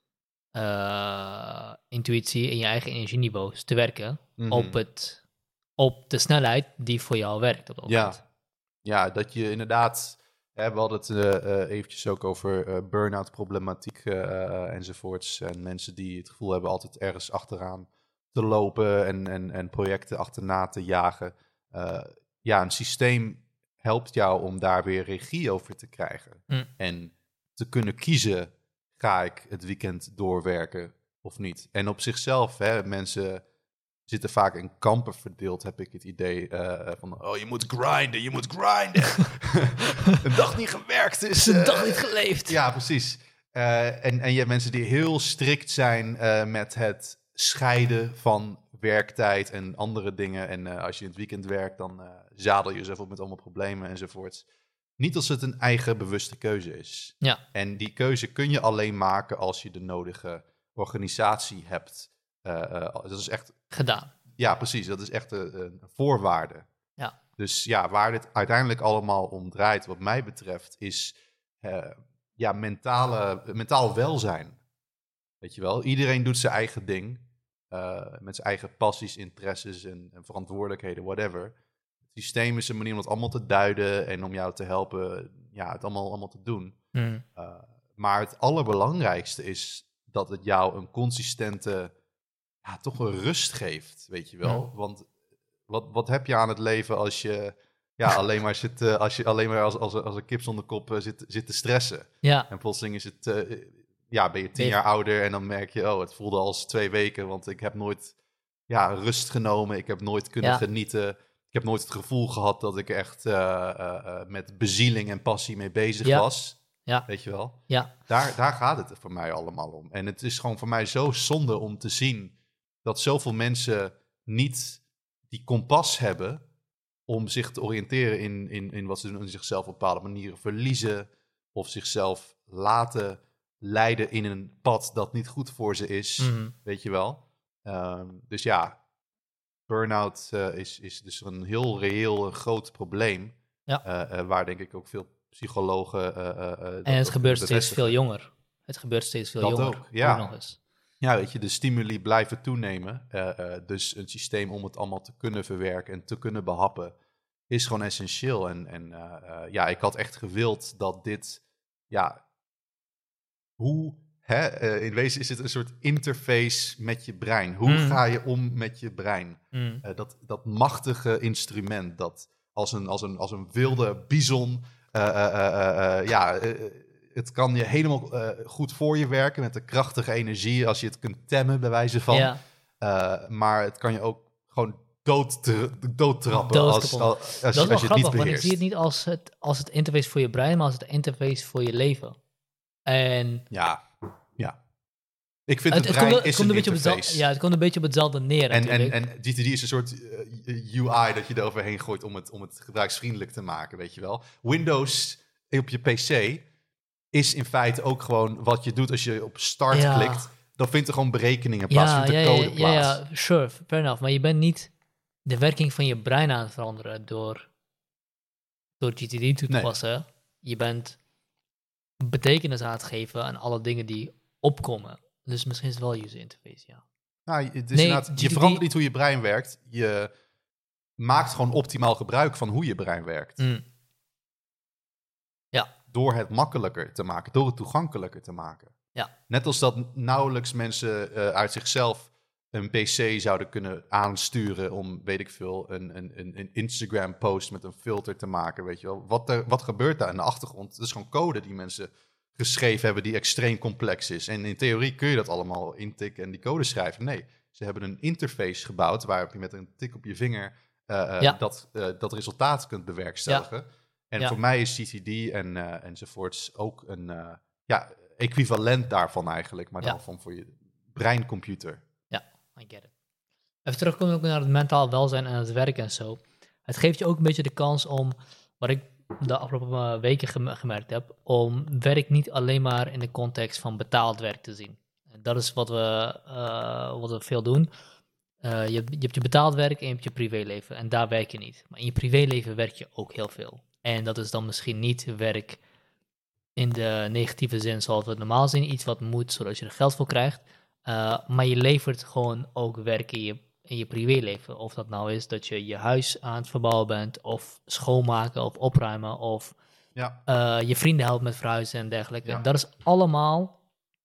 uh, intuïtie en je eigen energieniveaus te werken mm-hmm. op, het, op de snelheid die voor jou werkt. Op dat ja. moment. Ja, dat je inderdaad... Hè, we hadden het uh, uh, eventjes ook over uh, burn-out problematiek uh, uh, enzovoorts. En mensen die het gevoel hebben altijd ergens achteraan te lopen en, en, en projecten achterna te jagen. Uh, ja, een systeem helpt jou om daar weer regie over te krijgen. Mm. En te kunnen kiezen, ga ik het weekend doorwerken of niet? En op zichzelf, hè, mensen... zitten vaak in kampen verdeeld, heb ik het idee. Uh, van, oh, je moet grinden, je moet grinden. Een dag niet gewerkt is... Uh, een dag uh, niet geleefd. Ja, precies. Uh, en, en je hebt mensen die heel strikt zijn uh, met het scheiden van werktijd en andere dingen. En uh, als je in het weekend werkt, dan uh, zadel je jezelf op met allemaal problemen enzovoorts. Niet als het een eigen bewuste keuze is. Ja. En die keuze kun je alleen maken als je de nodige organisatie hebt. Uh, uh, dat is echt... gedaan. Ja, precies. Dat is echt een, een voorwaarde. Ja. Dus ja, waar dit uiteindelijk allemaal om draait, wat mij betreft, is uh, ja, mentale, mentaal welzijn. Weet je wel? Iedereen doet zijn eigen ding. Uh, met zijn eigen passies, interesses en, en verantwoordelijkheden, whatever. Het systeem is een manier om het allemaal te duiden en om jou te helpen ja, het allemaal, allemaal te doen. Mm. Uh, maar het allerbelangrijkste is dat het jou een consistente... Ja, toch een rust geeft, weet je wel. Ja. Want wat, wat heb je aan het leven als je ja, alleen maar, zit, uh, als je alleen maar als, als, als een kip zonder kop uh, zit, zit te stressen. Ja. En plotseling is het, uh, ja, ben je tien ben je... jaar ouder en dan merk je, oh, het voelde als twee weken, want ik heb nooit ja, rust genomen, ik heb nooit kunnen ja. genieten. Ik heb nooit het gevoel gehad dat ik echt uh, uh, uh, met bezieling en passie mee bezig ja. was. Ja. Weet je wel? Ja. Daar, daar gaat het voor mij allemaal om. En het is gewoon voor mij zo zonde om te zien dat zoveel mensen niet die kompas hebben om zich te oriënteren in, in, in wat ze doen en zichzelf op bepaalde manieren verliezen of zichzelf laten leiden in een pad dat niet goed voor ze is. Mm-hmm. Weet je wel? Um, dus ja, burn-out uh, is, is dus een heel reëel een groot probleem. Ja. Uh, uh, waar denk ik ook veel psychologen... Uh, uh, en het gebeurt steeds veel jonger. Het gebeurt steeds veel dat jonger. Ook, ja. Ook nog eens. Ja, weet je, de stimuli blijven toenemen. Uh, uh, dus een systeem om het allemaal te kunnen verwerken en te kunnen behappen is gewoon essentieel. En, en uh, uh, ja, ik had echt gewild dat dit... Ja, hoe... Hè, uh, in wezen is het een soort interface met je brein. Hoe mm. ga je om met je brein? Mm. Uh, dat, dat machtige instrument dat als een, als een, als een wilde bison... Uh, uh, uh, uh, ja, uh, het kan je helemaal uh, goed voor je werken met de krachtige energie als je het kunt temmen, bij wijze van. Ja. Uh, maar het kan je ook gewoon dood doodtrappen als, als, als, als, dat je, als je het niet beheerst. Want ik zie het niet als het, als het interface voor je brein, maar als het interface voor je leven. En... Ja, ja. Ik vind het, het brein het komt, is het een interface. Hetzelfde, ja, het komt een beetje op hetzelfde neer. En, en, en G T D is een soort uh, U I dat je er overheen gooit om het, om het gebruiksvriendelijk te maken, weet je wel. Windows op je P C is in feite ook gewoon wat je doet als je op start ja. klikt. Dan vindt er gewoon berekeningen plaats, ja, vindt er ja, code ja, plaats. Ja, ja, sure, fair enough. Maar je bent niet de werking van je brein aan het veranderen door, door G T D toe te passen. Nee. Je bent betekenis aan het geven aan alle dingen die opkomen. Dus misschien is het wel user interface, ja. Nou, het is nee, inderdaad, je verandert niet hoe je brein werkt. Je maakt gewoon optimaal gebruik van hoe je brein werkt. Mm. Ja. Door het makkelijker te maken, door het toegankelijker te maken. Ja. Net als dat nauwelijks mensen uh, uit zichzelf een P C zouden kunnen aansturen om, weet ik veel, een, een, een Instagram-post met een filter te maken, weet je wel. Wat, er, wat gebeurt daar in de achtergrond? Het is gewoon code die mensen geschreven hebben die extreem complex is. En in theorie kun je dat allemaal intikken en die code schrijven. Nee, ze hebben een interface gebouwd waarop je met een tik op je vinger uh, ja. dat, uh, dat resultaat kunt bewerkstelligen. Ja. En ja. voor mij is G T D en, uh, enzovoorts ook een uh, ja, equivalent daarvan eigenlijk, maar dan ja. van voor je breincomputer. Ja, I get it. Even terugkomen ook naar het mentaal welzijn en het werk en zo. Het geeft je ook een beetje de kans om, wat ik de afgelopen weken gemerkt heb, om werk niet alleen maar in de context van betaald werk te zien. En dat is wat we, uh, wat we veel doen. Uh, je, je hebt je betaald werk en je hebt je privéleven en daar werk je niet. Maar in je privéleven werk je ook heel veel. En dat is dan misschien niet werk in de negatieve zin zoals we het normaal zien, iets wat moet zodat je er geld voor krijgt. Uh, maar je levert gewoon ook werk in je, in je privéleven. Of dat nou is dat je je huis aan het verbouwen bent, of schoonmaken, of opruimen, of ja. uh, je vrienden helpen met verhuizen en dergelijke. Ja. Dat is allemaal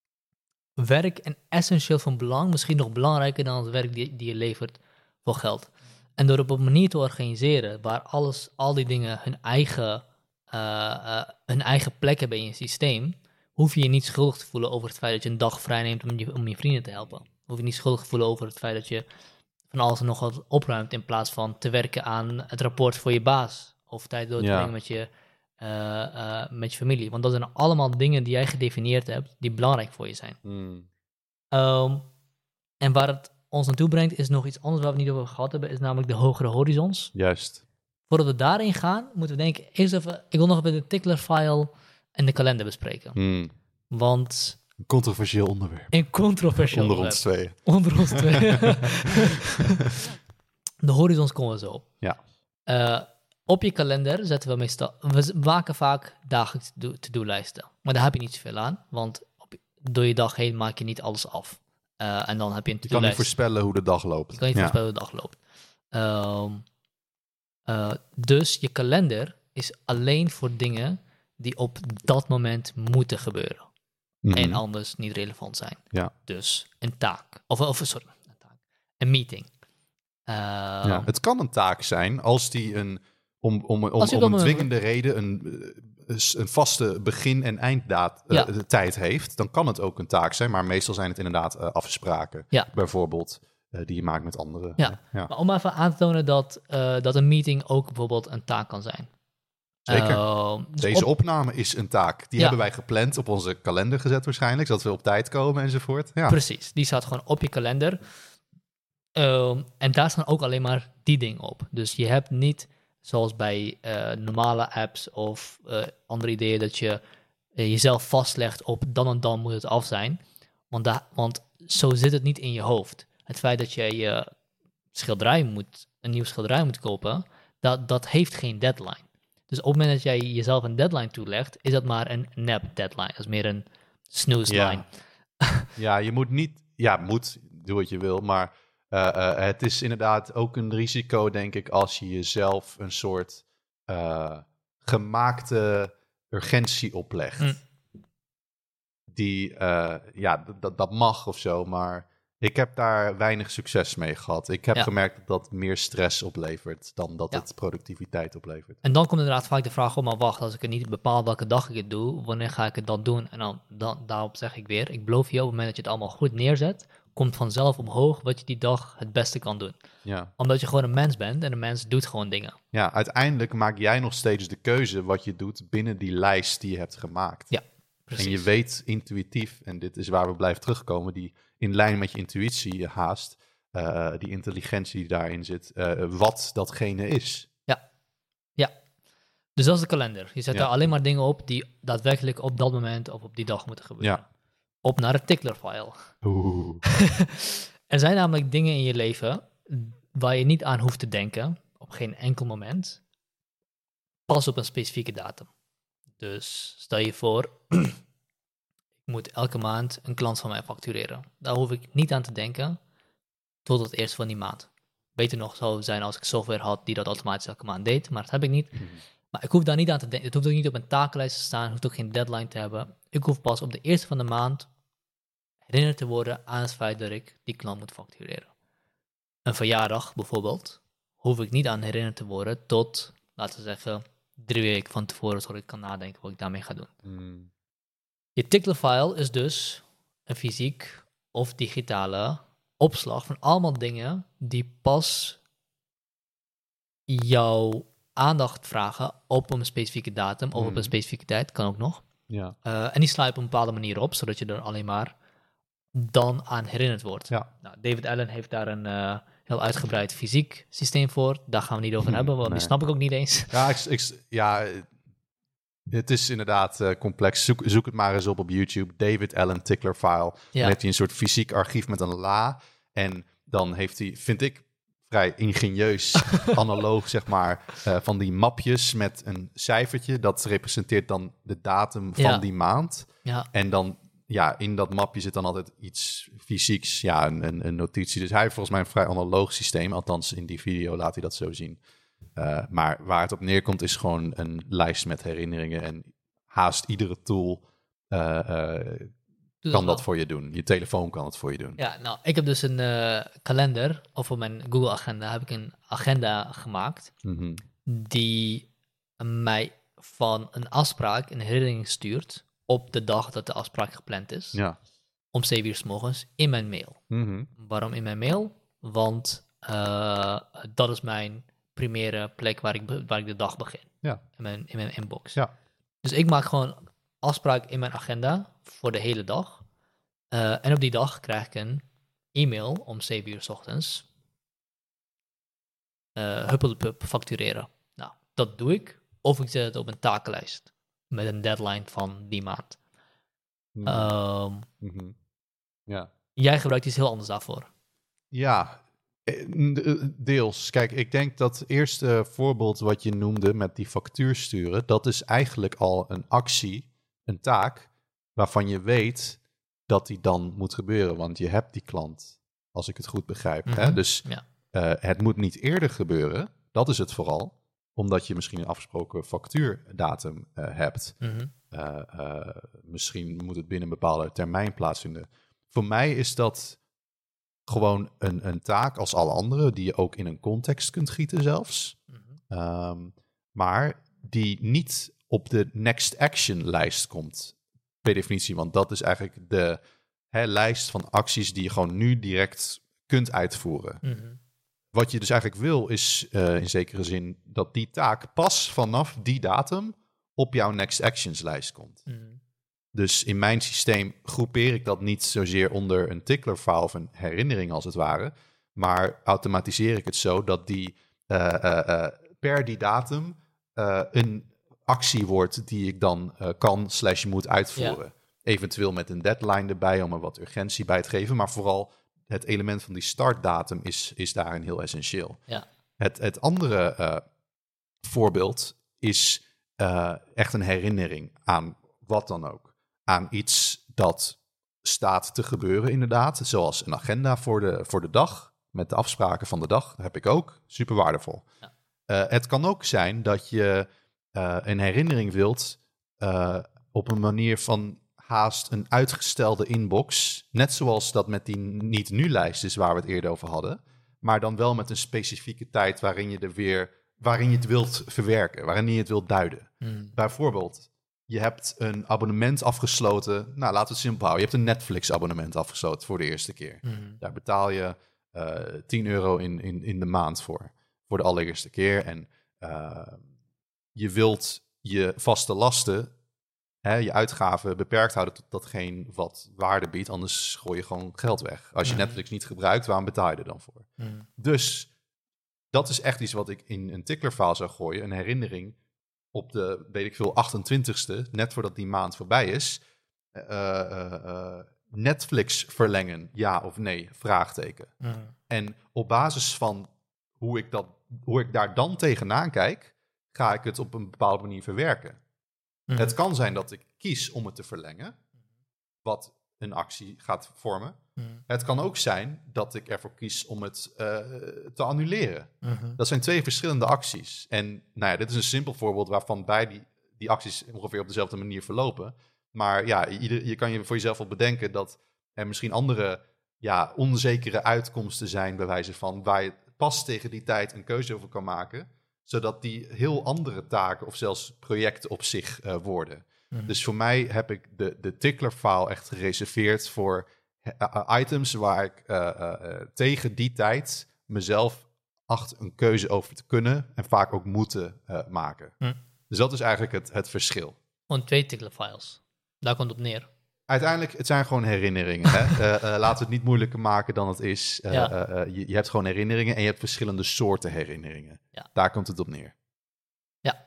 werk en essentieel van belang, misschien nog belangrijker dan het werk die, die je levert voor geld. En door op een manier te organiseren waar alles, al die dingen hun eigen, uh, uh, hun eigen plek hebben in je systeem, hoef je je niet schuldig te voelen over het feit dat je een dag vrij neemt om je, om je vrienden te helpen. Hoef je niet schuldig te voelen over het feit dat je van alles en nog wat opruimt in plaats van te werken aan het rapport voor je baas. Of tijd door te ja. brengen met je, uh, uh, met je familie. Want dat zijn allemaal dingen die jij gedefinieerd hebt, die belangrijk voor je zijn. Mm. Um, en waar het ons naartoe brengt, is nog iets anders waar we niet over gehad hebben, is namelijk de hogere horizons. Juist. Voordat we daarin gaan, moeten we denken, eerst even, ik wil nog even de tickler file en de kalender bespreken. Mm. Want... Een controversieel onderwerp. Een controversieel Onder onderwerp. ons tweeën. Onder ons tweeën. De horizons komen zo op. Ja. Uh, op je kalender zetten we meestal... We maken vaak dagelijks to-do-lijsten. Maar daar heb je niet zoveel aan, want op, door je dag heen maak je niet alles af. Uh, en dan heb je een to-do-lijst. Je kan niet voorspellen hoe de dag loopt. Je kan niet ja. voorspellen hoe de dag loopt. Um, uh, dus je kalender is alleen voor dingen die op dat moment moeten gebeuren. Mm-hmm. En anders niet relevant zijn. Ja. Dus een taak. Of, of sorry, een taak. Een meeting. Uh, ja, het kan een taak zijn als die een om, om, om, om een dwingende reden een, een vaste begin- en eindtijd ja. uh, tijd heeft, dan kan het ook een taak zijn. Maar meestal zijn het inderdaad uh, afspraken, ja. bijvoorbeeld, uh, die je maakt met anderen. Ja, ja. Maar om even aan te tonen dat, uh, dat een meeting ook bijvoorbeeld een taak kan zijn. Zeker. Uh, dus Deze op... opname is een taak. Die ja. hebben wij gepland, op onze kalender gezet waarschijnlijk, zodat we op tijd komen enzovoort. Ja. Precies, die staat gewoon op je kalender. Uh, en daar staan ook alleen maar die dingen op. Dus je hebt niet, zoals bij uh, normale apps of uh, andere ideeën, dat je uh, jezelf vastlegt op dan en dan moet het af zijn. Want, da- want zo zit het niet in je hoofd. Het feit dat je je schilderij moet, een nieuw schilderij moet kopen, dat, dat heeft geen deadline. Dus op het moment dat jij jezelf een deadline toelegt, is dat maar een nep deadline. Dat is meer een snooze line. Ja, ja je moet niet, ja, moet, doe wat je wil, maar uh, uh, het is inderdaad ook een risico, denk ik, als je jezelf een soort uh, gemaakte urgentie oplegt. Mm. Die, uh, ja, dat, dat mag of zo, maar ik heb daar weinig succes mee gehad. Ik heb ja. gemerkt dat dat meer stress oplevert dan dat ja. het productiviteit oplevert. En dan komt inderdaad vaak de vraag, oh maar wacht, als ik het niet bepaal welke dag ik het doe, wanneer ga ik het dan doen? En dan, dan daarop zeg ik weer, ik beloof je, op het moment dat je het allemaal goed neerzet, komt vanzelf omhoog wat je die dag het beste kan doen. Ja. Omdat je gewoon een mens bent en een mens doet gewoon dingen. Ja, uiteindelijk maak jij nog steeds de keuze wat je doet binnen die lijst die je hebt gemaakt. Ja, precies. En je weet intuïtief, en dit is waar we blijven terugkomen, die in lijn met je intuïtie haast, uh, die intelligentie die daarin zit, uh, wat datgene is. Ja, ja. Dus dat is de kalender. Je zet ja. daar alleen maar dingen op die daadwerkelijk op dat moment of op die dag moeten gebeuren. Ja. Op naar het tickler-file. Oeh. Er zijn namelijk dingen in je leven waar je niet aan hoeft te denken, op geen enkel moment, pas op een specifieke datum. Dus stel je voor, ik moet elke maand een klant van mij factureren. Daar hoef ik niet aan te denken tot het eerst van die maand. Beter nog zou zijn als ik software had die dat automatisch elke maand deed, maar dat heb ik niet. Mm-hmm. Maar ik hoef daar niet aan te denken. Het hoeft ook niet op een takenlijst te staan, het hoeft ook geen deadline te hebben. Ik hoef pas op de eerste van de maand herinnerd te worden aan het feit dat ik die klant moet factureren. Een verjaardag bijvoorbeeld, hoef ik niet aan herinnerd te worden tot, laten we zeggen, drie weken van tevoren, zodat ik kan nadenken wat ik daarmee ga doen. Mm. Je tickler-file is dus een fysiek of digitale opslag van allemaal dingen die pas jouw aandacht vragen op een specifieke datum of mm. op een specifieke tijd, kan ook nog. Ja. Uh, en die sla je op een bepaalde manier op, zodat je er alleen maar dan aan herinnerd wordt. Ja. Nou, David Allen heeft daar een uh, heel uitgebreid fysiek systeem voor. Daar gaan we niet over mm, hebben, want nee. die snap ik ook niet eens. Ja, ik, ik, ja het is inderdaad uh, complex. Zoek, zoek het maar eens op op YouTube. David Allen Tickler File. Ja. Dan heeft hij een soort fysiek archief met een la. En dan heeft hij, vind ik, vrij ingenieus, analoog, zeg maar, uh, van die mapjes met een cijfertje. Dat representeert dan de datum van ja. die maand. Ja. En dan, ja, in dat mapje zit dan altijd iets fysieks, ja, een, een, een notitie. Dus hij heeft volgens mij een vrij analoog systeem. Althans, in die video laat hij dat zo zien. Uh, maar waar het op neerkomt is gewoon een lijst met herinneringen. En haast iedere tool uh, uh, kan dat voor je doen. Je telefoon kan het voor je doen. Ja, nou, ik heb dus een uh, kalender, of op mijn Google Agenda heb ik een agenda gemaakt, mm-hmm. die mij van een afspraak een herinnering stuurt op de dag dat de afspraak gepland is. Ja. Om zeven uur 's morgens in mijn mail. Mm-hmm. Waarom in mijn mail? Want uh, dat is mijn primaire plek waar ik, waar ik de dag begin. Ja. In mijn, in mijn inbox. Ja. Dus ik maak gewoon afspraak in mijn agenda voor de hele dag. Uh, en op die dag krijg ik een e-mail om zeven uur 's ochtends. Uh, huppeldepup, factureren. Nou, dat doe ik. Of ik zet het op een takenlijst. Met een deadline van die maand. Mm-hmm. Um, mm-hmm. Ja. Jij gebruikt iets heel anders daarvoor. Ja, deels. Kijk, ik denk dat het eerste voorbeeld wat je noemde met die factuur sturen, dat is eigenlijk al een actie, een taak, waarvan je weet dat die dan moet gebeuren. Want je hebt die klant, als ik het goed begrijp. Mm-hmm. Hè? Dus ja. uh, het moet niet eerder gebeuren, dat is het vooral, omdat je misschien een afgesproken factuurdatum uh, hebt. Mm-hmm. Uh, uh, misschien moet het binnen een bepaalde termijn plaatsvinden. Voor mij is dat gewoon een, een taak als alle andere, die je ook in een context kunt gieten zelfs. Mm-hmm. Um, maar die niet op de next action lijst komt, per definitie. Want dat is eigenlijk de hè, lijst van acties die je gewoon nu direct kunt uitvoeren. Mm-hmm. Wat je dus eigenlijk wil is uh, in zekere zin dat die taak pas vanaf die datum op jouw next actions lijst komt. Mm-hmm. Dus in mijn systeem groepeer ik dat niet zozeer onder een tickler file of een herinnering als het ware, maar automatiseer ik het zo dat die uh, uh, uh, per die datum uh, een actie wordt die ik dan uh, kan slash moet uitvoeren. Ja. Eventueel met een deadline erbij om er wat urgentie bij te geven, maar vooral het element van die startdatum is, is daarin heel essentieel. Ja. Het, het andere uh, voorbeeld is uh, echt een herinnering aan wat dan ook. Aan iets dat staat te gebeuren inderdaad. Zoals een agenda voor de, voor de dag. Met de afspraken van de dag. Dat heb ik ook. Super waardevol. Ja. Uh, het kan ook zijn dat je uh, een herinnering wilt uh, op een manier van haast een uitgestelde inbox. Net zoals dat met die niet-nu-lijst is waar we het eerder over hadden. Maar dan wel met een specifieke tijd waarin je er weer, waarin je het wilt verwerken. Waarin je het wilt duiden. Hmm. Bijvoorbeeld, je hebt een abonnement afgesloten. Nou, laten we het simpel houden. Je hebt een Netflix-abonnement afgesloten voor de eerste keer. Hmm. Daar betaal je uh, tien euro in, in, in de maand voor. Voor de allereerste keer. En uh, je wilt je vaste lasten, hè, je uitgaven beperkt houden tot datgene wat waarde biedt. Anders gooi je gewoon geld weg. Als je Hmm. Netflix niet gebruikt, waarom betaal je er dan voor? Hmm. Dus dat is echt iets wat ik in een tickler-file zou gooien. Een herinnering op de, weet ik veel, achtentwintigste, net voordat die maand voorbij is. Uh, uh, uh, Netflix verlengen, ja of nee, vraagteken. Hmm. En op basis van hoe ik, dat, hoe ik daar dan tegenaan kijk, ga ik het op een bepaalde manier verwerken. Hmm. Het kan zijn dat ik kies om het te verlengen, wat een actie gaat vormen. Hmm. Het kan ook zijn dat ik ervoor kies om het uh, te annuleren. Hmm. Dat zijn twee verschillende acties. En nou ja, dit is een simpel voorbeeld waarvan beide die, die acties ongeveer op dezelfde manier verlopen. Maar ja, ieder, je kan je voor jezelf wel bedenken dat er misschien andere ja, onzekere uitkomsten zijn, bij wijze van, waar je pas tegen die tijd een keuze over kan maken, zodat die heel andere taken of zelfs projecten op zich uh, worden. Mm-hmm. Dus voor mij heb ik de, de tickler-file echt gereserveerd voor uh, items waar ik uh, uh, uh, tegen die tijd mezelf acht een keuze over te kunnen en vaak ook moeten uh, maken. Mm. Dus dat is eigenlijk het, het verschil. Want twee tickler-files, daar komt het op neer. Uiteindelijk, het zijn gewoon herinneringen. Hè? uh, uh, laten we het niet moeilijker maken dan het is. Uh, ja. uh, uh, je, je hebt gewoon herinneringen en je hebt verschillende soorten herinneringen. Ja. Daar komt het op neer. Ja.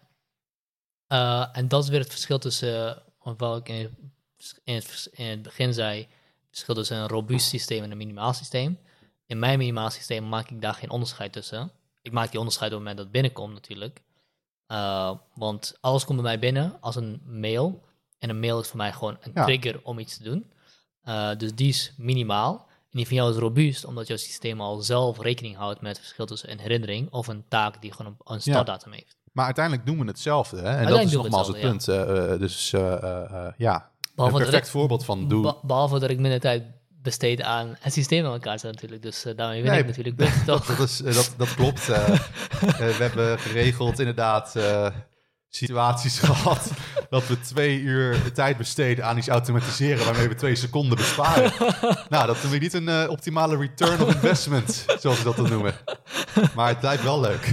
Uh, en dat is weer het verschil tussen, uh, wat ik in, in, het, in het begin zei, het verschil tussen een robuust systeem en een minimaal systeem. In mijn minimaal systeem maak ik daar geen onderscheid tussen. Ik maak die onderscheid op het moment dat het binnenkomt natuurlijk. Uh, want alles komt bij mij binnen als een mail. En een mail is voor mij gewoon een ja. trigger om iets te doen. Uh, dus die is minimaal. En die van jou is robuust, omdat jouw systeem al zelf rekening houdt met het verschil tussen een herinnering of een taak die gewoon een startdatum ja. heeft. Maar uiteindelijk doen we hetzelfde. Hè? En dat is nogmaals het, het punt. Ja. Uh, dus uh, uh, ja, behalve een perfect ik, voorbeeld van doe. Be- behalve dat ik minder tijd besteed aan het systeem aan elkaar zetten natuurlijk. Dus uh, daarmee win nee, ik natuurlijk best toch. dat, is, uh, dat, dat klopt. Uh, uh, we hebben geregeld inderdaad uh, situaties gehad dat we twee uur tijd besteden aan iets automatiseren waarmee we twee seconden besparen. Nou, dat noem ik niet een uh, optimale return of investment, zoals we dat dan noemen. Maar het blijft wel leuk.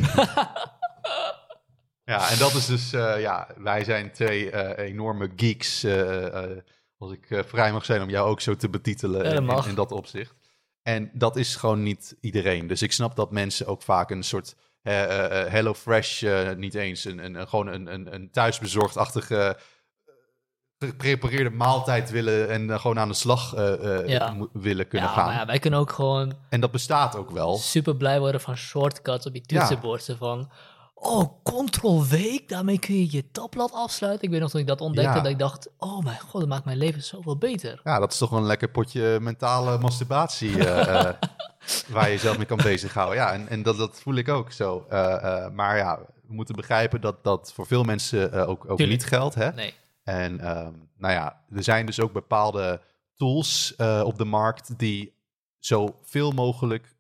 Ja, en dat is dus, uh, ja, wij zijn twee uh, enorme geeks, uh, uh, als ik uh, vrij mag zijn om jou ook zo te betitelen in, in, in dat opzicht. En dat is gewoon niet iedereen. Dus ik snap dat mensen ook vaak een soort uh, uh, HelloFresh, uh, niet eens, een, een, een, gewoon een, een, een thuisbezorgdachtige uh, geprepareerde maaltijd willen en uh, gewoon aan de slag uh, uh, ja. mo- willen kunnen ja, gaan. Maar ja, wij kunnen ook gewoon... En dat bestaat ook wel. Super blij worden van shortcuts op je toetsenbord. Ja. Van, oh, control-W, daarmee kun je je tabblad afsluiten. Ik weet nog toen ik dat ontdekte, ja. dat ik dacht, oh mijn god, dat maakt mijn leven zoveel beter. Ja, dat is toch wel een lekker potje mentale masturbatie uh, uh, waar je jezelf mee kan bezighouden. Ja, en, en dat, dat voel ik ook zo. Uh, uh, maar ja, we moeten begrijpen dat dat voor veel mensen uh, ook, ook niet geldt. Hè? Nee. En um, nou ja, er zijn dus ook bepaalde tools uh, op de markt die zoveel mogelijk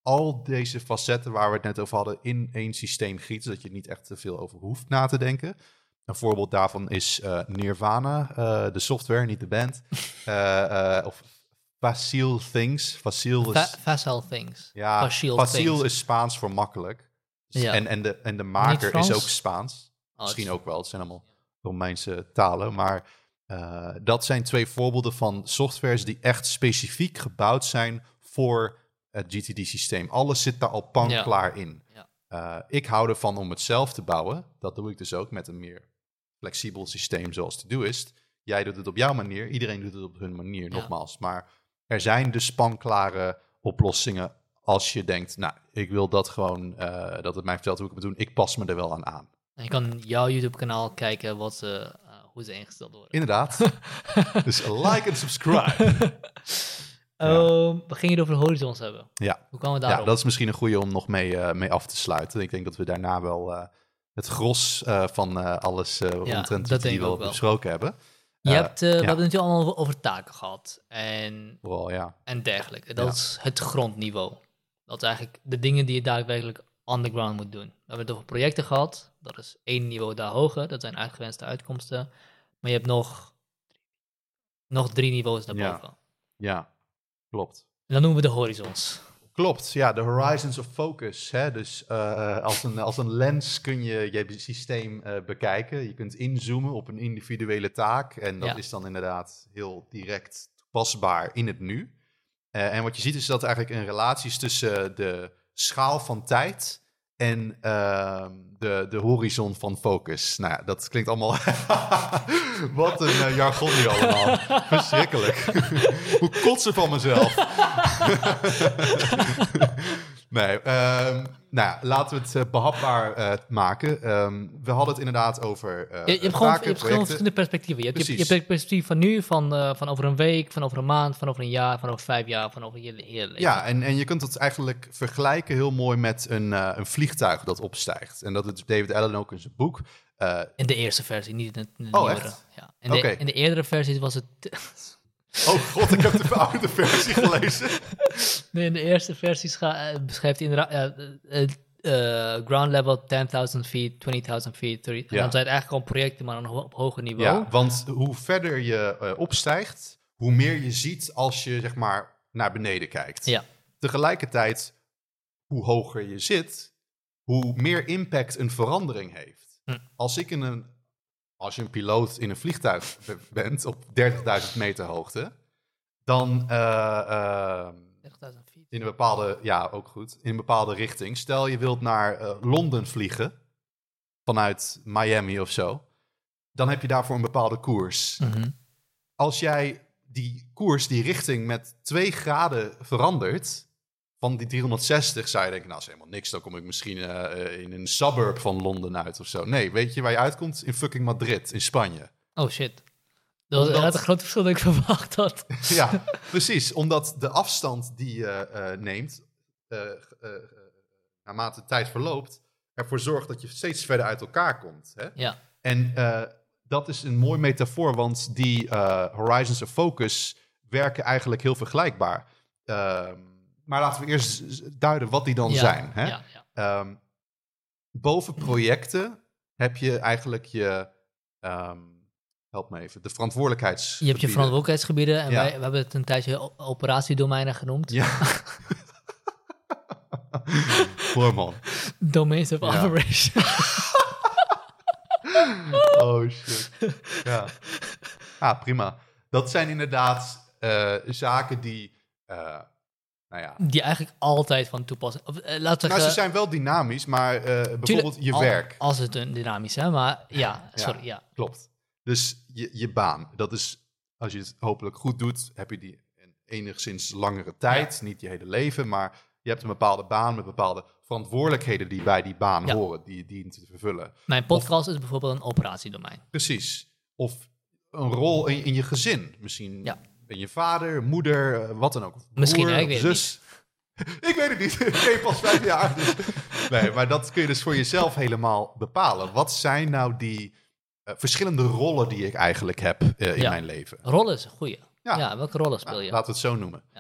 al deze facetten waar we het net over hadden in één systeem gieten, zodat je niet echt te veel over hoeft na te denken. Een voorbeeld daarvan is uh, Nirvana, uh, de software, niet de band. uh, uh, of Facile Things. Facile is... Fa- facile Things. Ja, Facile, facile things. is Spaans voor makkelijk. Dus Ja. En, en, de, en de maker is ook Spaans. Oh, Misschien het- ook wel, het zijn allemaal Romeinse talen. Maar uh, dat zijn twee voorbeelden van softwares die echt specifiek gebouwd zijn voor het G T D-systeem. Alles zit daar al panklaar in. Ja. Uh, ik hou ervan om het zelf te bouwen. Dat doe ik dus ook met een meer flexibel systeem zoals Todoist. Jij doet het op jouw manier, iedereen doet het op hun manier, Ja. nogmaals. Maar er zijn dus panklare oplossingen als je denkt, nou, ik wil dat gewoon, uh, dat het mij vertelt hoe ik het moet doen. Ik pas me er wel aan aan. En je kan jouw YouTube-kanaal kijken wat ze, uh, hoe ze ingesteld worden. Inderdaad. Dus like en subscribe. Um, we gingen het over horizons hebben. Ja. Hoe kwamen we daarop? Ja, dat is misschien een goede om nog mee, uh, mee af te sluiten. Ik denk dat we daarna wel uh, het gros uh, van uh, alles uh, Ja, omtrent dat die denk ik we ook wel. besproken hebben. Je Uh, hebt, uh, we ja. hebben het natuurlijk allemaal over taken gehad en, Vooral, ja. en dergelijke. Dat Ja. is het grondniveau. Dat is eigenlijk de dingen die je daadwerkelijk on the ground moet doen. We hebben het over projecten gehad. Dat is één niveau daar hoger. Dat zijn uitgewenste uitkomsten. Maar je hebt nog, nog drie niveaus daarboven. Ja. Ja, klopt. En dan noemen we de horizons. Klopt, ja, de horizons of focus. Hè? Dus uh, als, een, als een lens kun je je systeem uh, bekijken. Je kunt inzoomen op een individuele taak. En dat Ja. is dan inderdaad heel direct toepasbaar in het nu. Uh, en wat je ziet is dat er eigenlijk een relatie is tussen de schaal van tijd en uh, de, de horizon van focus. Nou ja, dat klinkt allemaal... Wat een uh, jargon hier allemaal. Verschrikkelijk. Hoe kotsen van mezelf. Nee, um, nou ja, laten we het uh, behapbaar uh, maken. Um, we hadden het inderdaad over uh, Je, je hebt gewoon, je hebt gewoon verschillende perspectieven. Je hebt, je, hebt, je hebt het perspectief van nu, van, uh, van over een week, van over een maand, van over een jaar, van over vijf jaar, van over je hele leven. Ja, en, en je kunt het eigenlijk vergelijken heel mooi met een, uh, een vliegtuig dat opstijgt. En dat doet David Allen ook in zijn boek. Uh, in de eerste versie, niet in de, in de oh, nieuwere. echt? Ja. In, de, Okay. in de eerdere versies was het... Oh god, ik heb de oude versie gelezen. Nee, in de eerste versies ga, uh, beschrijft hij inderdaad uh, uh, uh, ground level ten-duizend feet, twintig-duizend feet, dertig. En Ja. dan zijn het eigenlijk gewoon projecten, maar dan op hoger niveau. Ja, want hoe verder je uh, opstijgt, hoe meer je ziet als je zeg maar naar beneden kijkt. Ja. Tegelijkertijd, hoe hoger je zit, hoe meer impact een verandering heeft. Hm. Als ik in een, als je een piloot in een vliegtuig b- bent op dertigduizend meter hoogte, dan uh, uh, dertigduizend feet. in een bepaalde, ja ook goed, in een bepaalde richting. Stel je wilt naar uh, Londen vliegen, vanuit Miami of zo, dan heb je daarvoor een bepaalde koers. Mm-hmm. Als jij die koers, die richting met twee graden verandert, van die driehonderdzestig zou je denken, nou, dat is helemaal niks. Dan kom ik misschien uh, in een suburb van Londen uit of zo. Nee, weet je waar je uitkomt? In fucking Madrid, in Spanje. Oh shit. Dat was Omdat- echt een groot verschil dat ik verwacht had. Ja, precies. Omdat de afstand die je uh, neemt, uh, uh, uh, naarmate de tijd verloopt, ervoor zorgt dat je steeds verder uit elkaar komt. Hè? Ja. En uh, dat is een mooi metafoor, want die uh, horizons of focus werken eigenlijk heel vergelijkbaar. Uh, maar laten we eerst duiden wat die dan ja. zijn. Hè? Ja, ja. Um, boven projecten heb je eigenlijk je, um, help me even, de verantwoordelijkheids. Je hebt je verantwoordelijkheidsgebieden en Ja. wij we hebben het een tijdje o- operatiedomeinen genoemd. Ja. Mooi man. Domains of Ja. operation. Oh shit. Ja. Ah, prima. Dat zijn inderdaad uh, zaken die, uh, nou ja. Die eigenlijk altijd van toepassing... Of, uh, laten we Nou, zeggen, ze zijn wel dynamisch, maar uh, bijvoorbeeld tuurlijk, je al- werk. Als het een dynamisch is, maar ja, sorry, ja. ja. Klopt. Dus je, je baan, dat is, als je het hopelijk goed doet, heb je die een enigszins langere tijd, niet je hele leven, maar je hebt een bepaalde baan met bepaalde verantwoordelijkheden die bij die baan Ja. horen, die je dient te vervullen. Mijn podcast is bijvoorbeeld een operatiedomein. Precies. Of een rol in, in je gezin. Misschien Ja. ben je vader, moeder, uh, wat dan ook. Broer, Misschien, hè, ik weet het zus. Ik weet het niet. Ik ben pas vijf jaar. Dus. Nee, maar dat kun je dus voor jezelf helemaal bepalen. Wat zijn nou die uh, verschillende rollen die ik eigenlijk heb uh, in Ja. mijn leven? Rol is een goeie. Ja. Ja, welke rollen speel Nou, je? laten we het zo noemen. Ja.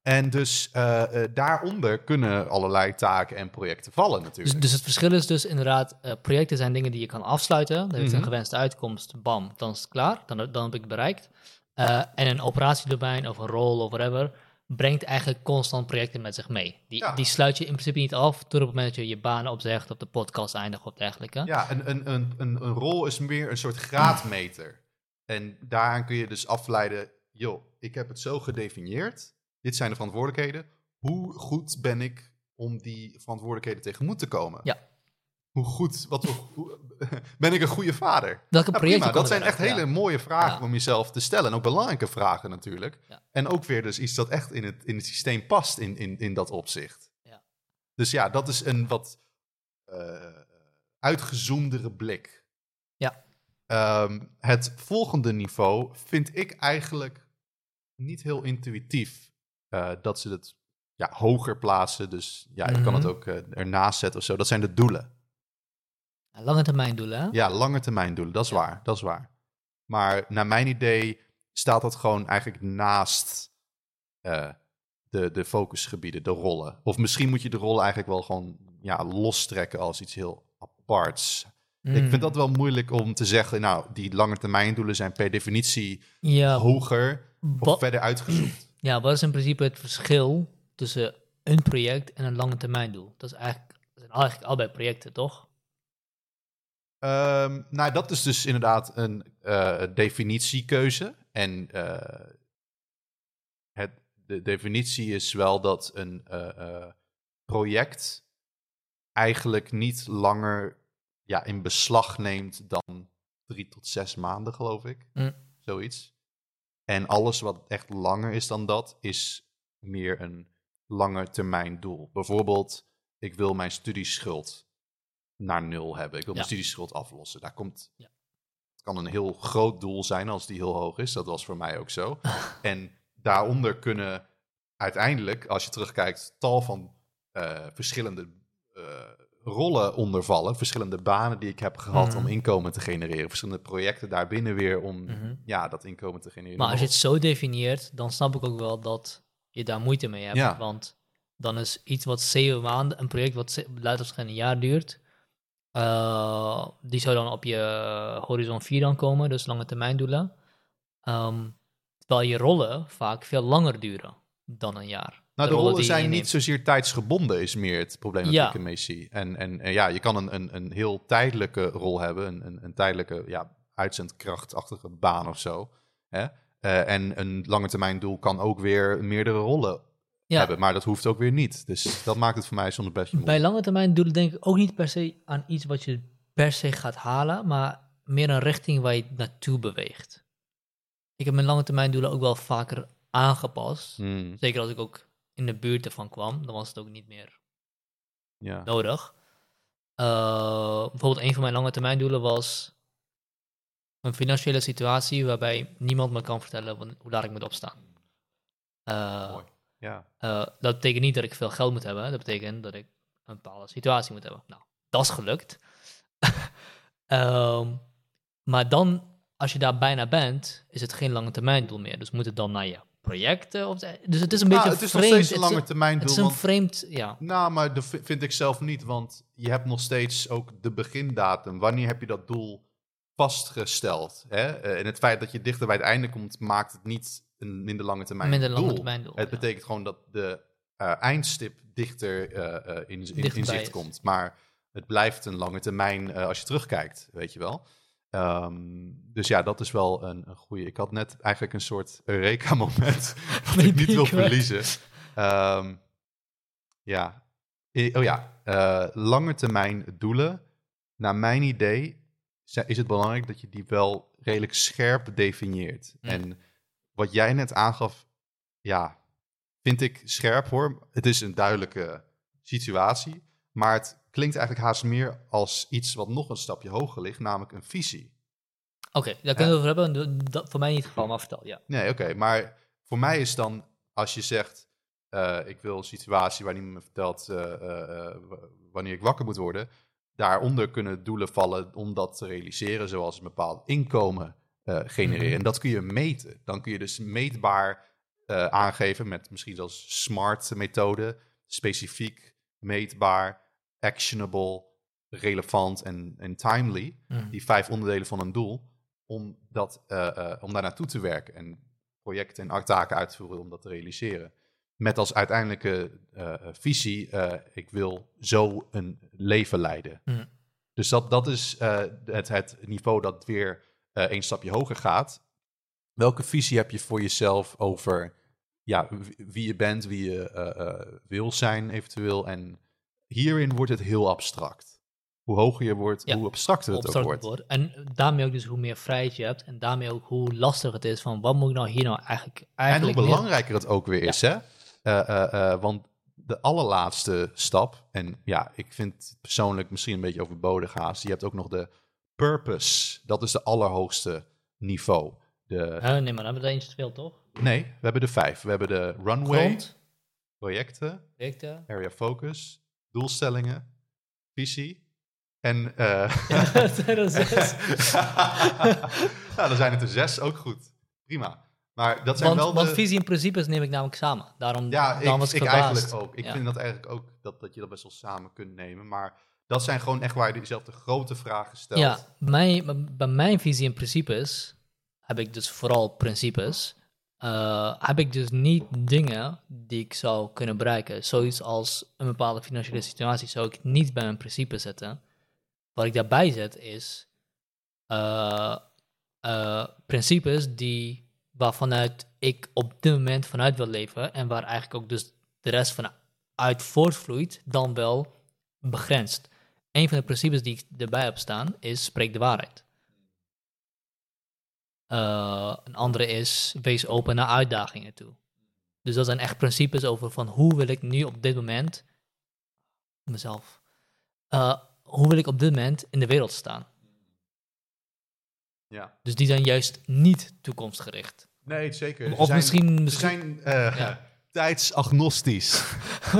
En dus uh, uh, daaronder kunnen allerlei taken en projecten vallen natuurlijk. Dus, dus het verschil is dus inderdaad, uh, projecten zijn dingen die je kan afsluiten. Dat heeft Mhm. een gewenste uitkomst, bam, dan is het klaar. Dan, dan heb ik het bereikt. Uh, en een operatiedomein of een rol of whatever brengt eigenlijk constant projecten met zich mee. Die, Ja. die sluit je in principe niet af door op het moment dat je je baan opzegt of de podcast eindigt of dergelijke. Ja, een, een, een, een, een rol is meer een soort graadmeter. En daaraan kun je dus afleiden, joh, ik heb het zo gedefinieerd. Dit zijn de verantwoordelijkheden. Hoe goed ben ik om die verantwoordelijkheden tegemoet te komen? Ja. Hoe goed, wat, hoe, ben ik een goede vader? Welke Ja, projecten prima, dat zijn echt eruit? hele Ja. mooie vragen Ja. om jezelf te stellen. En ook belangrijke vragen natuurlijk. Ja. En ook weer dus iets dat echt in het, in het systeem past in, in, in dat opzicht. Ja. Dus ja, dat is een wat uh, uitgezoomdere blik. Ja. Um, het volgende niveau vind ik eigenlijk niet heel intuïtief. Uh, dat ze het ja, hoger plaatsen. Dus ja, je Mm-hmm. kan het ook uh, ernaast zetten of zo. Dat zijn de doelen. Lange termijn doelen, hè? Ja, lange termijn doelen. Dat is Ja. waar, dat is waar. Maar naar mijn idee staat dat gewoon eigenlijk naast uh, de, de focusgebieden, de rollen. Of misschien moet je de rollen eigenlijk wel gewoon ja, lostrekken als iets heel aparts. Mm. Ik vind dat wel moeilijk om te zeggen, nou, die lange termijn doelen zijn per definitie ja, hoger of wat, verder uitgezoomd. Ja, wat is in principe het verschil tussen een project en een lange termijn doel? Dat is eigenlijk, dat zijn eigenlijk allebei projecten, toch? Um, nou, dat is dus inderdaad een uh, definitiekeuze. En uh, het, de definitie is wel dat een uh, uh, project eigenlijk niet langer ja, in beslag neemt dan drie tot zes maanden, geloof ik. Mm. Zoiets. En alles wat echt langer is dan dat, is meer een lange termijn doel. Bijvoorbeeld, ik wil mijn studieschuld naar nul hebben. Ik wil ja. mijn studieschuld aflossen. Daar komt, ja. Het kan een heel groot doel zijn als die heel hoog is. Dat was voor mij ook zo. En daaronder kunnen uiteindelijk, als je terugkijkt, tal van uh, verschillende uh, rollen ondervallen. Verschillende banen die ik heb gehad mm-hmm. om inkomen te genereren. Verschillende projecten daarbinnen weer om mm-hmm. ja, dat inkomen te genereren. Maar als je het zo definieert, dan snap ik ook wel dat je daar moeite mee hebt. Ja. Want dan is iets wat zeven maanden, een project wat ze, luidt als een jaar duurt, Uh, die zou dan op je horizon vier dan komen, dus lange termijn doelen. Um, terwijl je rollen vaak veel langer duren dan een jaar. Nou, de, de rollen, rollen zijn niet zozeer tijdsgebonden, is meer het probleem dat ja. ik ermee zie. En, en, en ja, je kan een, een, een heel tijdelijke rol hebben, een, een, een tijdelijke ja, uitzendkrachtachtige baan of zo. Hè? Uh, en een lange termijn doel kan ook weer meerdere rollen Ja. hebben, maar dat hoeft ook weer niet. Dus dat maakt het voor mij soms best moeilijk. Bij lange termijn doelen denk ik ook niet per se aan iets wat je per se gaat halen, maar meer een richting waar je naartoe beweegt. Ik heb mijn lange termijn doelen ook wel vaker aangepast. Hmm. Zeker als ik ook in de buurt ervan kwam, dan was het ook niet meer ja. nodig. Uh, bijvoorbeeld een van mijn lange termijn doelen was een financiële situatie waarbij niemand me kan vertellen hoe laat ik moet opstaan. Uh, Mooi. Ja. Uh, dat betekent niet dat ik veel geld moet hebben. Dat betekent dat ik een bepaalde situatie moet hebben. Nou, dat is gelukt. um, maar dan, als je daar bijna bent, is het geen lange termijn doel meer. Dus moet het dan naar je projecten? Of, dus het is een nou, beetje het is vreemd. nog steeds een lange termijn doel. Het is een want, vreemd, ja. Nou, maar dat vind ik zelf niet. Want je hebt nog steeds ook de begindatum. Wanneer heb je dat doel vastgesteld? Hè? En het feit dat je dichter bij het einde komt, maakt het niet een minder lange termijn minder doel. Lange termijn doel. Het ja. betekent gewoon dat de uh, eindstip dichter uh, uh, in, in, in zicht komt. Maar het blijft een lange termijn uh, als je terugkijkt, weet je wel. Um, dus ja, dat is wel een, een goede. Ik had net eigenlijk een soort Eureka-moment dat ik niet wil verliezen. Um, ja. Oh ja, uh, lange termijn doelen. Naar mijn idee is het belangrijk dat je die wel redelijk scherp definieert. Mm. En wat jij net aangaf, ja, vind ik scherp hoor. Het is een duidelijke situatie, maar het klinkt eigenlijk haast meer als iets wat nog een stapje hoger ligt, namelijk een visie. Oké, okay, daar kunnen we over hebben. Dat voor mij niet het geval, maar vertel, ja. Nee, oké, okay, maar voor mij is dan, als je zegt, uh, ik wil een situatie waar niemand me vertelt uh, uh, wanneer ik wakker moet worden, daaronder kunnen doelen vallen om dat te realiseren, zoals een bepaald inkomen Uh, genereren. Mm-hmm. En dat kun je meten. Dan kun je dus meetbaar uh, uh, aangeven met misschien zelfs SMART methode. Specifiek, meetbaar, actionable, relevant en, en timely. Mm. Die vijf onderdelen van een doel. Om, dat, uh, uh, om daar naartoe te werken. En projecten en taken uit te voeren om dat te realiseren. Met als uiteindelijke uh, visie, uh, ik wil zo een leven leiden. Mm. Dus dat, dat is uh, het, het niveau dat weer uh, een stapje hoger gaat. Welke visie heb je voor jezelf over ja, wie je bent, wie je uh, uh, wil zijn eventueel? En hierin wordt het heel abstract. Hoe hoger je wordt, ja, hoe abstracter het abstract ook wordt. wordt. En daarmee ook dus hoe meer vrijheid je hebt. En daarmee ook hoe lastig het is van wat moet ik nou hier nou eigenlijk... eigenlijk en hoe belangrijker meer... het ook weer is, ja. hè? Uh, uh, uh, want de allerlaatste stap, en ja, ik vind het persoonlijk misschien een beetje overbodig haast. Je hebt ook nog de purpose. Dat is de allerhoogste niveau. De... Uh, nee, maar dan hebben we er eentje te veel, toch? Nee, we hebben er vijf. We hebben de runway, Grond. projecten, projecten, area focus, doelstellingen, visie en... Uh... Ja, dat zijn er zes. Nou, dan zijn het er zes, ook goed. Prima. Maar dat zijn want, wel de... want visie en principes neem ik namelijk samen. Daarom, ja, daarom ik, was ik, ik verbaasd. eigenlijk ook. Ik ja. vind dat eigenlijk ook dat, dat je dat best wel samen kunt nemen. Maar dat zijn gewoon echt waar je jezelf de grote vragen stelt. Ja, mijn, bij mijn visie en principes heb ik dus vooral principes. Uh, heb ik dus niet dingen die ik zou kunnen bereiken. Zoiets als een bepaalde financiële situatie zou ik niet bij mijn principes zetten. Wat ik daarbij zet is uh, uh, principes die... waarvanuit ik op dit moment vanuit wil leven en waar eigenlijk ook dus de rest vanuit voortvloeit, dan wel begrensd. Een van de principes die ik erbij heb staan is spreek de waarheid. Uh, een andere is wees open naar uitdagingen toe. Dus dat zijn echt principes over van hoe wil ik nu op dit moment mezelf, uh, hoe wil ik op dit moment in de wereld staan. Ja. Dus die zijn juist niet toekomstgericht. Nee, zeker. Of zijn, misschien... Ze zijn uh, ja. tijdsagnostisch.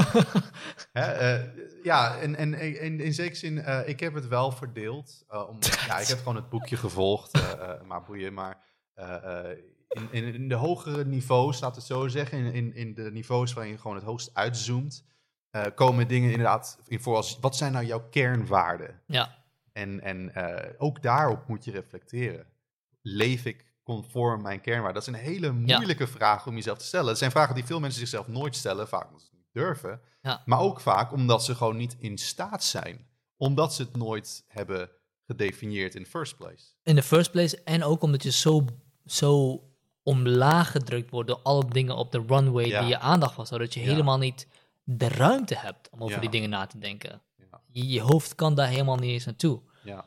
Hè, uh, ja, en, en, en in zekere zin, uh, ik heb het wel verdeeld. Uh, om, ja, ik heb gewoon het boekje gevolgd, uh, uh, maar boeien. Maar uh, uh, in, in, in de hogere niveaus, laat het zo zeggen, in, in, in de niveaus waarin je gewoon het hoogst uitzoomt, uh, komen dingen inderdaad in voor als, wat zijn nou jouw kernwaarden? Ja. En, en uh, ook daarop moet je reflecteren. Leef ik conform mijn kernwaarden? Dat is een hele moeilijke ja. vraag om jezelf te stellen. Het zijn vragen die veel mensen zichzelf nooit stellen, vaak omdat ze het niet durven. Ja. Maar ook vaak omdat ze gewoon niet in staat zijn. Omdat ze het nooit hebben gedefinieerd in the first place. In the first place en ook omdat je zo, zo omlaag gedrukt wordt door alle dingen op de runway ja. die je aandacht was. Zodat je ja. helemaal niet de ruimte hebt om over ja. die dingen na te denken. Ja. Je, je hoofd kan daar helemaal niet eens naartoe. Ja.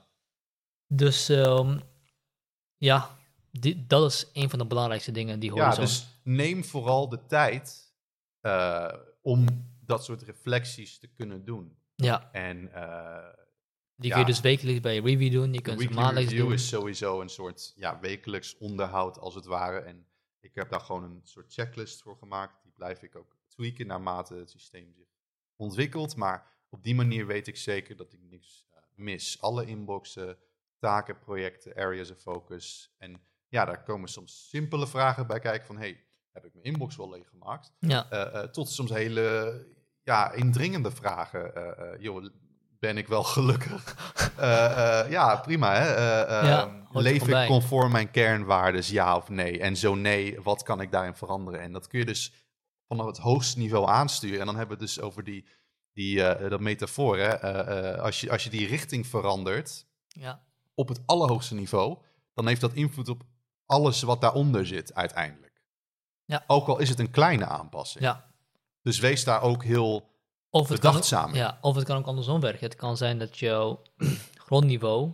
Dus um, ja... Die, dat is een van de belangrijkste dingen die horizon. Ja, dus neem vooral de tijd uh, om dat soort reflecties te kunnen doen. Ja. En uh, die ja, kun je dus wekelijks bij je review doen. Je kunt ze maandelijks doen. Review is sowieso een soort ja, wekelijks onderhoud als het ware. En ik heb daar gewoon een soort checklist voor gemaakt. Die blijf ik ook tweaken naarmate het systeem zich ontwikkelt. Maar op die manier weet ik zeker dat ik niks uh, mis. Alle inboxen, taken, projecten, areas of focus. En ja, daar komen soms simpele vragen bij kijken van, hey, heb ik mijn inbox wel leeggemaakt? Ja. Uh, uh, tot soms hele ja, indringende vragen. Uh, uh, joh, ben ik wel gelukkig? uh, uh, ja, prima hè. Uh, uh, ja, leef ik conform mijn kernwaardes, ja of nee? En zo nee, wat kan ik daarin veranderen? En dat kun je dus vanaf het hoogste niveau aansturen. En dan hebben we het dus over die, die, uh, dat metafoor. Hè? Uh, uh, als, je, als je die richting verandert ja. op het allerhoogste niveau, dan heeft dat invloed op alles wat daaronder zit uiteindelijk. Ja. Ook al is het een kleine aanpassing. Ja. Dus wees daar ook heel of het bedachtzaam. Kan, ja, of het kan ook andersom werken. Het kan zijn dat jouw grondniveau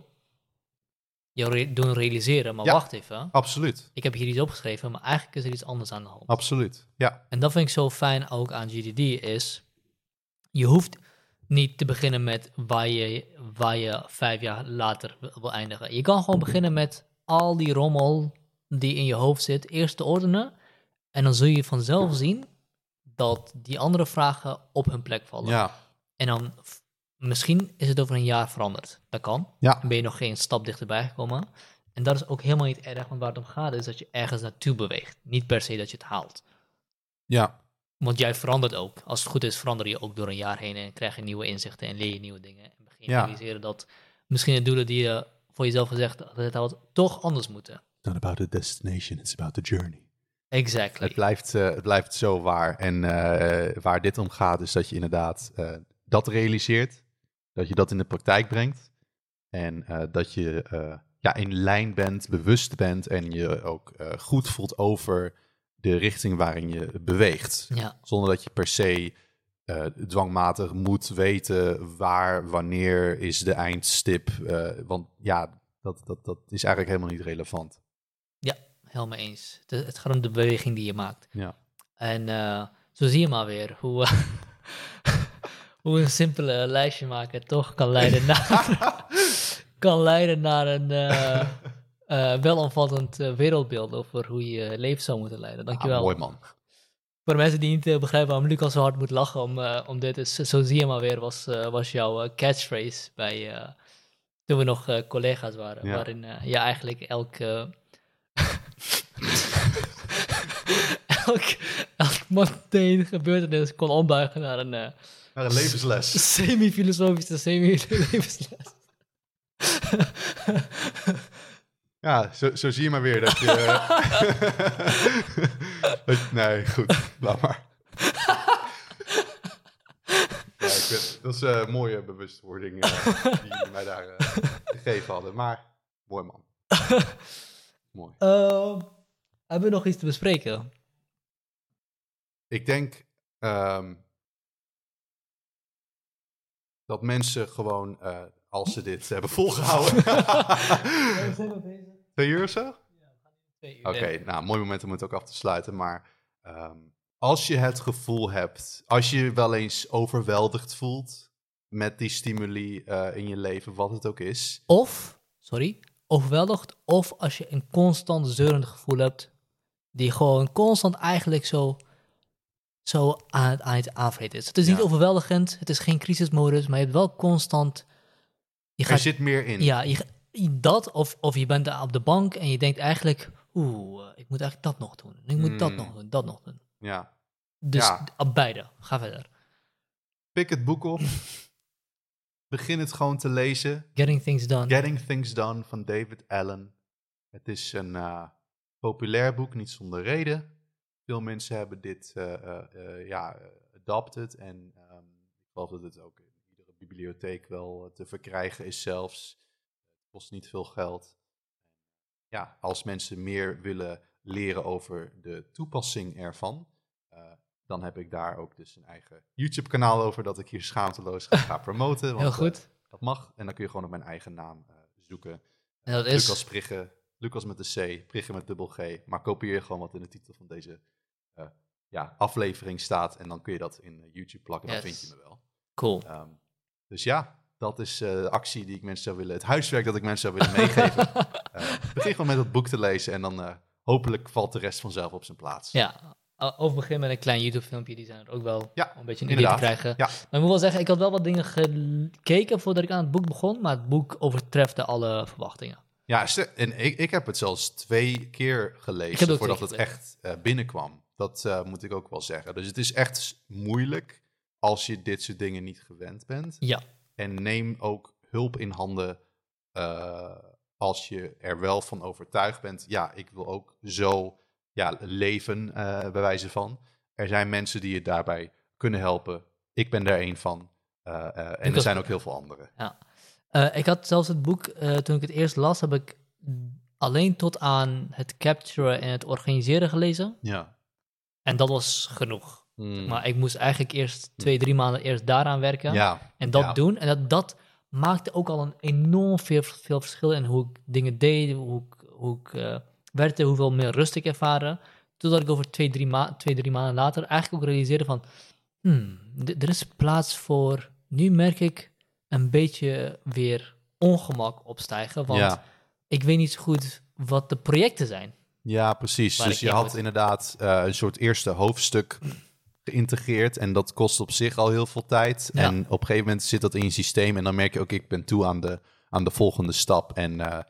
jou re- doen realiseren, maar ja, wacht even. Absoluut. Ik heb hier iets opgeschreven, maar eigenlijk is er iets anders aan de hand. Absoluut, ja. En dat vind ik zo fijn ook aan G D D is, je hoeft niet te beginnen met waar je, waar je vijf jaar later wil eindigen. Je kan gewoon beginnen met al die rommel die in je hoofd zit, eerst te ordenen. En dan zul je vanzelf zien dat die andere vragen op hun plek vallen. Ja. En dan, f- misschien is het over een jaar veranderd. Dat kan. Ja. Dan ben je nog geen stap dichterbij gekomen. En dat is ook helemaal niet erg, want waar het om gaat is dat je ergens naartoe beweegt. Niet per se dat je het haalt. Ja. Want jij verandert ook. Als het goed is, verander je ook door een jaar heen en krijg je nieuwe inzichten en leer je nieuwe dingen. En begin je Ja. te realiseren dat misschien de doelen die je voor jezelf gezegd had, dat het toch anders moeten. It's not about the destination, it's about the journey. Exactly. Het blijft, uh, het blijft zo waar. En uh, waar dit om gaat is dat je inderdaad uh, dat realiseert. Dat je dat in de praktijk brengt. En uh, dat je uh, ja, in lijn bent, bewust bent en je ook uh, goed voelt over de richting waarin je beweegt. Ja. Zonder dat je per se uh, dwangmatig moet weten waar, wanneer is de eindstip. Uh, want ja, dat, dat, dat is eigenlijk helemaal niet relevant. Ja, helemaal eens. Het, het gaat om de beweging die je maakt. Ja. En uh, zo zie je maar weer hoe, uh, hoe een simpele lijstje maken toch kan leiden naar, kan leiden naar een uh, uh, welomvattend uh, wereldbeeld over hoe je je leven zou moeten leiden. Dankjewel. Ah, mooi man. Voor de mensen die niet uh, begrijpen waarom Lucas zo hard moet lachen om, uh, om dit, is, zo zie je maar weer, was, uh, was jouw uh, catchphrase bij, uh, toen we nog uh, collega's waren. Ja. Waarin uh, je eigenlijk elke... elk, elk meteen gebeurtenis kon ombuigen naar een... Uh, naar een levensles. Semi-filosofische, semi-levensles. Ja, zo, zo zie je maar weer dat je... dat, nee, goed, laat maar. Ja, ik weet, dat is een uh, mooie bewustwording uh, die mij daar uh, gegeven hadden. Maar, mooi man. Mooi. Uh, hebben we nog iets te bespreken? Ik denk um, dat mensen gewoon, uh, als ze dit hebben volgehouden... We zijn nog bezig. Twee uur of zo? Ja, we gaan twee uur. Oké, okay, nou, mooi moment om het ook af te sluiten. Maar um, als je het gevoel hebt, als je je wel eens overweldigd voelt met die stimuli uh, in je leven, wat het ook is. Of, sorry, overweldigd. Of als je een constant zeurend gevoel hebt, die gewoon constant eigenlijk zo, zo aan het, aan het aanvreten is. Het is ja. niet overweldigend, het is geen crisismodus, maar je hebt wel constant... Je gaat, er zit meer in. Ja, je, dat of, of je bent op de bank en je denkt eigenlijk, oeh, ik moet eigenlijk dat nog doen. Ik moet mm. dat nog doen, dat nog doen. Ja. Dus ja. op beide, ga verder. Pik het boek op. Begin het gewoon te lezen. Getting Things Done. Getting Things Done van David Allen. Het is een uh, populair boek, niet zonder reden. Veel mensen hebben dit uh, uh, uh, ja, adopted. En um, ik geloof dat het ook in iedere bibliotheek wel te verkrijgen is zelfs. Het kost niet veel geld. Ja, als mensen meer willen leren over de toepassing ervan... Uh, dan heb ik daar ook dus een eigen YouTube-kanaal over... dat ik hier schaamteloos ga, ga promoten. Want, Heel goed. Uh, dat mag. En dan kun je gewoon op mijn eigen naam uh, zoeken. En dat uh, is... Lucas Prigge, Lucas met de C, Prigge met dubbel G. Maar kopieer gewoon wat in de titel van deze uh, ja, aflevering staat... en dan kun je dat in uh, YouTube plakken. Yes. Dan vind je me wel. Cool. Um, dus ja, dat is uh, de actie die ik mensen zou willen... het huiswerk dat ik mensen zou willen meegeven. uh, begin gewoon met het boek te lezen... en dan uh, hopelijk valt de rest vanzelf op zijn plaats. Ja, over begin met een klein YouTube-filmpje, die zijn er ook wel ja, een beetje een idee te krijgen. Ja. Maar ik moet wel zeggen, ik had wel wat dingen gekeken voordat ik aan het boek begon, maar het boek overtrefte alle verwachtingen. Ja, en ik, ik heb het zelfs twee keer gelezen het voordat het echt uh, binnenkwam. Dat uh, moet ik ook wel zeggen. Dus het is echt moeilijk als je dit soort dingen niet gewend bent. Ja. En neem ook hulp in handen uh, als je er wel van overtuigd bent. Ja, ik wil ook zo... Ja, leven, uh, bij wijze van. Er zijn mensen die je daarbij kunnen helpen. Ik ben daar één van. Uh, uh, en er zijn ook heel veel anderen. Ja. Uh, ik had zelfs het boek, uh, toen ik het eerst las, heb ik alleen tot aan het capturen en het organiseren gelezen. Ja. En dat was genoeg. Mm. Maar ik moest eigenlijk eerst twee, drie maanden eerst daaraan werken. Ja. En dat ja. doen. En dat, dat maakte ook al een enorm veel, veel verschil in hoe ik dingen deed, hoe ik... Hoe ik uh, werkte, hoeveel meer rust ik ervaren. Totdat ik over twee, drie, ma- twee, drie maanden later eigenlijk ook realiseerde van... Hmm, d- er is plaats voor... Nu merk ik een beetje weer ongemak opstijgen. Want ja. ik weet niet zo goed wat de projecten zijn. Ja, precies. Dus je had moet. inderdaad uh, een soort eerste hoofdstuk geïntegreerd. En dat kost op zich al heel veel tijd. Ja. En op een gegeven moment zit dat in je systeem. En dan merk je ook, ik ben toe aan de, aan de volgende stap. En... Uh,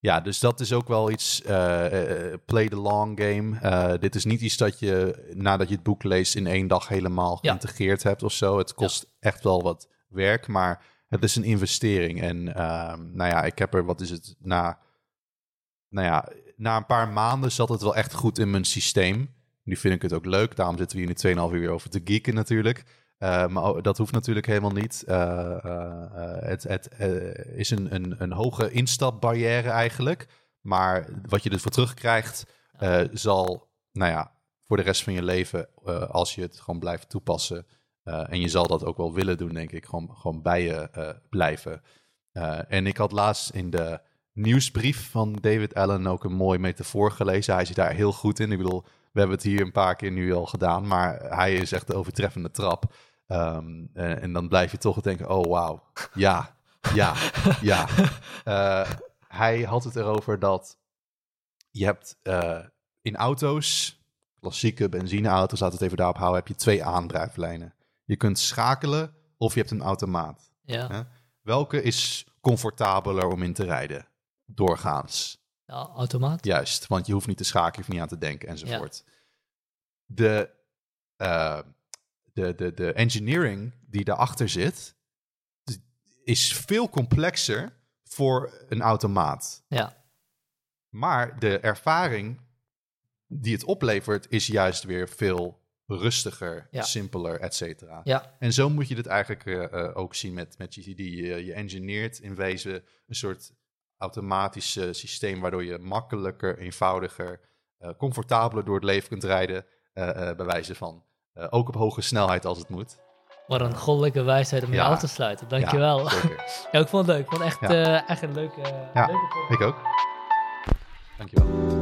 ja, dus dat is ook wel iets, uh, uh, play the long game. Uh, dit is niet iets dat je, nadat je het boek leest, in één dag helemaal geïntegreerd ja. hebt of zo. Het kost ja. echt wel wat werk, maar het is een investering. En uh, nou ja, ik heb er, wat is het, na, nou ja, na een paar maanden zat het wel echt goed in mijn systeem. Nu vind ik het ook leuk, daarom zitten we hier nu twee en een half uur over te geeken natuurlijk. Uh, maar dat hoeft natuurlijk helemaal niet. Uh, uh, uh, het het uh, is een, een, een hoge instapbarrière eigenlijk. Maar wat je ervoor terugkrijgt, uh, zal, nou ja, voor de rest van je leven, uh, als je het gewoon blijft toepassen. Uh, en je zal dat ook wel willen doen, denk ik, gewoon, gewoon bij je uh, blijven. Uh, en ik had laatst in de nieuwsbrief van David Allen ook een mooi metafoor gelezen. Hij zit daar heel goed in. Ik bedoel, we hebben het hier een paar keer nu al gedaan, maar hij is echt de overtreffende trap. Um, en, en dan blijf je toch denken, oh wauw, ja, ja, ja. Uh, hij had het erover dat je hebt uh, in auto's, klassieke benzineauto's, laten we het even daarop houden, heb je twee aandrijflijnen. Je kunt schakelen of je hebt een automaat. Ja. Uh, welke is comfortabeler om in te rijden? Doorgaans. Ja, automaat. Juist, want je hoeft niet te schakelen, je hoeft niet aan te denken enzovoort. Ja. De... Uh, De, de, de engineering die daarachter zit, is veel complexer voor een automaat. Ja. Maar de ervaring die het oplevert, is juist weer veel rustiger, ja. simpeler, et cetera. Ja. En zo moet je dit eigenlijk uh, uh, ook zien met, met G T D. Je, je engineert in wezen een soort automatisch uh, systeem, waardoor je makkelijker, eenvoudiger, uh, comfortabeler door het leven kunt rijden, uh, uh, bij wijze van. Uh, ook op hoge snelheid als het moet. Wat een goddelijke wijsheid om je ja. af te sluiten. Dankjewel. Ja, ja, ik vond het leuk. Ik vond het echt, ja. uh, echt een leuke, ja, leuke podcast. Ik ook. Dankjewel.